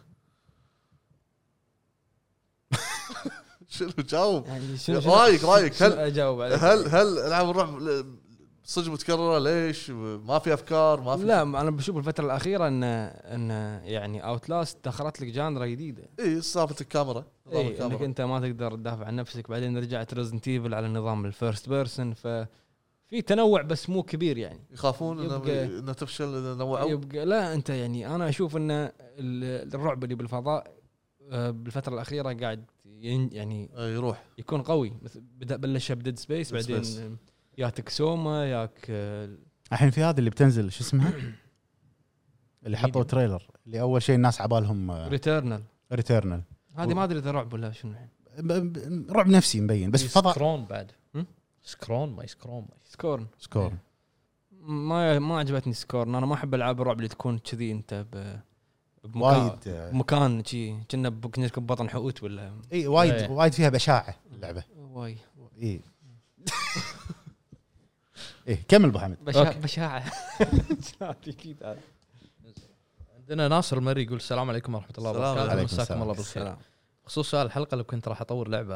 شنو جاوب يعني؟ رايك هل اجاوب عليك؟ هل العاب الرعب صدق متكرره؟ ليش ما في افكار؟ ما في. لا انا بشوف الفتره الاخيره ان يعني اوتلاست دخلت لك جانرا جديده. اي صارت الكاميرا انك انت ما تقدر تدافع عن نفسك. بعدين رجعت ريزنت ايفل على نظام الفيرست بيرسون، في تنوع بس مو كبير يعني. يخافون انه تفشل اذا نوعوا. يبقى لا انت يعني انا اشوف ان الرعب اللي بالفضاء بالفتره الاخيره قاعد يعني يروح يكون قوي. بلش بديد سبيس بعدين ياتك سوما ياك الحين في هذه اللي بتنزل شو اسمها اللي حطوا تريلر اللي اول شيء الناس عبالهم ريتيرنال. هذه ما ادري اذا رعب ولا شنو رعب نفسي مبين بس فضاء. سكرون بعد سكورن ما عجبتني سكورن. انا ما احب العاب الرعب اللي تكون كذي انت بمكان شي كنا ببطن حوت ولا اي وايد فيها بشاعه اللعبه واي اي كمل ابو حمد. بشاعه عندنا ناصر المري يقول السلام عليكم ورحمه الله وبركاته. مساكم الله بالخير. بخصوص سؤال الحلقه لو كنت راح اطور لعبه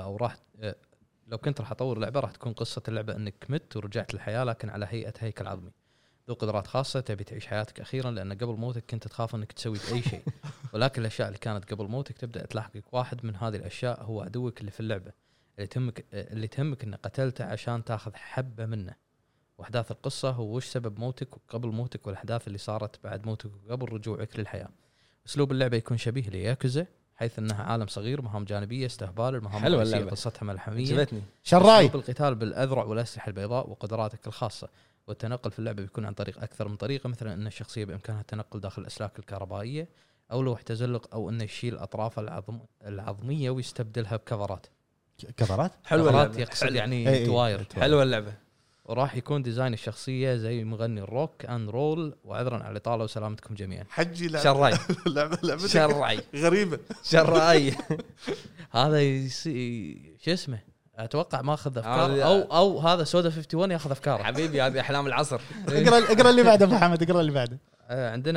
راح تكون قصه اللعبه انك مت ورجعت للحياه لكن على هيئه هيكل عظمي ذو قدرات خاصه تبي تعيش حياتك اخيرا لان قبل موتك كنت تخاف انك تسوي اي شيء ولكن الاشياء اللي كانت قبل موتك تبدا تلاحقك. واحد من هذه الاشياء هو عدوك اللي في اللعبه اللي تهمك انك قتلته عشان تاخذ حبه منه. واحداث القصه هو وش سبب موتك وقبل موتك والاحداث اللي صارت بعد موتك وقبل رجوعك للحياه. اسلوب اللعبه يكون شبيه لياكوزا حيث انها عالم صغير مهام جانبيه استهبال المهام الرئيسيه قصتها ملحميه. عجبتني شراي بالقتال بالاذرع والاسلحه البيضاء وقدراتك الخاصه. والتنقل في اللعبه بيكون عن طريق اكثر من طريقه مثلا ان الشخصيه بامكانها التنقل داخل الاسلاك الكهربائيه او لوح تزلق او انه يشيل اطراف العظميه ويستبدلها بكفرات. حلوه يقصد يعني تواير. حلوه اللعبه. وراح يكون ديزاين الشخصيه زي مغني الروك اند رول. وعذرا على الاطاله وسلامتكم جميعا. حجي شراي لعبه شراي غريبه شراي هذا شو اسمه اتوقع ما اخذ افكار او هذا سودا 51 ياخذ افكار. حبيبي هذه احلام العصر. اقرا اللي بعده ابو حمد اقرا اللي بعده. عندنا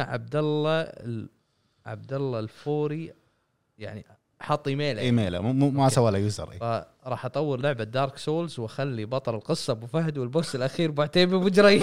عبد الله الفوري يعني حط ايميله ما سوى له يوزر. فراح اطور لعبه دارك سولز واخلي بطل القصه ابو فهد والبوس الاخير بعتيبي ابو جريد.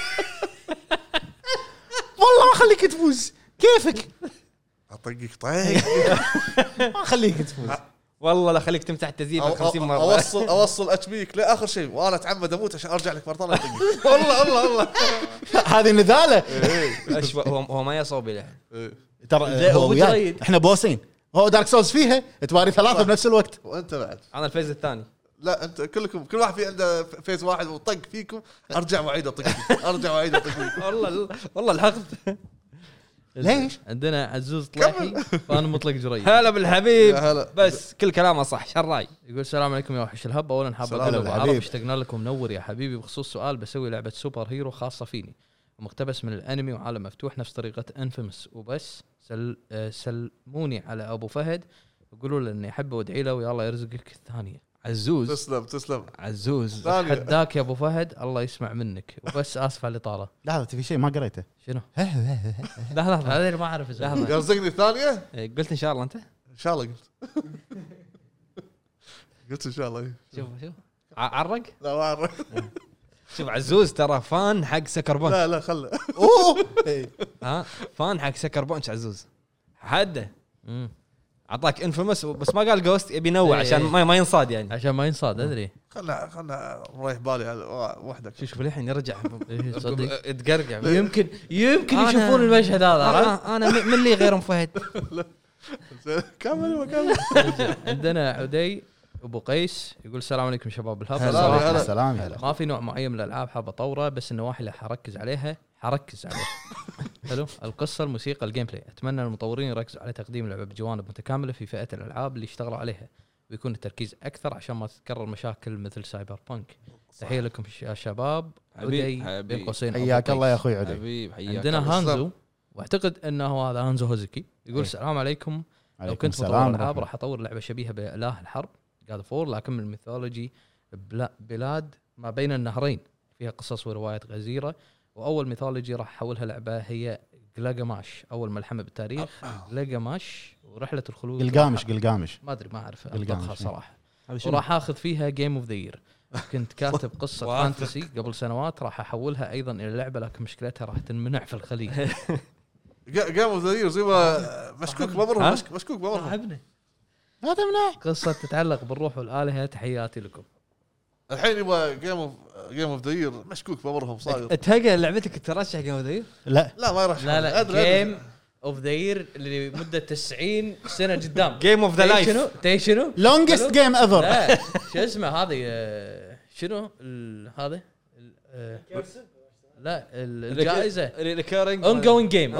والله ما خليك تفوز كيفك اطقك ما خليك تفوز والله لا خليك تمسح التزييف 50 مره. اوصل اتش بيك لاخر شيء وانا اتعمد اموت عشان ارجع لك مره ثانيه. والله هذه نذاله. هو ما يصوب له ترى هو احنا بوسين. هو دارك سولز فيها تواري ثلاثه بنفس الوقت وانت بعد. انا الفيز الثاني. لا انت كل واحد في عنده فيز واحد وطق فيكم. ارجع واعيد اطق فيكم. والله الحقد. ليش عندنا عزوز طليحي فانا مطلق جريد. هلا بالحبيب. بس كل كلامه صح. شراي يقول السلام عليكم يا وحش الهب. اولا حاب اقول ابو عرب اشتقنا لكم منور يا حبيبي. بخصوص سؤال بسوي لعبه سوبر هيرو خاصه فيني ومقتبس من الانمي وعالم مفتوح نفس طريقه انفيمس وبس. سلموني على ابو فهد وقولوا له اني احبه وادعي له ويا الله يرزقك الثانيه. عزوز تسلم عزوز. حداك يا ابو فهد الله يسمع منك. وبس اسف على الاطاله. لحظه في شيء ما قريته. شنو؟ لحظه هذا ما اعرف اذا يرزقني الثانيه. قلت ان شاء الله. انت ان شاء الله قلت ان شاء الله. شوف عرق. لا ما عرق. شوف عزوز ترى فان حق سكر بونش. لا خله. ها فان حق سكر بونش عزوز حده. عطاك انفيمس بس ما قال جوست يبي ينوع عشان ما ينصاد يعني. عشان ما ينصاد ادري. خلنا رايح بالي على وحدك. شوف الحين يرجع صدق تقرقع. يمكن يشوفون المشهد هذا. انا من اللي غير فهد. كمل. عندنا عدي ابو قيس يقول السلام عليكم شباب الهب. السلام. ما في نوع معين من الالعاب حاب اطوره بس النواحي اللي حركز عليها حلو القصه الموسيقى الجيم بلاي. اتمنى المطورين يركزوا على تقديم لعبه بجوانب متكامله في فئه الالعاب اللي اشتغلوا عليها ويكون التركيز اكثر عشان ما تتكرر مشاكل مثل سايبر بانك. تحيه لكم يا شباب. عدي بين قوسين حياك الله يا اخوي عدي. حبيب حياك. عندنا هانزو واعتقد انه هذا هانزو هوزكي يقول السلام عليكم. لو كنت مطور العاب راح اطور لعبه شبيهه باله الحرب God of War لكن من الميثولوجي بلاد ما بين النهرين فيها قصص وروايات غزيرة. وأول ميثولوجي راح أحولها لعبة هي جلجامش أول ملحمة بالتاريخ. جلجامش ورحلة الخلود. قلقامش ما أدري ما أعرف أطبخها صراحة. وراح أخذ فيها جيم اوف ذا يير. كنت كاتب قصة فانتسي قبل سنوات راح أحولها أيضا إلى لعبة لكن مشكلتها راح تنمنع في الخليج. جيم اوف ذا يير زي ما مشكوك بمرهم مشكوك بمرهم. عبنا هذا منع قصة تتعلق بالروح والآلهة. تحياتي لكم. الحين يبغى جيم اوف ذا يير مشكوك بامرهم صاير. تهقى لعبتك ترشح جيم اوف ذا يير؟ لا لا ما يرشح. لا أدري. جيم اوف ذا يير لمده 90 سنه قدام. جيم اوف ذا لايف. شنو لونجست جيم ايفر. لا شو اسمه هذه شنو هذا لا الجائزه ريكيرنج اون جوينج جيم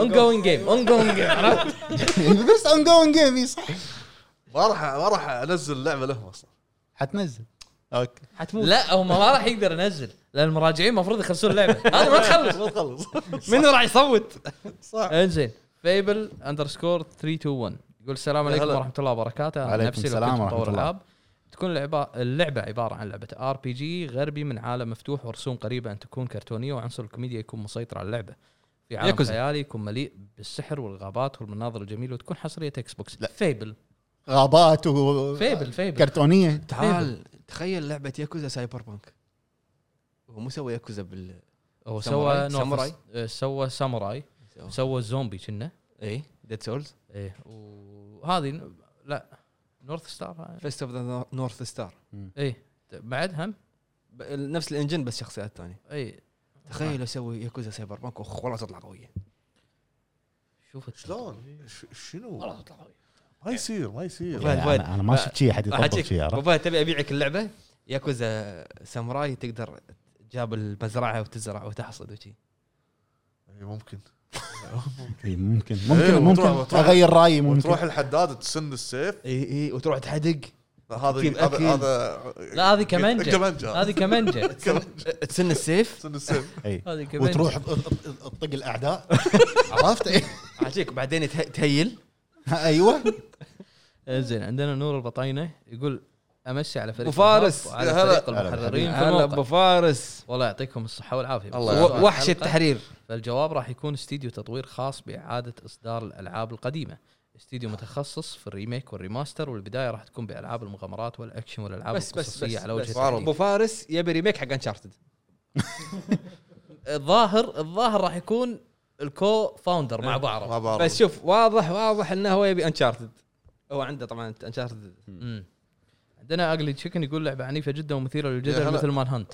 بس اون جوينج جيم صح. ما راح انزل لعبه لهم اصلا. حتنزل اوكي حتموت. لا هم ما راح يقدر ينزل لان المراجعين المفروض يخلصون اللعبه هذا ما تخلص. منو راح يصوت؟ صح. انزين فيبل _ 321 يقول السلام عليكم ورحمه الله وبركاته. عليكم نفسي السلام لو كنت ورحمة مطور الله. العاب تكون اللعبه عباره عن لعبه RPG غربي من عالم مفتوح ورسوم قريبه ان تكون كرتونيه وعنصر الكوميديا يكون مسيطر على اللعبه في عالم ياكوزا. خيالي يكون مليء بالسحر والغابات والمناظر الجميله وتكون حصريه اكس بوكس. لا. فيبل غابات فيبل كرتونيه. تخيل لعبه ياكوزا سايبر بانك. هو مو سوى ياكوزا بال هو ساموراي. سوى ساموراي سوى زومبي كنا اي ديد سولز. ايه وهذه لا نورث ستار فيست اوف ذا نورث ستار. ايه بعد هم نفس الانجن بس شخصيات ثانيه. اي تخيل اسوي ياكوزا سايبر بانك والله تطلع قويه. شوف شلون شنو والله تطلع قويه. ما يصير انا ما شفت شيء حد يطبق شيء عرفت. بابا تبي ابيعك اللعبه ياكوزا ساموراي تقدر جاب المزرعه وتزرع وتحصد وشي. ممكن ممكن اغير رايي. ممكن تروح الحداد تسن السيف. اي وتروح تحدق. هذا لا هذه كمانجا هذه كمانجا تسن السيف. تسن السيف هذه كمانجا وتروح تطق الاعداء عرفت. عاجيك بعدين تهيل. ايوه زين عندنا نور البطاينه يقول امسي على فريق أبو فارس. وعلى يا فريق هلا. المحررين في هلا ابو الموقع فارس. والله يعطيكم الصحه والعافيه. الله وحش الحلقة. التحرير. فالجواب راح يكون استديو تطوير خاص بإعادة إصدار الألعاب القديمة. استديو متخصص في الريميك والريماستر والبداية راح تكون بألعاب المغامرات والأكشن والألعاب القصصية على وجه ابو التحديد. فارس يبي ريميك حق انشارتد. الظاهر راح يكون الكو فاوندر مع بعض. بس شوف واضح انه هو يبي انشارتد. هو عنده طبعا انشارتد. عندنا اقلي تشيكن يقول لعبة عنيفة جدا ومثيرة يا للجدل هلا. مثل مان هانت.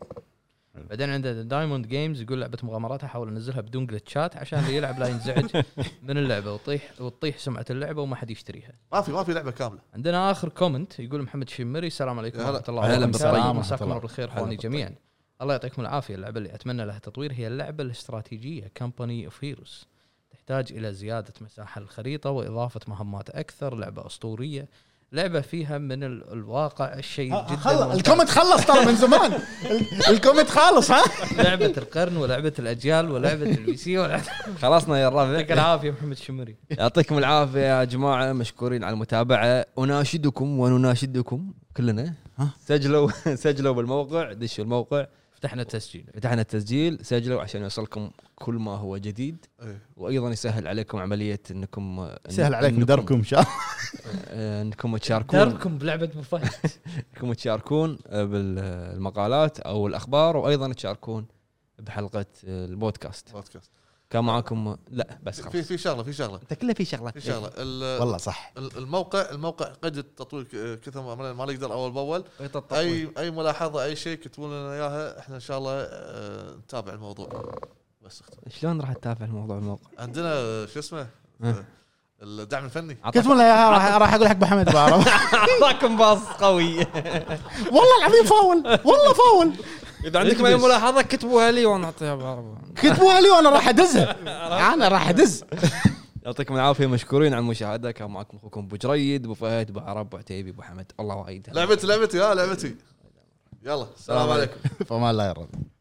بعدين عندنا دايموند جيمز يقول لعبة مغامرات احاول انزلها بدون جلتشات عشان اللي يلعب لا ينزعج من اللعبة وتطيح سمعة اللعبة وما حد يشتريها. ما في لعبه كامله. عندنا اخر كومنت يقول محمد شمري السلام عليكم هلا. ورحمه الله هلا وبركاته. بالسلام مساكم الله. الله بالخير اخواني جميعا. الله يعطيكم العافيه. اللعبه اللي اتمنى لها تطوير هي اللعبه الاستراتيجيه كمباني اوف هيروز. تحتاج الى زياده مساحه الخريطه واضافه مهمات اكثر. لعبه اسطوريه، لعبه فيها من الواقع الشيء جدا. الكومنت خلص ترى من زمان. الكومنت خالص ها. لعبه القرن ولعبه الاجيال ولعبه البي سي خلصنا يا الربع. يعطيك العافيه محمد شمري. يعطيكم العافيه يا جماعه. مشكورين على المتابعه. اناشدكم ونناشدكم كلنا سجلوا بالموقع. دشوا الموقع. فتحنا التسجيل. سجلوا عشان يوصلكم كل ما هو جديد. وايضا يسهل عليكم عمليه انكم سهل عليكم دربكم ان شاء الله. انكم تشاركون دربكم بلعبه ابو فهد. انكم تشاركون بالمقالات او الاخبار وايضا تشاركون بحلقه البودكاست. كان معكم لا بس خلاص. في شغله انت كله في شغله. والله صح. الموقع قد التطوير كثر ما نقدر اول باول. اي ملاحظه اي شيء كتبوا لنا اياها احنا ان شاء الله نتابع الموضوع. بس شلون راح تتابع الموضوع الموقع؟ عندنا شو اسمه الدعم الفني. كتبوا لنا اياها. راح اقول حق محمد بعرف. اعطاكم باص قوي. والله العظيم فاول. اذا عندكم اي ملاحظه كتبوها لي وانا اعطيها بعربي. كتبوها لي وانا راح ادزها. انا راح ادز. يعطيكم العافيه. مشكورين على المشاهده. كان معكم اخوكم ابو جريد ابو فهد ابو عرب ابو عتيبي ابو حمد. الله وايد. لعبتي يلا السلام عليكم. فما الله يا رب.